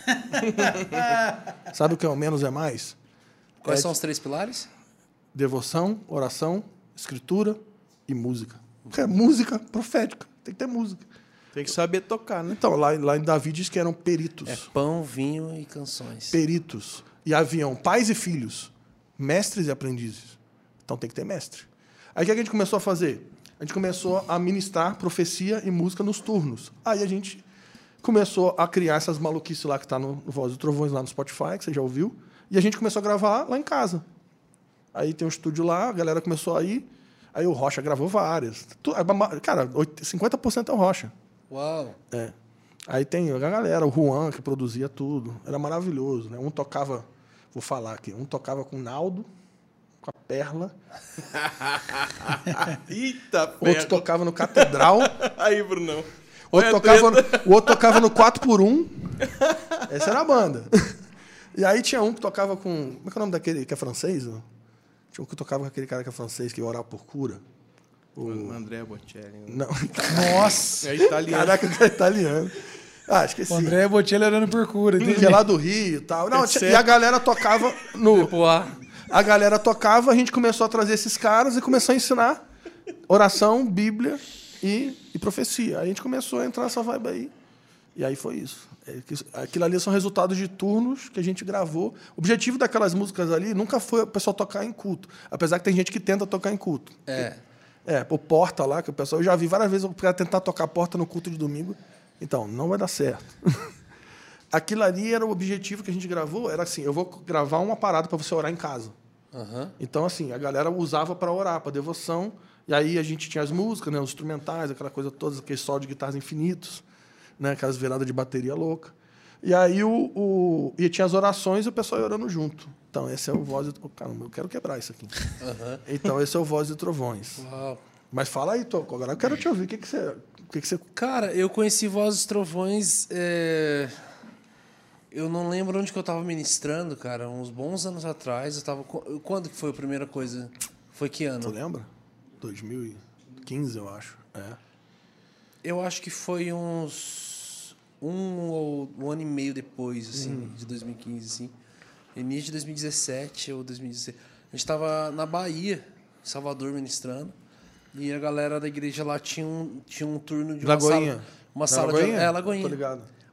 Sabe o que é o menos é mais? Quais É são os três pilares? Devoção, oração, escritura e música. Porque é música profética. Tem que ter música. Tem que saber tocar, né? Então, lá, lá em Davi diz que eram peritos. É pão, vinho e canções. Peritos. E haviam pais e filhos, mestres e aprendizes. Então tem que ter mestre. Aí o que a gente começou a fazer? A gente começou a ministrar profecia e música nos turnos. Aí a gente começou a criar essas maluquices lá que está no, no Voz e Trovões, lá no Spotify, que você já ouviu. E a gente começou a gravar lá em casa. Aí tem um estúdio lá, a galera começou a ir. Aí o Rocha gravou várias. Tu- Cara, cinquenta por cento é o Rocha. Uau. É. Aí tem a galera, o Juan, que produzia tudo. Era maravilhoso, né? Um tocava, vou falar aqui, um tocava com o Naldo, com a Perla. Eita, Outro tocava no Catedral. Aí, Brunão. Outro Olha a tocava, treta. o outro tocava no quatro por um. Essa era a banda. E aí tinha um que tocava com... Como é que é o nome daquele que é francês? Ó? Tinha um que tocava com aquele cara que é francês, que orava por cura. O André Bocelli. Não. Nossa! É italiano. Caraca, o cara é italiano. Ah, esqueci. O André Bocelli orando por cura. Que entendi. é lá do Rio e tal. Não, tinha- e a galera tocava no... Poá. A galera tocava, a gente começou a trazer esses caras e começou a ensinar oração, Bíblia e, e profecia. Aí a gente começou a entrar nessa vibe aí. E aí foi isso. É que- Aquilo ali são resultados de turnos que a gente gravou. O objetivo daquelas músicas ali nunca foi o pessoal tocar em culto. Apesar que tem gente que tenta tocar em culto. É. É, pô, porta lá, que o pessoal... Eu já vi várias vezes o cara tentar tocar porta no culto de domingo. Então, não vai dar certo. Aquilo ali era o objetivo que a gente gravou. Era assim, eu vou gravar uma parada para você orar em casa. Aham. Então, assim, a galera usava para orar, para devoção. E aí a gente tinha as músicas, né, os instrumentais, aquela coisa toda, aquele solo de guitarras infinitos, né, aquelas viradas de bateria louca. E aí o, o, e tinha as orações e o pessoal ia orando junto. Então, esse é o Voz e... Oh, caramba, eu quero quebrar isso aqui. Aham. Então, esse é o Voz e Trovões. Uau. Mas fala aí, Toco, agora eu quero te ouvir. O que, que você... O que, que você... Cara, eu conheci Vozes e Trovões. é, Eu não lembro onde que eu tava ministrando, cara. Uns bons anos atrás. Eu tava. co- Quando que foi a primeira coisa? Foi que Tu ano? lembra? dois mil e quinze, eu acho. É. Eu acho que foi uns. Um ou um ano e meio depois, assim, de dois mil e quinze, assim. Início de dois mil e dezessete ou dois mil e dezesseis. A gente tava na Bahia, em Salvador, ministrando. E a galera da igreja lá tinha um, tinha um turno de uma Lagoinha. sala. Uma Na sala Lagoinha? de. É, Lagoinha. Tô ligado.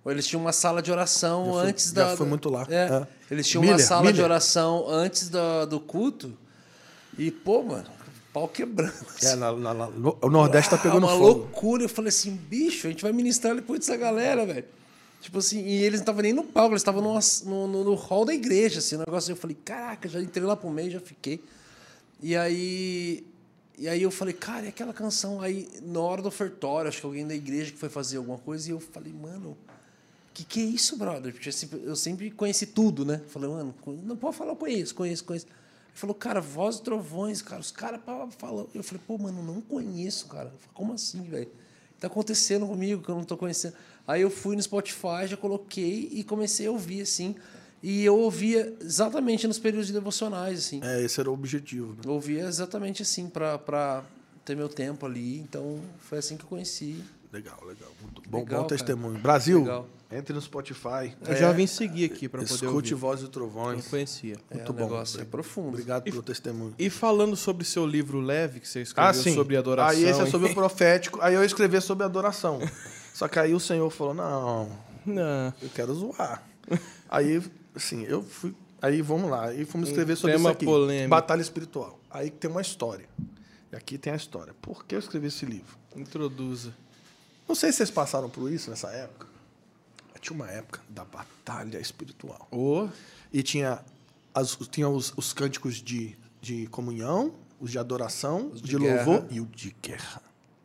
Eles tinham uma sala de oração Já fui- antes já da... fui muito lá. É, É. Eles tinham uma Miller, sala de Miller. oração antes do, do culto. E, pô, mano, pau quebrando. assim. É, na- na- na- no- o Nordeste tá pegando Ah, uma fogo. loucura. Eu falei assim, bicho, a gente vai ministrar depois dessa galera, velho. Tipo assim, e eles não estavam nem no palco, eles estavam no, no, no, no hall da igreja, assim, o negócio. Eu falei, caraca, já entrei lá pro meio, já fiquei. E aí, e aí eu falei, cara, e aquela canção aí, na hora do ofertório, acho que alguém da igreja que foi fazer alguma coisa, e eu falei, mano, que que é isso, brother? Porque eu sempre, eu sempre conheci tudo, né? Falei, mano, não pode falar, eu conheço, conheço, conheço. Ele falou, cara, Voz e Trovões, cara, os caras falam. Eu falei, pô, mano, não conheço, cara. Eu falei, como assim, velho? Tá acontecendo comigo que eu não tô conhecendo. Aí eu fui no Spotify, já coloquei e comecei a ouvir, assim. E eu ouvia exatamente nos períodos de devocionais, assim. É, esse era o objetivo. Né? Eu ouvia exatamente assim, pra, pra ter meu tempo ali. Então, foi assim que eu conheci. Legal, legal. Muito bom, Legal, bom cara. testemunho. Brasil, Legal. entre no Spotify. Eu já vim seguir aqui para poder Escute ouvir. Voz e Não Trovões. conhecia. É, Muito o bom. negócio é profundo. Obrigado pelo testemunho. E falando sobre seu livro leve, que você escreveu Ah, sim. sobre adoração... Aí esse é e- sobre o profético. Aí eu ia escrever sobre adoração. Só que aí o Senhor falou, não, Não. eu quero zoar. Aí, assim, eu fui... Aí vamos lá. Aí fomos escrever sobre tema isso aqui. polêmico. Batalha espiritual. Aí tem uma história. E aqui tem a história. Por que eu escrevi esse livro? Introduza. Não sei se vocês passaram por isso nessa época. Mas tinha uma época da batalha espiritual. Ô, E tinha, as, tinha os, os cânticos de, de comunhão, os de adoração, Os de, de louvor guerra. e o de guerra.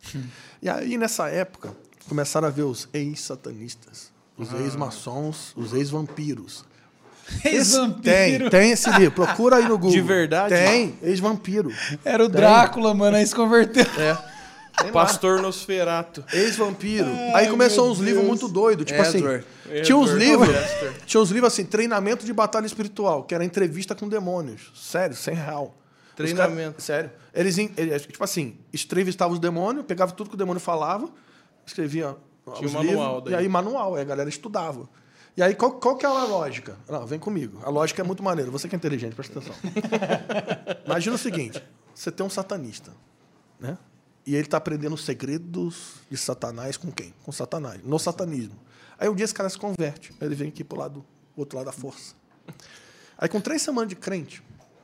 E aí, nessa época, começaram a ver os ex-satanistas, os ex-maçons, os ex-vampiros. Esse- Tem, Ex-vampiro. tem esse livro. Procura aí no Google. De verdade? Tem, ex-vampiro. Era o Tem. Drácula, mano, aí se converteu. É. Tem lá. Pastor Nosferato. Ex-vampiro. Aí começou uns livros muito doidos. Tipo Edward. assim, tinha uns Edward livros... Chester. Tinha uns livros assim, treinamento de batalha espiritual, que era entrevista com demônios. Sério, sem real. Os Treinamento. caras- sério. Eles, en- eles, tipo assim, entrevistavam os demônios, pegavam tudo que o demônio falava, escrevia Tinha os um manual livros, daí. e aí manual, aí a galera estudava. E aí, qual, qual que era a lógica? Não, vem comigo. A lógica é muito maneira. Você que é inteligente, presta atenção. Imagina o seguinte, você tem um satanista, né? E ele está aprendendo os segredos de Satanás com quem? Com Satanás, no satanismo. Aí um dia esse cara se converte, aí ele vem aqui pro lado, outro lado da força. Aí com três semanas de crente,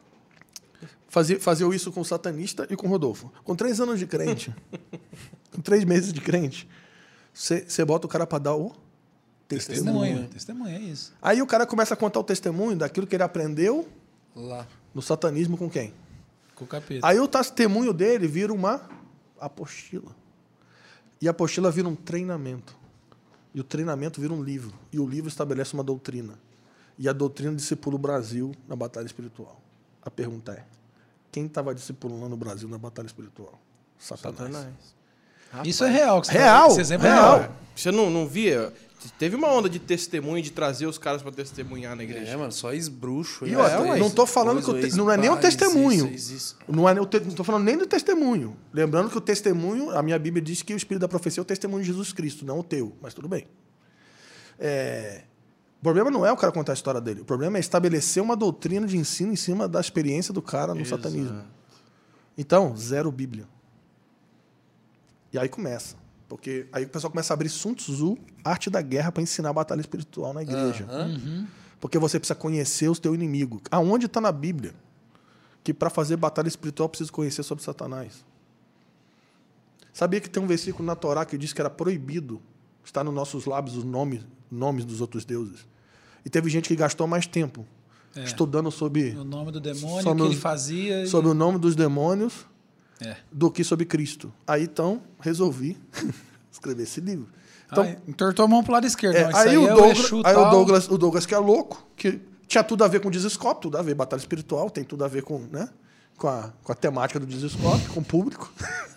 fazia, fazia isso com o satanista e com o Rodolfo. Com três anos de crente, com três meses de crente, você bota o cara para dar o testemunho. Testemunha. Testemunha, é isso. Aí o cara começa a contar o testemunho daquilo que ele aprendeu Lá. no satanismo com quem? Com o capeta. Aí o testemunho dele vira uma apostila. E a apostila vira um treinamento. E o treinamento vira um livro. E o livro estabelece uma doutrina. E a doutrina discipula o Brasil na batalha espiritual. A pergunta é, quem estava discipulando o Brasil na batalha espiritual? Satanás. Satanás. Isso é real. que você tá- Real, Esse exemplo é real. real. Você não, não via? Teve uma onda de testemunho, de trazer os caras para testemunhar na igreja. É, mano, só ex-bruxo. E né? outra, É, não tô falando que o te- não é nem o ex-pais, testemunho. isso, isso. Não é nem o te- não estou falando nem do testemunho. Lembrando que o testemunho, a minha Bíblia diz que o Espírito da profecia é o testemunho de Jesus Cristo, não o teu, mas tudo bem. É, o problema não é o cara contar a história dele. O problema é estabelecer uma doutrina de ensino em cima da experiência do cara no Exato. satanismo. Então, zero Bíblia. E aí começa. Porque aí o pessoal começa a abrir Sun Tzu, arte da guerra, para ensinar a batalha espiritual na igreja. Aham. Porque você precisa conhecer o teu inimigo. Aonde está na Bíblia que para fazer batalha espiritual precisa conhecer sobre Satanás? Sabia que tem um versículo na Torá que diz que era proibido estar nos nossos lábios os nomes, nomes dos outros deuses? E teve gente que gastou mais tempo É. estudando sobre, O nome do demônio, Sobre o que ele os- fazia. e- sobre o nome dos demônios É. do que sobre Cristo. Aí, então, resolvi escrever esse livro. Então, Ah, entortou a mão pro lado esquerdo. É, Não, isso aí, o é Douglas, Exu, aí o, tal. Douglas, o Douglas, que é louco, que tinha tudo a ver com o Desescope, tudo a ver, batalha espiritual, tem tudo a ver com, né, com, a, com a temática do Desescope, com o público.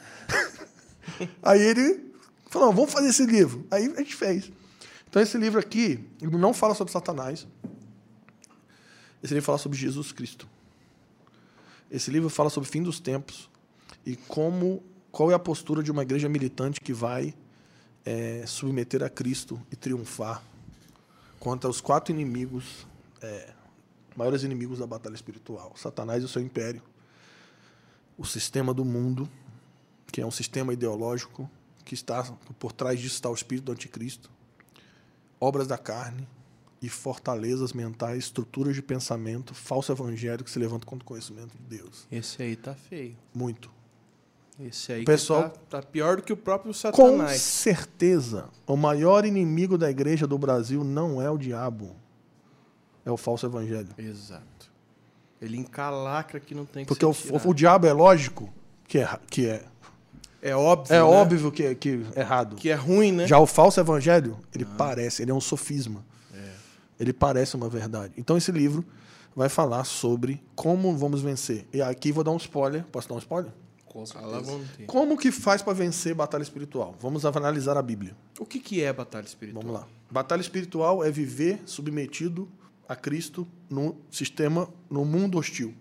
Aí ele falou, vamos fazer esse livro. Aí a gente fez. Então esse livro aqui, ele não fala sobre Satanás. Esse livro fala sobre Jesus Cristo. Esse livro fala sobre o fim dos tempos e como, qual é a postura de uma igreja militante que vai é, submeter a Cristo e triunfar contra os quatro inimigos, é, maiores inimigos da batalha espiritual: Satanás e o seu império, o sistema do mundo, que é um sistema ideológico que está por trás disso está o espírito do anticristo, obras da carne e fortalezas mentais, estruturas de pensamento, falso evangelho que se levanta contra o conhecimento de Deus. Esse aí tá feio. Muito. Esse aí Pessoal- que tá, tá pior do que o próprio Com Satanás. certeza, o maior inimigo da igreja do Brasil não é o diabo, é o falso evangelho. Exato. Ele encalacra que não tem que Porque ser o, tirado. o, o diabo é lógico que é, que é, É óbvio, é né? óbvio que é, que é errado. Que é ruim, né? Já o falso evangelho, ele parece, ele é um sofisma. Ele parece uma verdade. Então esse livro vai falar sobre como vamos vencer. E aqui vou dar um spoiler. Posso dar um spoiler? Com Fala, vamos ter. Como que faz para vencer batalha espiritual? Vamos analisar a Bíblia. O que, que é batalha espiritual? Vamos lá. Batalha espiritual é viver submetido a Cristo no sistema, no mundo hostil.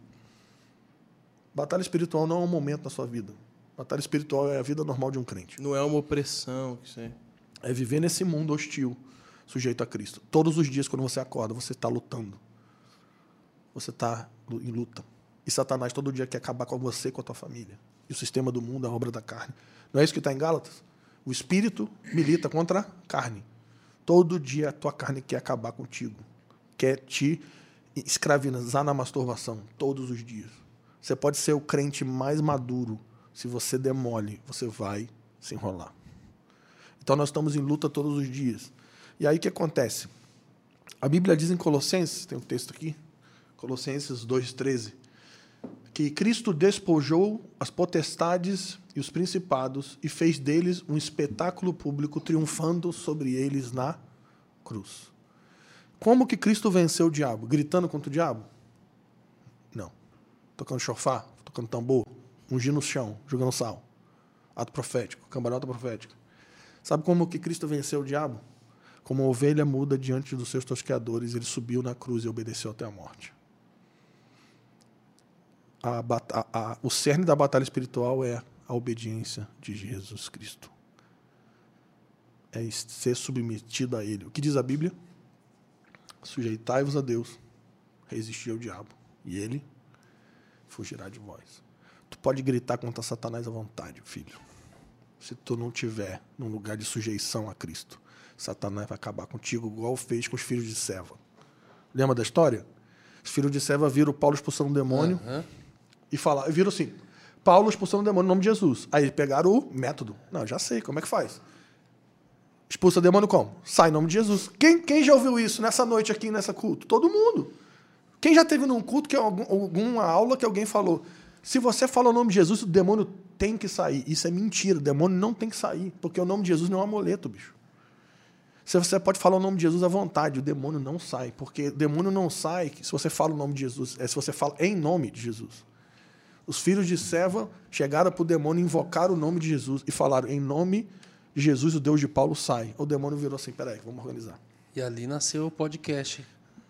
Batalha espiritual não é um momento na sua vida. Batalha espiritual é a vida normal de um crente. Não é uma opressão. Que você... É viver nesse mundo hostil, sujeito a Cristo. Todos os dias, quando você acorda, você está lutando. Você está em luta. E Satanás todo dia quer acabar com você e com a tua família. E o sistema do mundo é a obra da carne. Não é isso que está em Gálatas? O espírito milita contra a carne. Todo dia a tua carne quer acabar contigo. Quer te escravizar na masturbação. Todos os dias. Você pode ser o crente mais maduro. Se você demole, você vai se enrolar. Então nós estamos em luta todos os dias. E aí o que acontece? A Bíblia diz em Colossenses, tem um texto aqui, Colossenses dois, treze, que Cristo despojou as potestades e os principados e fez deles um espetáculo público, triunfando sobre eles na cruz. Como que Cristo venceu o diabo? Gritando contra o diabo? Não. Tocando chofar, tocando tambor, ungindo o chão, jogando sal. Ato profético, cambalhota profética. Sabe como que Cristo venceu o diabo? Como uma ovelha muda diante dos seus tosqueadores, ele subiu na cruz e obedeceu até a morte. A, a, a, o cerne da batalha espiritual é a obediência de Jesus Cristo. É ser submetido a Ele. O que diz a Bíblia? Sujeitai-vos a Deus, resistir ao diabo, e Ele fugirá de vós. Tu pode gritar contra Satanás à vontade, filho. Se tu não tiver num lugar de sujeição a Cristo, Satanás vai acabar contigo, igual fez com os filhos de Seva. Lembra da história? Os filhos de Seva viram Paulo expulsando um demônio Uhum. e falaram, viram assim, Paulo expulsando um demônio no nome de Jesus. Aí pegaram o método. Não, já sei, como é que faz? Expulsa o demônio como? Sai em nome de Jesus. Quem, quem já ouviu isso nessa noite aqui, nessa culto? Todo mundo. Quem já teve num culto, que algum, alguma aula que alguém falou, se você fala o nome de Jesus, o demônio tem que sair. Isso é mentira, o demônio não tem que sair, porque o nome de Jesus não é um amuleto, bicho. Se você pode falar o nome de Jesus à vontade, o demônio não sai, porque o demônio não sai se você fala o nome de Jesus, é se você fala em nome de Jesus. Os filhos de Seva chegaram para o demônio, invocaram o nome de Jesus e falaram, em nome de Jesus, o Deus de Paulo sai. O demônio virou assim, peraí, vamos organizar. E ali nasceu o podcast.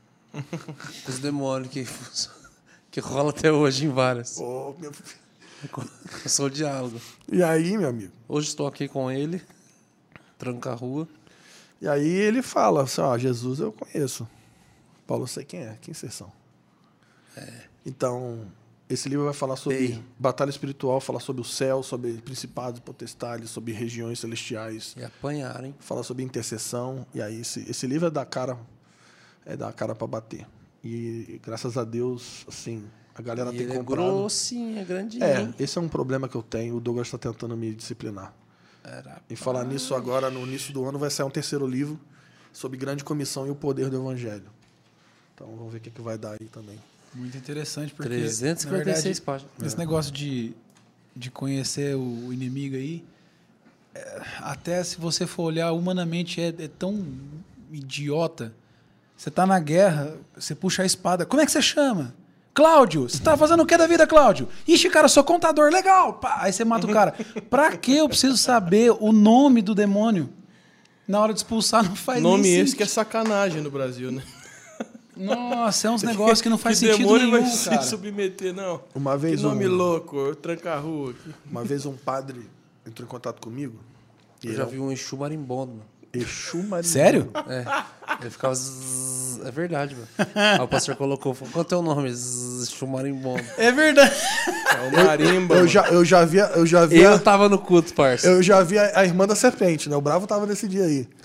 Os demônios que, que rola até hoje em várias. Oh, meu... Eu sou o diálogo. E aí, meu amigo? Hoje estou aqui com ele, tranca a rua. E aí ele fala assim, ó, Jesus eu conheço. Paulo eu sei quem é, quem vocês são. É. Então, esse livro vai falar sobre Ei. batalha espiritual, falar sobre o céu, sobre principados e potestades, sobre regiões celestiais. E apanharam, hein? Fala sobre intercessão. E aí esse, esse livro é da cara, é da cara para bater. E graças a Deus, assim, a galera E tem ele é comprado. grossinho, é grandinho. É, hein? esse é um problema que eu tenho. O Douglas está tentando me disciplinar. Era E falar nisso agora, no início do ano, vai sair um terceiro livro sobre grande comissão e o poder do evangelho. Então vamos ver o que, que vai dar aí também. Muito interessante, porque trezentas e na cinquenta e seis verdade, páginas. esse negócio de, de conhecer o inimigo aí, é, até se você for olhar humanamente, é, é tão idiota. Você tá na guerra, você puxa a espada. Como é que você chama? Cláudio, você tá fazendo o que da vida, Cláudio? Ixi, cara, eu sou contador, legal. Pá, aí você mata o cara. Pra que eu preciso saber o nome do demônio? Na hora de expulsar não faz Nome nem esse sentido. que é sacanagem no Brasil, né? Nossa, é uns negócios que não faz que sentido demônio nenhum, vai cara. se submeter, não. Uma vez Que nome um, louco, tranca a rua aqui. Uma vez um padre entrou em contato comigo. E Eu ele já é um vi um Exu marimbondo, mano. Exu marimbondo. Sério? É. Ele ficava. Zzz, é verdade, mano. Aí o pastor colocou, falou, qual é o teu nome? Zzz, Exu marimbondo. É verdade. É o marimba. Eu mano. já, eu já vi, eu já vi, Eu a, tava no culto, parça. eu já vi a, a irmã da serpente, né? O Bravo tava nesse dia aí.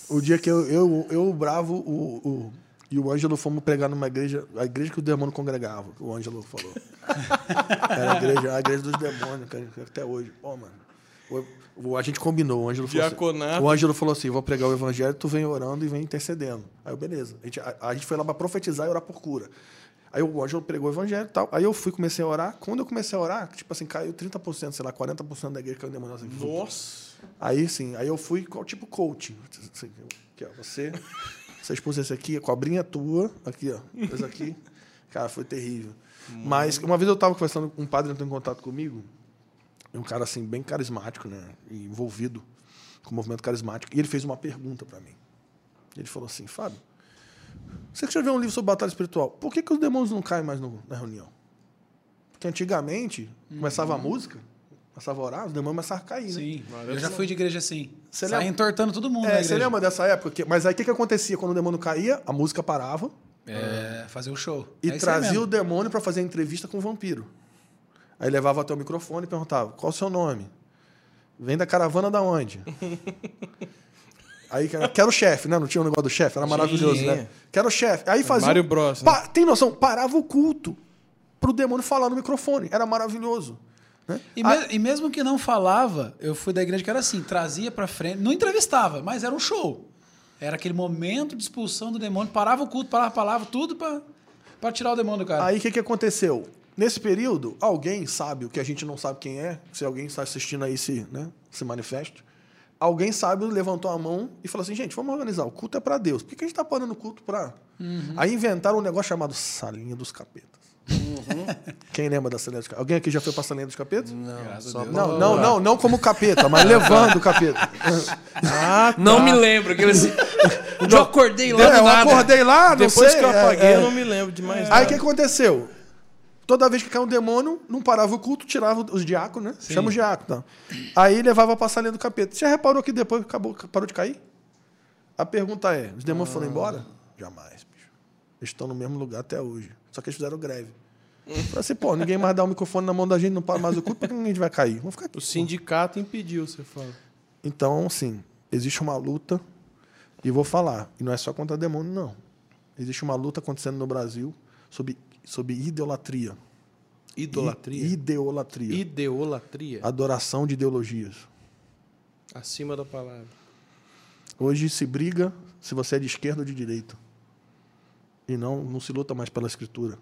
O dia que eu, eu, eu o Bravo o, o, e o Ângelo fomos pregar numa igreja, a igreja que o demônio congregava, que o Ângelo falou. Era a igreja, a igreja dos demônios, cara, até hoje. Pô, mano. O, o, a gente combinou, o Ângelo falou Diaconato. assim, o Ângelo falou assim, vou pregar o evangelho, tu vem orando e vem intercedendo. Aí eu, beleza. A gente, a, a gente foi lá para profetizar e orar por cura. Aí o Ângelo pregou o evangelho e tal. Aí eu fui, comecei a orar. Quando eu comecei a orar, tipo assim, caiu trinta por cento, sei lá, quarenta por cento da igreja caiu demônio. Assim, Nossa. aí sim, aí eu fui tipo coaching. Assim, aqui, ó, você, você expôs esse aqui, a cobrinha tua, aqui, ó, esse aqui. Cara, foi terrível. Mas uma vez eu estava conversando com um padre, entrou em contato comigo, um cara assim, bem carismático, né, e envolvido com o movimento carismático, e ele fez uma pergunta para mim. Ele falou assim, Fábio, você escreveu um livro sobre batalha espiritual, por que, que os demônios não caem mais no, na reunião? Porque antigamente, uhum. começava a música, começava a orar, os demônios começavam a cair, né? Sim, eu já fui de igreja assim. Você Sai lembra? entortando todo mundo É, na igreja. você lembra dessa época? Que, mas aí o que, que acontecia? Quando o demônio caía, a música parava. É, fazer o show. E é trazia o demônio para fazer a entrevista com o vampiro. Aí levava até o microfone e perguntava, qual o seu nome? Vem da caravana da onde? Aí, quero o chefe, né? Não tinha o um negócio do chefe? Era maravilhoso, Sim. né? Quero o chefe. Aí fazia... Mário Bros. Né? Pa... Tem noção? Parava o culto pro demônio falar no microfone. Era maravilhoso. Né? E, me... ah, e mesmo que não falava, eu fui da igreja que era assim, trazia pra frente, não entrevistava, mas era um show. Era aquele momento de expulsão do demônio, parava o culto, parava a palavra, tudo pra, pra tirar o demônio do cara. Aí o que, que aconteceu? Nesse período, alguém sabe, o que a gente não sabe quem é, se alguém está assistindo aí se, né, se manifeste, alguém sabe, levantou a mão e falou assim, gente, vamos organizar, o culto é para Deus. Por que a gente está parando o culto para... Uhum. Aí inventaram um negócio chamado Salinha dos Capetas. Uhum. Quem lembra da Salinha dos Capetas? Alguém aqui já foi para a Salinha dos Capetas? Não, só não, não, não, não como capeta, mas levando o capeta. Ah, tá. Não me lembro. Que eles... Eu acordei lá é, do eu nada. acordei lá, não Depois sei. que eu apaguei, é, é. eu não me lembro de mais Aí nada. o que aconteceu? Toda vez que caiu um demônio, não parava o culto, tirava os diáconos, né? Sim. Chama os diáconos. Tá? Aí levava pra salinha do capeta. Você reparou que depois acabou, parou de cair? A pergunta é, os demônios ah. foram embora? Jamais, bicho. Eles estão no mesmo lugar até hoje. Só que eles fizeram greve. Falei assim, pô, ninguém mais dá o microfone na mão da gente, não para mais o culto, por que ninguém vai cair? Vamos ficar aqui. O sindicato impediu, você fala. Então, sim, existe uma luta, e vou falar, e não é só contra demônio, não. Existe uma luta acontecendo no Brasil sobre, sobre idolatria. Idolatria? I, ideolatria. Ideolatria? Adoração de ideologias. Acima da palavra. Hoje se briga se você é de esquerda ou de direita. E não, não se luta mais pela escritura.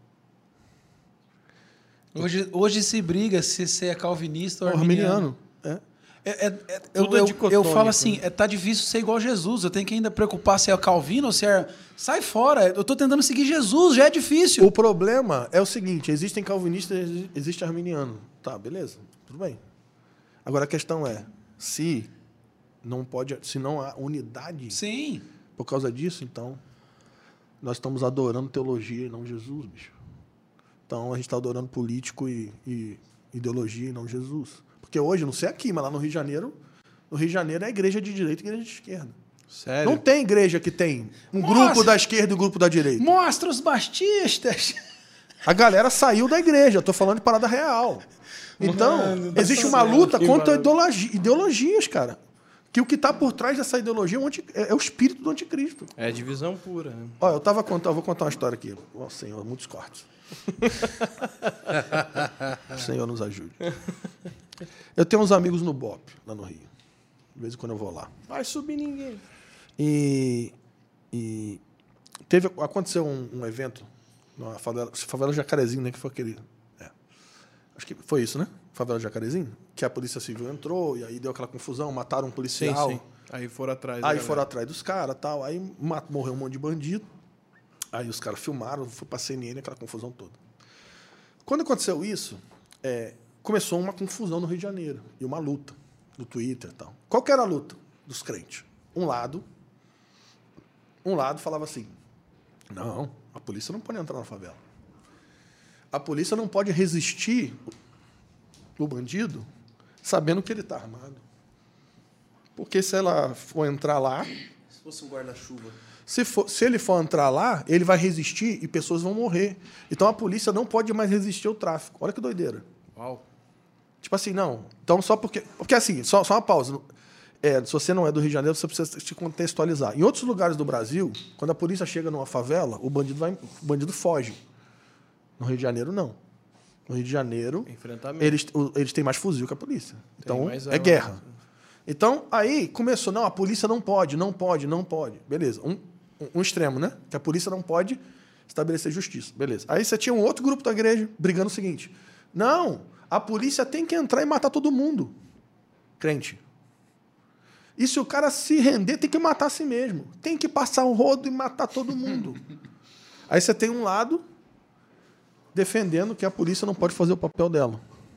Hoje, hoje se briga se você é calvinista ou arminiano. arminiano. É. É, é, é, eu, eu, eu falo assim, é, tá difícil ser igual Jesus. Eu tenho que ainda preocupar se é calvino ou se é... Sai fora, eu tô tentando seguir Jesus, já é difícil. O problema é o seguinte, existem calvinistas, existe arminiano. Tá, beleza, tudo bem. Agora a questão é, se não pode, se não há unidade Sim. por causa disso, então nós estamos adorando teologia e não Jesus, bicho. Então a gente está adorando político e, e ideologia e não Jesus. Porque hoje, não sei aqui, mas lá no Rio de Janeiro, no Rio de Janeiro é igreja de direita e igreja de esquerda. Sério? Não tem igreja que tem um Mostra, grupo da esquerda e um grupo da direita. Mostra os bastistas. A galera saiu da igreja, eu tô falando de parada real. Então, Mano, existe uma luta contra ideologia, ideologias, cara. Que o que está por trás dessa ideologia é o, anti, é o espírito do anticristo. É divisão pura. Né? Olha, eu tava contando, eu vou contar uma história aqui. Ó, Senhor, muitos cortes. O Senhor nos ajude. Eu tenho uns amigos no B O P, lá no Rio. De vez em quando eu vou lá. Vai subir ninguém. E, e teve, aconteceu um, um evento na favela, favela Jacarezinho, né? Que foi aquele. É, acho que foi isso, né? Favela Jacarezinho, que a Polícia Civil entrou e aí deu aquela confusão, mataram um policial. Sim, sim. Aí foram atrás. Aí foram atrás dos caras, tal. Aí morreu um monte de bandido. Aí os caras filmaram, foi pra C N N, aquela confusão toda. Quando aconteceu isso, é, começou uma confusão no Rio de Janeiro e uma luta no Twitter e tal. Qual que era a luta dos crentes? Um lado, um lado falava assim, não, a polícia não pode entrar na favela. A polícia não pode resistir o bandido sabendo que ele está armado. Porque se ela for entrar lá... Se fosse um guarda-chuva. Se, for, se ele for entrar lá, ele vai resistir e pessoas vão morrer. Então a polícia não pode mais resistir ao tráfico. Olha que doideira. Uau. Tipo assim, não. Então só porque... Porque assim, só, só uma pausa. É, se você não é do Rio de Janeiro, você precisa se contextualizar. Em outros lugares do Brasil, quando a polícia chega numa favela, o bandido, vai, o bandido foge. No Rio de Janeiro, não. No Rio de Janeiro, Enfrentamento. eles, o- eles têm mais fuzil que a polícia. Então, mais é arma. guerra. Então, aí começou, não, a polícia não pode, não pode, não pode. Beleza, um, um- um extremo, né? Que a polícia não pode estabelecer justiça. Beleza. Aí você tinha um outro grupo da igreja brigando o seguinte, não, a polícia tem que entrar e matar todo mundo. Crente. E se o cara se render, tem que matar a si mesmo. Tem que passar o rodo e matar todo mundo. Aí você tem um lado defendendo que a polícia não pode fazer o papel dela.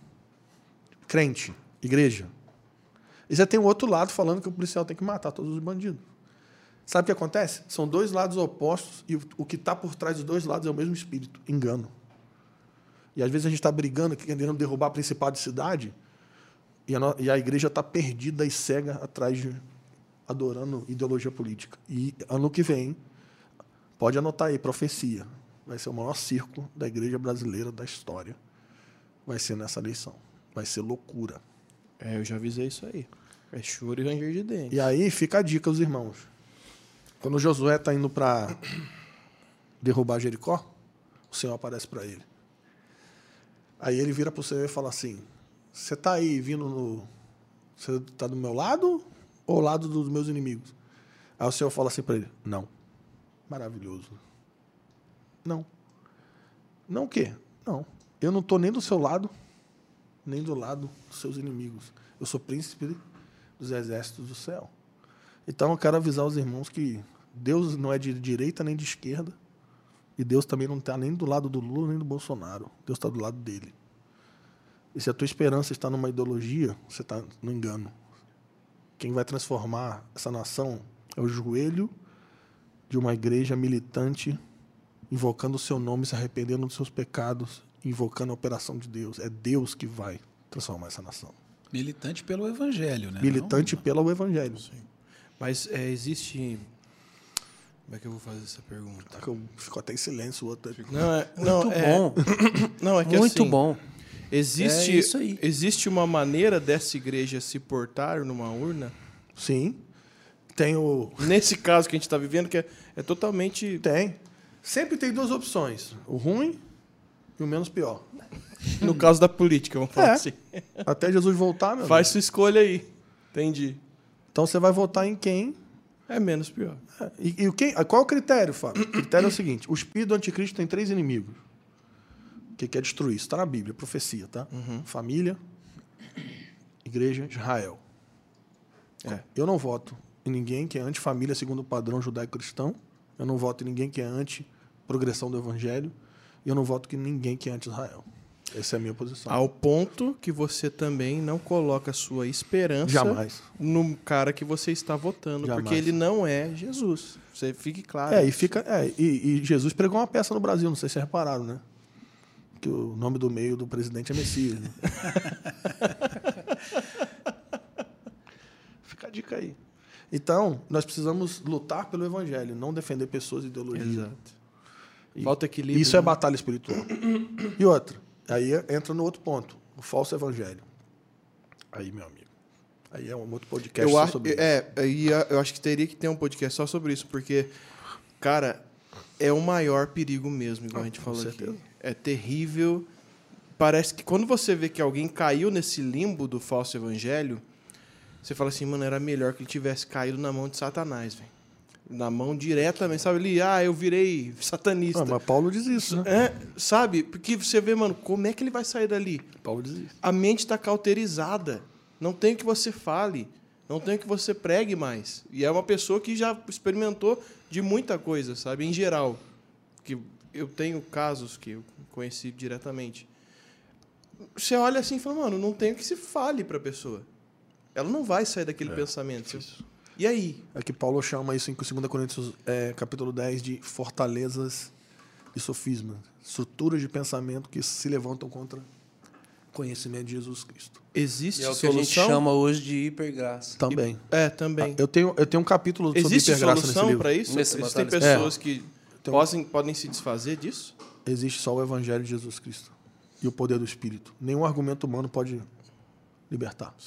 Crente, igreja. E você tem o outro lado falando que o policial tem que matar todos os bandidos. Sabe o que acontece? São dois lados opostos e o- o que está por trás dos dois lados é o mesmo espírito, engano. E às vezes a gente está brigando, querendo derrubar a principal de cidade, e a, no- e a igreja está perdida e cega atrás de adorando ideologia política. E ano que vem, pode anotar aí, profecia. Vai ser o maior circo da igreja brasileira da história. Vai ser nessa eleição. Vai ser loucura. É, eu já avisei isso aí. É choro e ranger de dente. E aí fica a dica aos irmãos. Quando Josué está indo para derrubar Jericó, o Senhor aparece para ele. Aí ele vira para o Senhor e fala assim, você está aí vindo no... Você está do meu lado ou ao lado dos meus inimigos? Aí o Senhor fala assim para ele, não. Maravilhoso. Não. Não o quê? Não. Eu não estou nem do seu lado, nem do lado dos seus inimigos. Eu sou príncipe dos exércitos do céu. Então eu quero avisar os irmãos que Deus não é de direita nem de esquerda, e Deus também não está nem do lado do Lula nem do Bolsonaro. Deus está do lado dele. E se a tua esperança está numa ideologia, você está no engano. Quem vai transformar essa nação é o joelho de uma igreja militante, invocando o seu nome, se arrependendo dos seus pecados, invocando a operação de Deus. É Deus que vai transformar essa nação. Militante pelo evangelho, né? Militante Não- pelo evangelho. Mas é, existe... Como é que eu vou fazer essa pergunta? Tá que eu fico até em silêncio, o outro. Não, é, não, Muito é- bom. Não, é que Muito assim, bom. Existe, É isso aí. existe uma maneira dessa igreja se portar numa urna? Sim. Tem o. Nesse caso que a gente está vivendo, que é, é totalmente... Tem. Sempre tem duas opções: o ruim e o menos pior. No caso da política, vamos falar É. assim. Até Jesus voltar, meu Faz amigo. sua escolha aí. Entendi. Então você vai votar em quem? É menos pior. É. E, e o quem? Qual é o critério, Fábio? O critério é o seguinte: o espírito do anticristo tem três inimigos. Que quer destruir. Isso está na Bíblia, profecia, tá? Família, igreja, Israel. É. Eu não voto em ninguém que é anti-família segundo o padrão judaico-cristão. Eu não voto em ninguém que é anti-progressão do evangelho. E eu não voto em ninguém que é anti-Israel. Essa é a minha posição. Ao ponto que você também não coloca a sua esperança Jamais. no cara que você está votando, Jamais. porque ele não é Jesus. Você fique claro. É, e, fica, é, e, e Jesus pregou uma peça no Brasil, não sei se vocês repararam, né? Que o nome do meio do presidente é Messias. Né? Fica a dica aí. Então, nós precisamos lutar pelo evangelho, não defender pessoas e ideologias. Exato. E Falta equilíbrio. Isso é né? batalha espiritual. E outra, aí entra no outro ponto, o falso evangelho. Aí, meu amigo, aí é um outro podcast Eu só acho, sobre isso. é, aí eu acho que teria que ter um podcast só sobre isso, porque, cara, é o maior perigo mesmo, igual a gente com falou certeza. aqui. É terrível. Parece que quando você vê que alguém caiu nesse limbo do falso evangelho, você fala assim, mano, era melhor que ele tivesse caído na mão de Satanás, velho. Na mão diretamente, sabe? Ele, ah, eu virei satanista. Ah, mas Paulo diz isso, né? É, sabe? Porque você vê, mano, como é que ele vai sair dali? Paulo diz isso. A mente está cauterizada. Não tem o que você fale. Não tem o que você pregue mais. E é uma pessoa que já experimentou de muita coisa, sabe? Em geral. Que eu tenho casos que eu conheci diretamente. Você olha assim e fala, mano, não tem o que se fale para a pessoa. Ela não vai sair daquele pensamento. E aí? É que Paulo chama isso em dois Coríntios, é, capítulo dez, de fortalezas e sofismas. Estruturas de pensamento que se levantam contra o conhecimento de Jesus Cristo. Existe E é o que solução? a gente chama hoje de hipergraça. Também. É, também. Eu tenho, eu tenho um capítulo sobre Existe hipergraça nesse solução livro. para isso? Nessa Existem batalha. pessoas que Tem um- podem, podem se desfazer disso? Existe só o evangelho de Jesus Cristo e o poder do Espírito. Nenhum argumento humano pode libertar. Sim.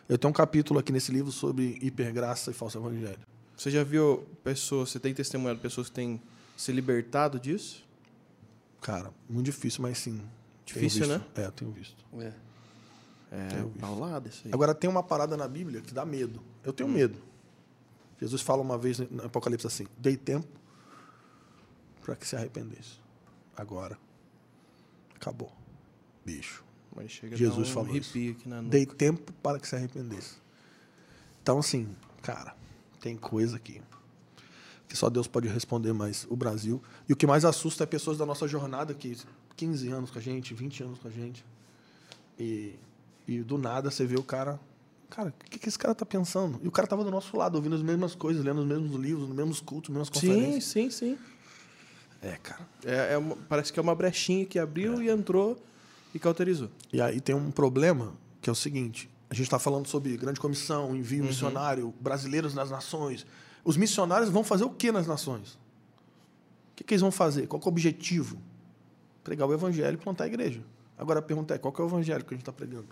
Eu tenho um capítulo aqui nesse livro sobre hipergraça e falso evangelho. Você já viu pessoas, você tem testemunhado pessoas que têm se libertado disso? Cara, muito difícil, mas sim. Difícil, tenho né? visto. É, eu tenho visto. É. É, Tenho visto. paulada isso aí. Agora, tem uma parada na Bíblia que dá medo. Eu tenho medo. Jesus fala uma vez no Apocalipse assim, dei tempo para que se arrependesse. Agora, acabou. Bicho. Mas chega Jesus a dar um falou arrepio aqui na nuca. Dei tempo para que se arrependesse. Então, assim, cara, tem coisa aqui que só Deus pode responder, mas o Brasil... E o que mais assusta é pessoas da nossa jornada, que quinze anos com a gente, vinte anos com a gente, e, e do nada você vê o cara... Cara, o que, que esse cara tá pensando? E o cara tava do nosso lado, ouvindo as mesmas coisas, lendo os mesmos livros, nos mesmos cultos, nas mesmas Sim, conferências. sim, sim. É, cara. É, é uma- parece que é uma brechinha que abriu e entrou e cauterizou. E aí tem um problema, que é o seguinte... A gente está falando sobre grande comissão, envio Uhum. missionário, brasileiros nas nações. Os missionários vão fazer o que nas nações? O que, que eles vão fazer? Qual que é o objetivo? Pregar o evangelho e plantar a igreja. Agora a pergunta é, qual que é o evangelho que a gente está pregando?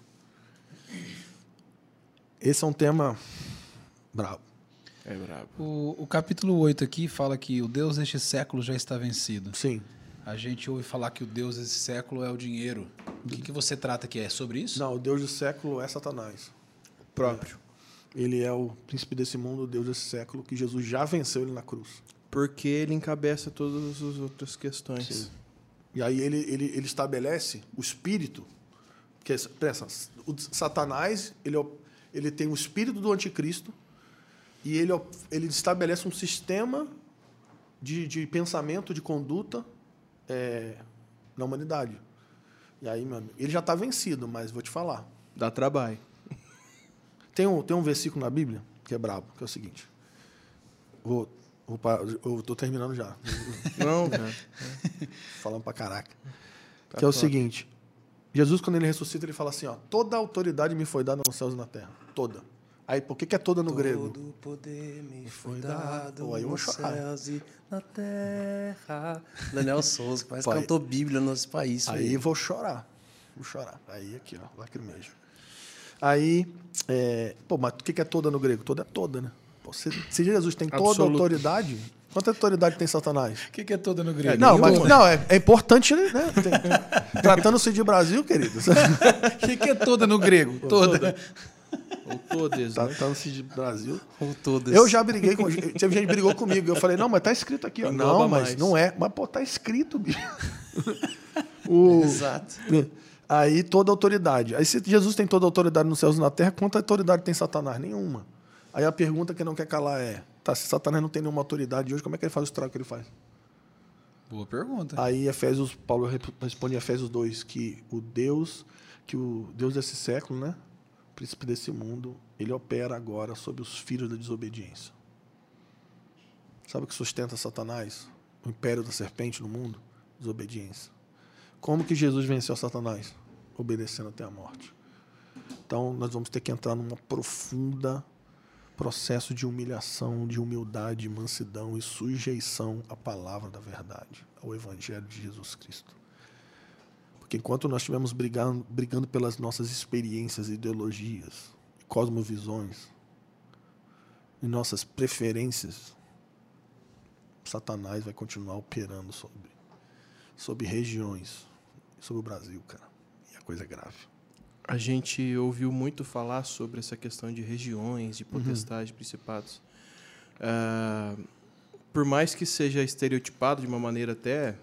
Esse é um tema bravo. É brabo. O, o capítulo oito aqui fala que o Deus deste século já está vencido. Sim. A gente ouve falar que o Deus desse século é o dinheiro. O que, que você trata aqui? É sobre isso? Não, o Deus do século é Satanás. Próprio. Ele é o príncipe desse mundo, o Deus desse século, que Jesus já venceu ele na cruz. Porque ele encabeça todas as outras questões. Sim. E aí ele, ele, ele estabelece o espírito. Que é, pensa, o Satanás ele, é o- ele tem o espírito do anticristo e ele, é o- ele estabelece um sistema de, de pensamento, de conduta é, na humanidade. E aí, meu amigo, ele já está vencido, mas vou te falar. Dá trabalho. Tem um, tem um versículo na Bíblia que é brabo, que é o seguinte. Vou, vou parar, eu estou terminando já. Não, cara. Falando pra caraca. Tá que é o top. seguinte. Jesus, quando ele ressuscita, ele fala assim, ó, toda a autoridade me foi dada nos céus e na terra. Toda. Aí, por que, que é toda no grego? Todo o poder me foi dado. dado Pô, aí eu vou nos chorar. céus e na terra. Daniel Souza, que mais Pai. cantou Bíblia no nosso país. Aí filho. vou chorar. Vou chorar. Aí aqui, ó, lacrimejo. Aí, é, pô, mas o que, que é toda no grego? Toda é toda, né? Pô, se, se Jesus tem toda a Absoluto. autoridade, quanta autoridade tem Satanás? O que, que é toda no grego? Não, mas Nenhuma. não, é, é importante, né? Tem- Tratando-se de Brasil, querido. O que, que é toda no grego? Toda. Ou todas, né? Tratando-se de Brasil. Ou todas. Eu já briguei com. Teve gente que brigou comigo. Eu falei, não, mas tá escrito aqui, ó. Engloba Não, mas mais. não é. Mas, pô, tá escrito, bicho. O- Exato. Aí toda a autoridade. Aí se Jesus tem toda a autoridade nos céus e na terra, quanta autoridade tem Satanás? Nenhuma. Aí a pergunta que não quer calar é: tá, se Satanás não tem nenhuma autoridade hoje, como é que ele faz o estrago que ele faz? Boa pergunta. Aí Efésios, Paulo rep- responde em Efésios dois que o Deus, que o Deus desse século, né? O príncipe desse mundo, ele opera agora sobre os filhos da desobediência. Sabe o que sustenta Satanás? O império da serpente no mundo? Desobediência. Como que Jesus venceu Satanás? Obedecendo até a morte. Então, nós vamos ter que entrar num profunda processo de humilhação, de humildade, mansidão e sujeição à palavra da verdade, ao Evangelho de Jesus Cristo. Porque enquanto nós estivermos brigando, brigando pelas nossas experiências, ideologias, cosmovisões e nossas preferências, Satanás vai continuar operando sobre, sobre regiões, sobre o Brasil, cara. E a coisa é grave. A gente ouviu muito falar sobre essa questão de regiões, de potestades, de principados. Ah, por mais que seja estereotipado de uma maneira até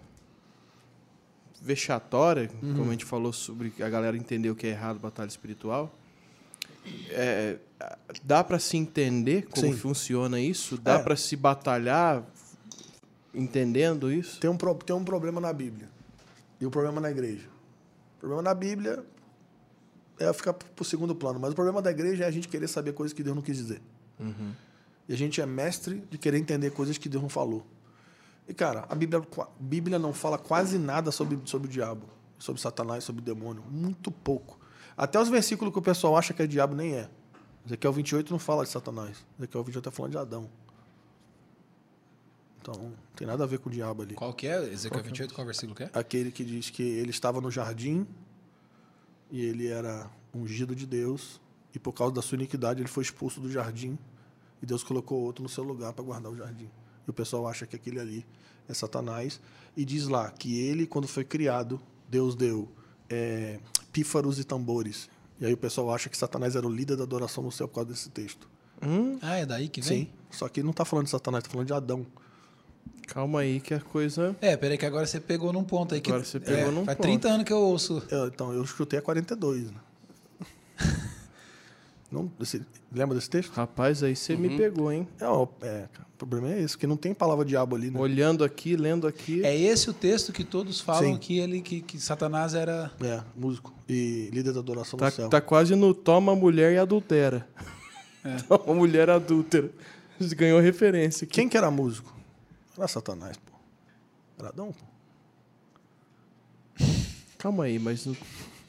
vexatória, como a gente falou sobre a galera entender o que é errado, batalha espiritual, é, dá para se entender como Sim. funciona isso? Dá É. para se batalhar entendendo isso? Tem um, pro- tem um problema na Bíblia e o problema na igreja. O problema na Bíblia é ficar para o segundo plano, mas o problema da igreja é a gente querer saber coisas que Deus não quis dizer. E a gente é mestre de querer entender coisas que Deus não falou. E, cara, a Bíblia, a Bíblia não fala quase nada sobre, sobre o diabo, sobre Satanás, sobre o demônio. Muito pouco. Até os versículos que o pessoal acha que é diabo nem é. Ezequiel vinte e oito não fala de Satanás. Ezequiel vinte e oito está falando de Adão. Então, não tem nada a ver com o diabo ali. Qual que é? Ezequiel vinte e oito, qual versículo que é? Aquele que diz que ele estava no jardim e ele era ungido de Deus E por causa da sua iniquidade, ele foi expulso do jardim. E Deus colocou outro no seu lugar para guardar o jardim. E o pessoal acha que aquele ali é Satanás. E diz lá que ele, quando foi criado, Deus deu é, pífaros e tambores. E aí o pessoal acha que Satanás era o líder da adoração no céu por causa desse texto. Hum? Ah, é daí que vem? Sim. Só que não está falando de Satanás, está falando de Adão. Calma aí que a coisa... É, peraí que agora você pegou num ponto aí. Que, Agora você pegou é, num faz ponto. trinta anos que eu ouço. Eu, então, eu chutei a quarenta e dois. Né? Não, esse, lembra desse texto? Rapaz, aí você Uhum. me pegou, hein? É, ó, é, cara, o problema é esse, que não tem palavra diabo ali, né? Olhando aqui, lendo aqui... É esse o texto que todos falam Sim. que ele que, que Satanás era. É, músico e líder da adoração Tá, no céu. tá quase no toma mulher e adultera. É. Toma mulher adúltera. Você ganhou referência aqui. Quem que era músico? Era Satanás, pô. Era Adão, pô. Calma aí, mas... não-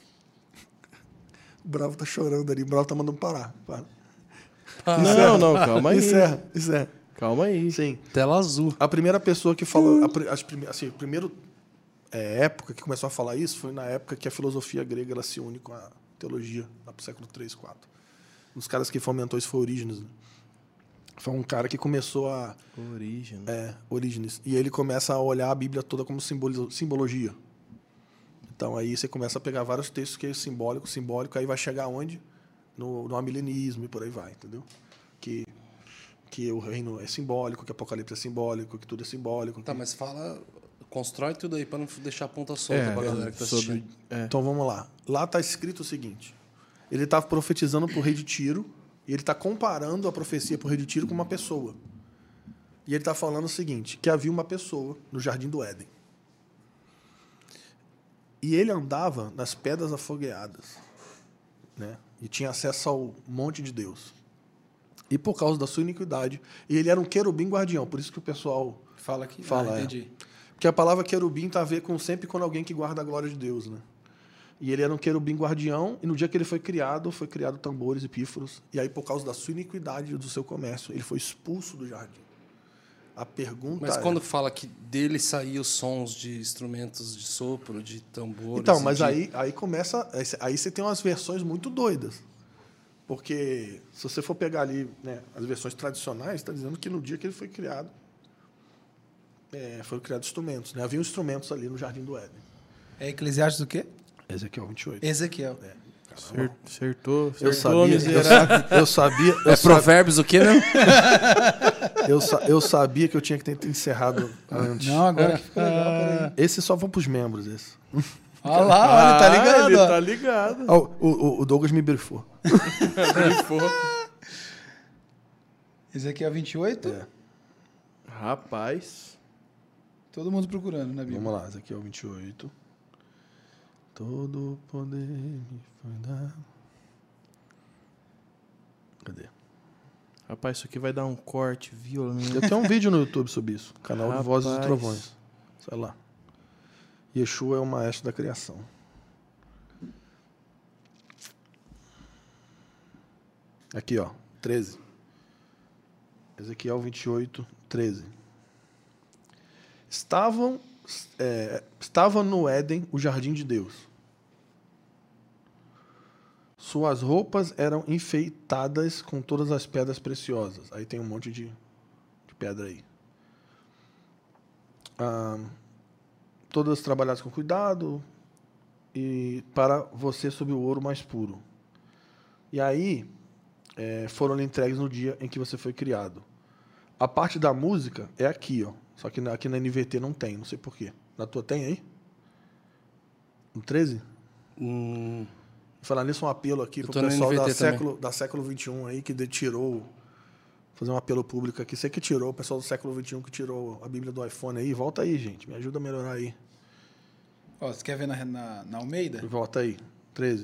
O Bravo tá chorando ali, o Bravo tá mandando parar. Para. Não, não, calma aí. Encerra, encerra. Calma aí. Sim. Tela azul. A primeira pessoa que falou, a, pri- as prime- assim, a primeira é, época que começou a falar isso foi na época que a filosofia grega ela se une com a teologia, lá pro século três, quatro. Um dos caras que fomentou isso foi Orígenes. Né? Foi um cara que começou a... Origem. É, Orígenes. E ele começa a olhar a Bíblia toda como simbolo- simbologia. Então aí você começa a pegar vários textos que é simbólico, simbólico, aí vai chegar onde? No, no amilenismo e por aí vai, entendeu? Que, que o reino é simbólico, que o Apocalipse é simbólico, que tudo é simbólico. Tá, que- mas fala... Constrói tudo aí pra não deixar a ponta solta É, pra galera que tá sobre- assistindo. é. Então vamos lá. Lá está escrito o seguinte: ele estava profetizando para o rei de Tiro e ele está comparando a profecia para o rei de Tiro com uma pessoa. E ele está falando o seguinte: que havia uma pessoa no jardim do Éden. E ele andava nas pedras afogueadas, né? E tinha acesso ao monte de Deus. E por causa da sua iniquidade, e ele era um querubim guardião, por isso que o pessoal Fala aqui. Fala, ah, é. entendi. Porque a palavra querubim está a ver com sempre com alguém que guarda a glória de Deus, né? E ele era um querubim guardião, e no dia que ele foi criado, foi criado tambores e pífaros. E aí, por causa da sua iniquidade e do seu comércio, ele foi expulso do jardim. A pergunta Mas é... quando fala que dele saíam os sons de instrumentos de sopro, de tambores... Então, e mas de... aí, aí começa... aí cê- Aí você tem umas versões muito doidas. Porque se você for pegar ali, né, as versões tradicionais, está dizendo que no dia que ele foi criado, é, foram criados instrumentos. Né? Havia instrumentos ali no jardim do Éden. É Eclesiastes do quê? Ezequiel vinte e oito. Ezequiel. Cer- Acertou, Eu acertou, sabia, eu miserável. sabia, eu sabia, eu É sa- provérbios o quê, né? eu sa- eu sabia que eu tinha que ter encerrado antes. Não, agora que ficou legal, peraí. Esse só vão pros membros, esse. Olha lá, olha, tá ligado? Ah, ele ó. tá ligado. Ó, o, o, o Douglas me brifou. Ezequiel vinte e oito. É. Rapaz. Todo mundo procurando na Bíblia. Vamos lá, Ezequiel vinte e oito. Todo poder me foi dado. Cadê? Rapaz, isso aqui vai dar um corte violento. Eu tenho um vídeo no YouTube sobre isso. Canal de Rapaz. Vozes e Trovões. Sei lá. Yeshua é o maestro da criação. Aqui, ó. treze. Ezequiel vinte e oito, treze. Estavam, é, estava no Éden o jardim de Deus. Suas roupas eram enfeitadas com todas as pedras preciosas. Aí tem um monte de, de pedra aí. Ah, todas trabalhadas com cuidado e para você sob o ouro mais puro. E aí é, foram entregues no dia em que você foi criado. A parte da música é aqui, ó. Só que na- aqui na N V T não tem, não sei porquê. Na tua tem aí? No treze? Hum, Falar nisso, um apelo aqui Eu pro tô no pessoal N V da T também. século, da século vinte e um aí que de- tirou. Fazer um apelo público aqui. Você que tirou, o pessoal do século vinte e um que tirou a Bíblia do iPhone aí, volta aí, gente. Me ajuda a melhorar aí. Ó, você quer ver na, na, na Almeida? Volta aí. treze.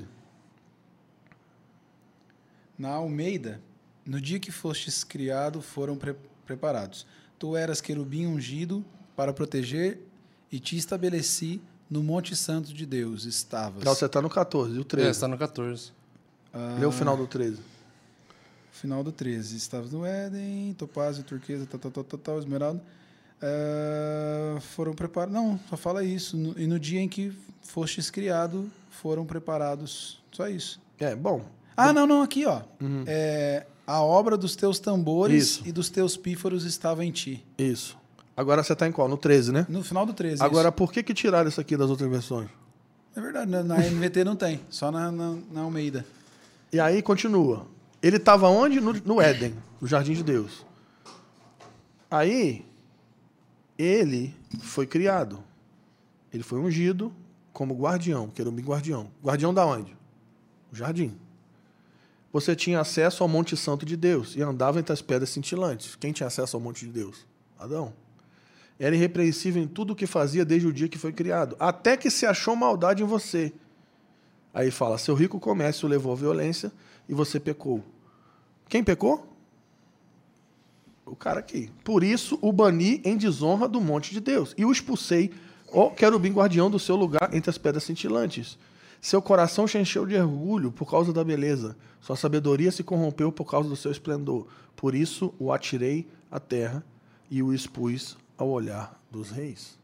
Na Almeida, no dia que fostes criado, foram pre- preparados. Tu eras querubim ungido para proteger e te estabeleci no Monte Santo de Deus. Estavas. Não, você tá no catorze, e o é, treze? está no catorze. Ah, Lê o final do treze. Final do treze. Estavas no Éden, topázio, turquesa, tal, tal, tal, tal, tal, esmeralda. Ah, foram preparados. Não, só fala isso. No- e no dia em que fostes criado, foram preparados. Só isso. É, bom. Ah, não, não, aqui, ó. É, a obra dos teus tambores Isso. e dos teus pífaros estava em ti. Isso. Agora você está em qual? No treze, né? No final do treze. Agora, isso. por que, que tiraram isso aqui das outras versões? É verdade, na, na N V T não tem, só na, na, na Almeida. E aí continua. Ele estava onde? No, no Éden, no Jardim de Deus. Aí, ele foi criado. Ele foi ungido como guardião, querubim guardião. Guardião da onde? O jardim. Você tinha acesso ao Monte Santo de Deus e andava entre as pedras cintilantes. Quem tinha acesso ao Monte de Deus? Adão. Era irrepreensível em tudo o que fazia desde o dia que foi criado, até que se achou maldade em você. Aí fala, seu rico comércio levou à violência e você pecou. Quem pecou? O cara aqui. Por isso o bani em desonra do monte de Deus e o expulsei, ó querubim guardião do seu lugar entre as pedras cintilantes. Seu coração se encheu de orgulho por causa da beleza. Sua sabedoria se corrompeu por causa do seu esplendor. Por isso o atirei à terra e o expus ao olhar dos reis.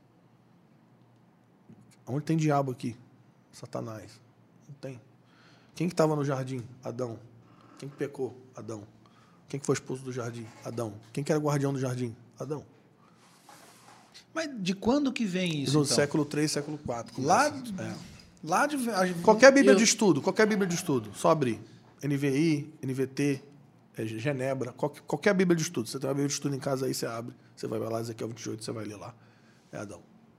Onde tem diabo aqui? Satanás. Não tem. Quem que estava no jardim? Adão. Quem que pecou? Adão. Quem que foi expulso do jardim? Adão. Quem que era guardião do jardim? Adão. Mas de quando que vem isso, No então? século três, século quatro. Lá, É. lá de... a- Qualquer Bíblia eu- de estudo, qualquer Bíblia de estudo, só abrir. N V I, N V T, é, Genebra, qualquer, qualquer Bíblia de estudo. Você tem uma Bíblia de estudo em casa aí, você abre, você vai lá, Ezequiel vinte e oito, você vai ler lá. É Adão.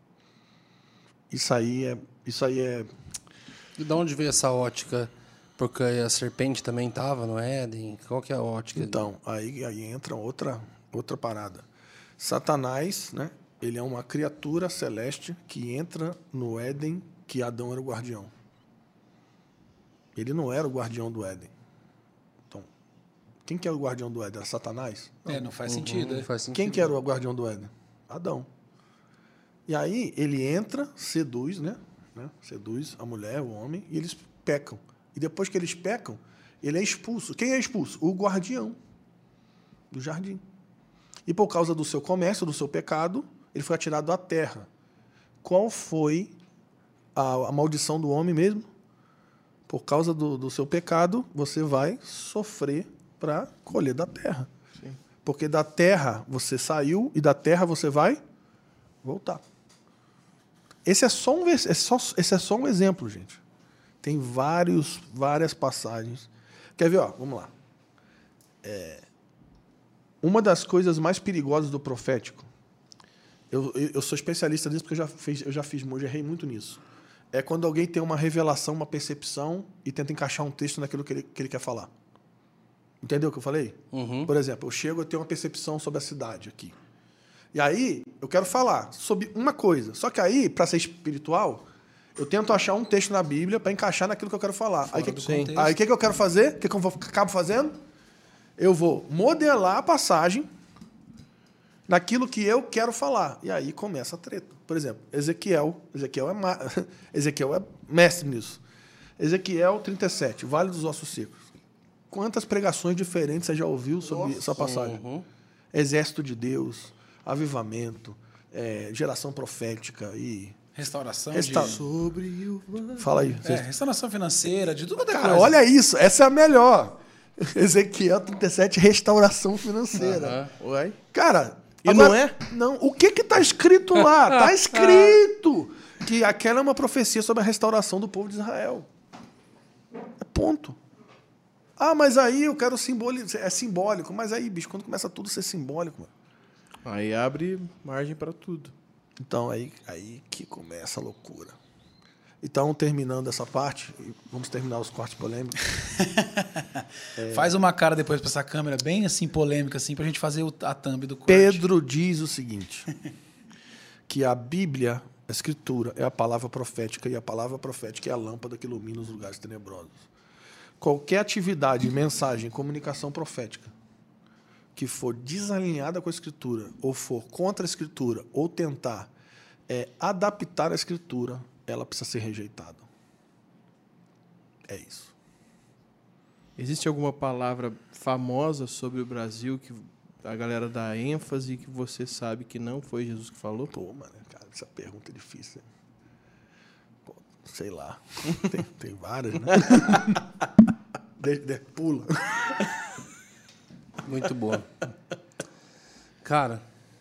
Isso aí é... Isso aí é... E de onde veio essa ótica? Porque a serpente também estava no Éden? Qual que é a ótica? Então, aí, aí entra outra, outra parada. Satanás, né? Ele é uma criatura celeste que entra no Éden que Adão era o guardião. Ele não era o guardião do Éden. Então, quem que era o guardião do Éden? Era Satanás? É, não faz sentido. Não é. faz sentido. Quem que era o guardião do Éden? Adão. E aí ele entra, seduz, né? né? Seduz a mulher, o homem, e eles pecam. E depois que eles pecam, ele é expulso. Quem é expulso? O guardião do jardim. E por causa do seu comércio, do seu pecado, ele foi atirado à terra. Qual foi a, a maldição do homem mesmo? Por causa do, do seu pecado, você vai sofrer para colher da terra. Sim. Porque da terra você saiu e da terra você vai voltar. Esse é só um, é só, esse é só um exemplo, gente. Tem vários, várias passagens. Quer ver? Ó, vamos lá. É, uma das coisas mais perigosas do profético, eu, eu, eu sou especialista nisso porque eu já fiz, eu já fiz, eu já errei muito nisso. É quando alguém tem uma revelação, uma percepção e tenta encaixar um texto naquilo que ele, que ele quer falar. Entendeu o que eu falei? Uhum. Por exemplo, eu chego a ter uma percepção sobre a cidade aqui. E aí, eu quero falar sobre uma coisa. Só que aí, para ser espiritual, eu tento achar um texto na Bíblia para encaixar naquilo que eu quero falar. Aí o que, do que, contexto. aí, que, que eu quero fazer? O que, que eu vou, acabo fazendo? Eu vou modelar a passagem naquilo que eu quero falar. E aí começa a treta. Por exemplo, Ezequiel. Ezequiel é, ma... Ezequiel é mestre nisso. Ezequiel trinta e sete, Vale dos Ossos Secos. Quantas pregações diferentes você já ouviu sobre Nossa. essa passagem? Uhum. Exército de Deus, avivamento, é, geração profética e... Restauração Resta... de... Sobre o... Fala aí. É, restauração financeira, de tudo quanto é Cara, coisa. olha isso. Essa é a melhor. Ezequiel trinta e sete, restauração financeira. Uhum. Ué? Cara... E agora, não é? Não. O que que tá escrito lá? Tá escrito que aquela é uma profecia sobre a restauração do povo de Israel. É ponto. Ah, mas aí eu quero simbolizar. É simbólico. Mas aí, bicho, quando começa tudo a ser simbólico, mano. Aí abre margem para tudo. Então, aí, aí que começa a loucura. Então, terminando essa parte, vamos terminar os cortes polêmicos. É... Faz uma cara depois pra essa câmera, bem assim, polêmica, assim, pra gente fazer o, a thumb do corte. Pedro diz o seguinte, que a Bíblia, a Escritura, é a palavra profética, e a palavra profética é a lâmpada que ilumina os lugares tenebrosos. Qualquer atividade, mensagem, comunicação profética que for desalinhada com a Escritura, ou for contra a Escritura, ou tentar é, adaptar a Escritura, ela precisa ser rejeitada. É isso. Existe alguma palavra famosa sobre o Brasil que a galera dá ênfase e que você sabe que não foi Jesus que falou? Pô, mano, cara, essa pergunta é difícil. Pô, sei lá. Tem, tem várias, né? De, de, pula. Muito boa. Cara,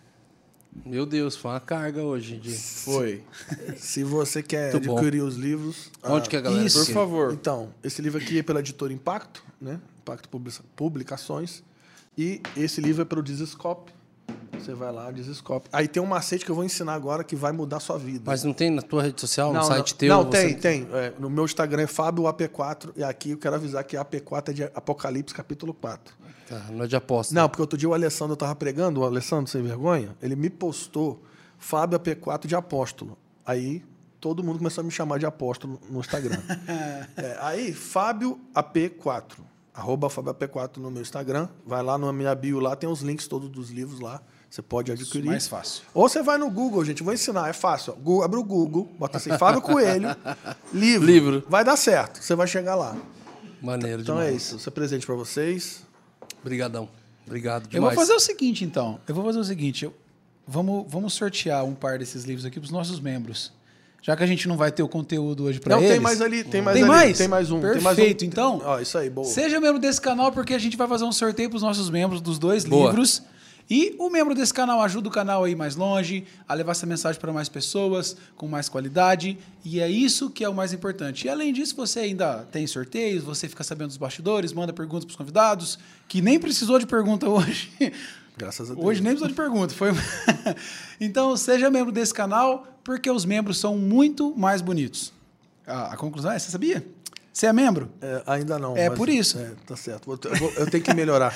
meu Deus, foi uma carga hoje. De... Foi. Se você quer Muito bom. adquirir os livros... Onde ah, que a galera... isso. Por favor. Então, esse livro aqui é pela editora Impacto, né? Impacto Publicações. E esse livro é pelo Desescope. Você vai lá, Desescope. Aí tem um macete que eu vou ensinar agora que vai mudar a sua vida. Mas não tem na tua rede social, no não, site não, teu? Não, você... tem, tem. É, no meu Instagram é Fábio A P quatro. E aqui eu quero avisar que A P quatro é de Apocalipse, capítulo quatro. Tá, não é de aposta. Não, porque outro dia o Alessandro, eu tava pregando, o Alessandro Sem Vergonha, ele me postou Fábio A P quatro de apóstolo. Aí todo mundo começou a me chamar de apóstolo no Instagram. É, aí, Fábio A P quatro. Arroba Fábio A P quatro no meu Instagram. Vai lá na minha bio, lá tem os links todos dos livros lá. Você pode adquirir. Mais fácil. Ou você vai no Google, gente. Vou ensinar, é fácil. Ó. Google, abre o Google, bota assim, Fábio Coelho, livro. Livro. Vai dar certo, você vai chegar lá. Maneiro Então demais. é isso. Isso é presente para vocês. Obrigadão. Obrigado Eu demais. vou fazer o seguinte, então. Eu vou fazer o seguinte. Eu, vamos, vamos sortear um par desses livros aqui para os nossos membros. Já que a gente não vai ter o conteúdo hoje para Não, eles. tem mais ali, tem mais Tem ali. mais? Tem mais um. Perfeito, tem mais um. então. Ó, isso aí, boa. Seja membro desse canal, porque a gente vai fazer um sorteio para os nossos membros dos dois Boa. livros. E o membro desse canal ajuda o canal a ir mais longe, a levar essa mensagem para mais pessoas, com mais qualidade. E é isso que é o mais importante. E além disso, você ainda tem sorteios, você fica sabendo dos bastidores, manda perguntas para os convidados, que nem precisou de pergunta hoje. Graças a Deus. Hoje nem precisou de pergunta. Foi... Então, seja membro desse canal, porque os membros são muito mais bonitos. A, a conclusão é, você sabia? Você é membro? É, ainda não. É mas- por isso. É, tá certo. Vou- Eu, vou- eu tenho que melhorar.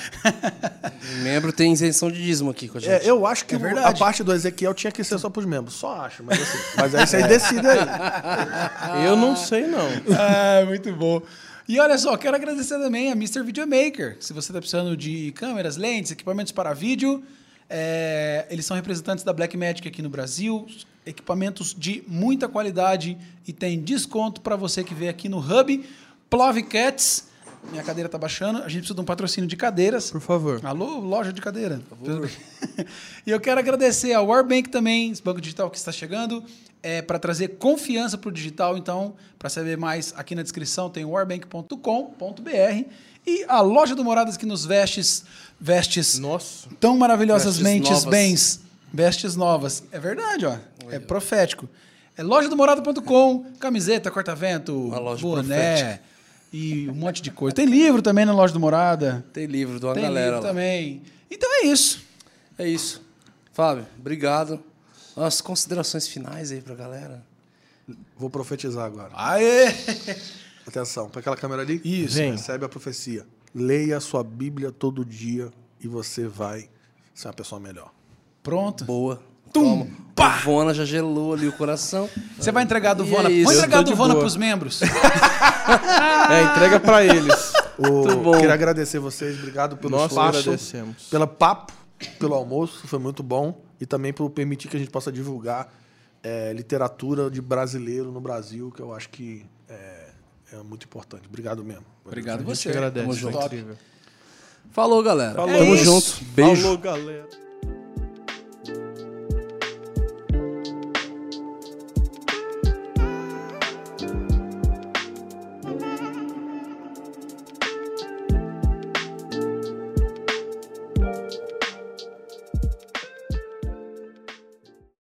Membro tem isenção de dízimo aqui com a gente. É, eu acho que É o- verdade. a parte do Ezequiel tinha que ser só para os membros. Só acho, mas assim. Mas aí vocês decidem aí. Eu não sei, não. Ah, muito bom. E olha só, quero agradecer também a mister Videomaker. Se você está precisando de câmeras, lentes, equipamentos para vídeo, é, eles são representantes da Blackmagic aqui no Brasil. Equipamentos de muita qualidade e tem desconto para você que vê aqui no Hub. Plovecats. Minha cadeira está baixando. A gente precisa de um patrocínio de cadeiras. Por favor. Alô, loja de cadeira. E eu quero agradecer ao Warbank também, esse banco digital que está chegando, é, para trazer confiança para o digital. Então, para saber mais, aqui na descrição tem warbank ponto com ponto b r e a loja do Moradas que nos vestes, vestes Nossa. tão maravilhosamente Vestes novas. bens, vestes novas. É verdade, ó. É profético. É loja do morada ponto com, camiseta, corta-vento, Uma loja boné profética. e um monte de coisa. Tem livro também na loja do Morada. Tem livro de uma Tem galera livro lá. também. Então é isso. É isso. Fábio, obrigado. As considerações finais aí pra galera. Vou profetizar agora. Aê! Atenção, para aquela câmera ali. Isso. Vem. Recebe a profecia. Leia a sua Bíblia todo dia e você vai ser uma pessoa melhor. Pronto. Boa. Tum! Toma. A Vona já gelou ali o coração. Você vai entregar do E Vona. é isso. Vou entregar Eu tô do de Vona boa. pros membros. É, entrega pra eles. O, Muito bom. Queria agradecer vocês, obrigado pelo Nós esforço, agradecemos. pelo papo, pelo almoço, foi muito bom e também por permitir que a gente possa divulgar é, literatura de brasileiro no Brasil, que eu acho que é, é muito importante. Obrigado mesmo. Obrigado A gente você. agradece. Tamo Foi junto. incrível. Falou, galera. Falou. É Tamo isso. junto. Beijo. Falou, galera.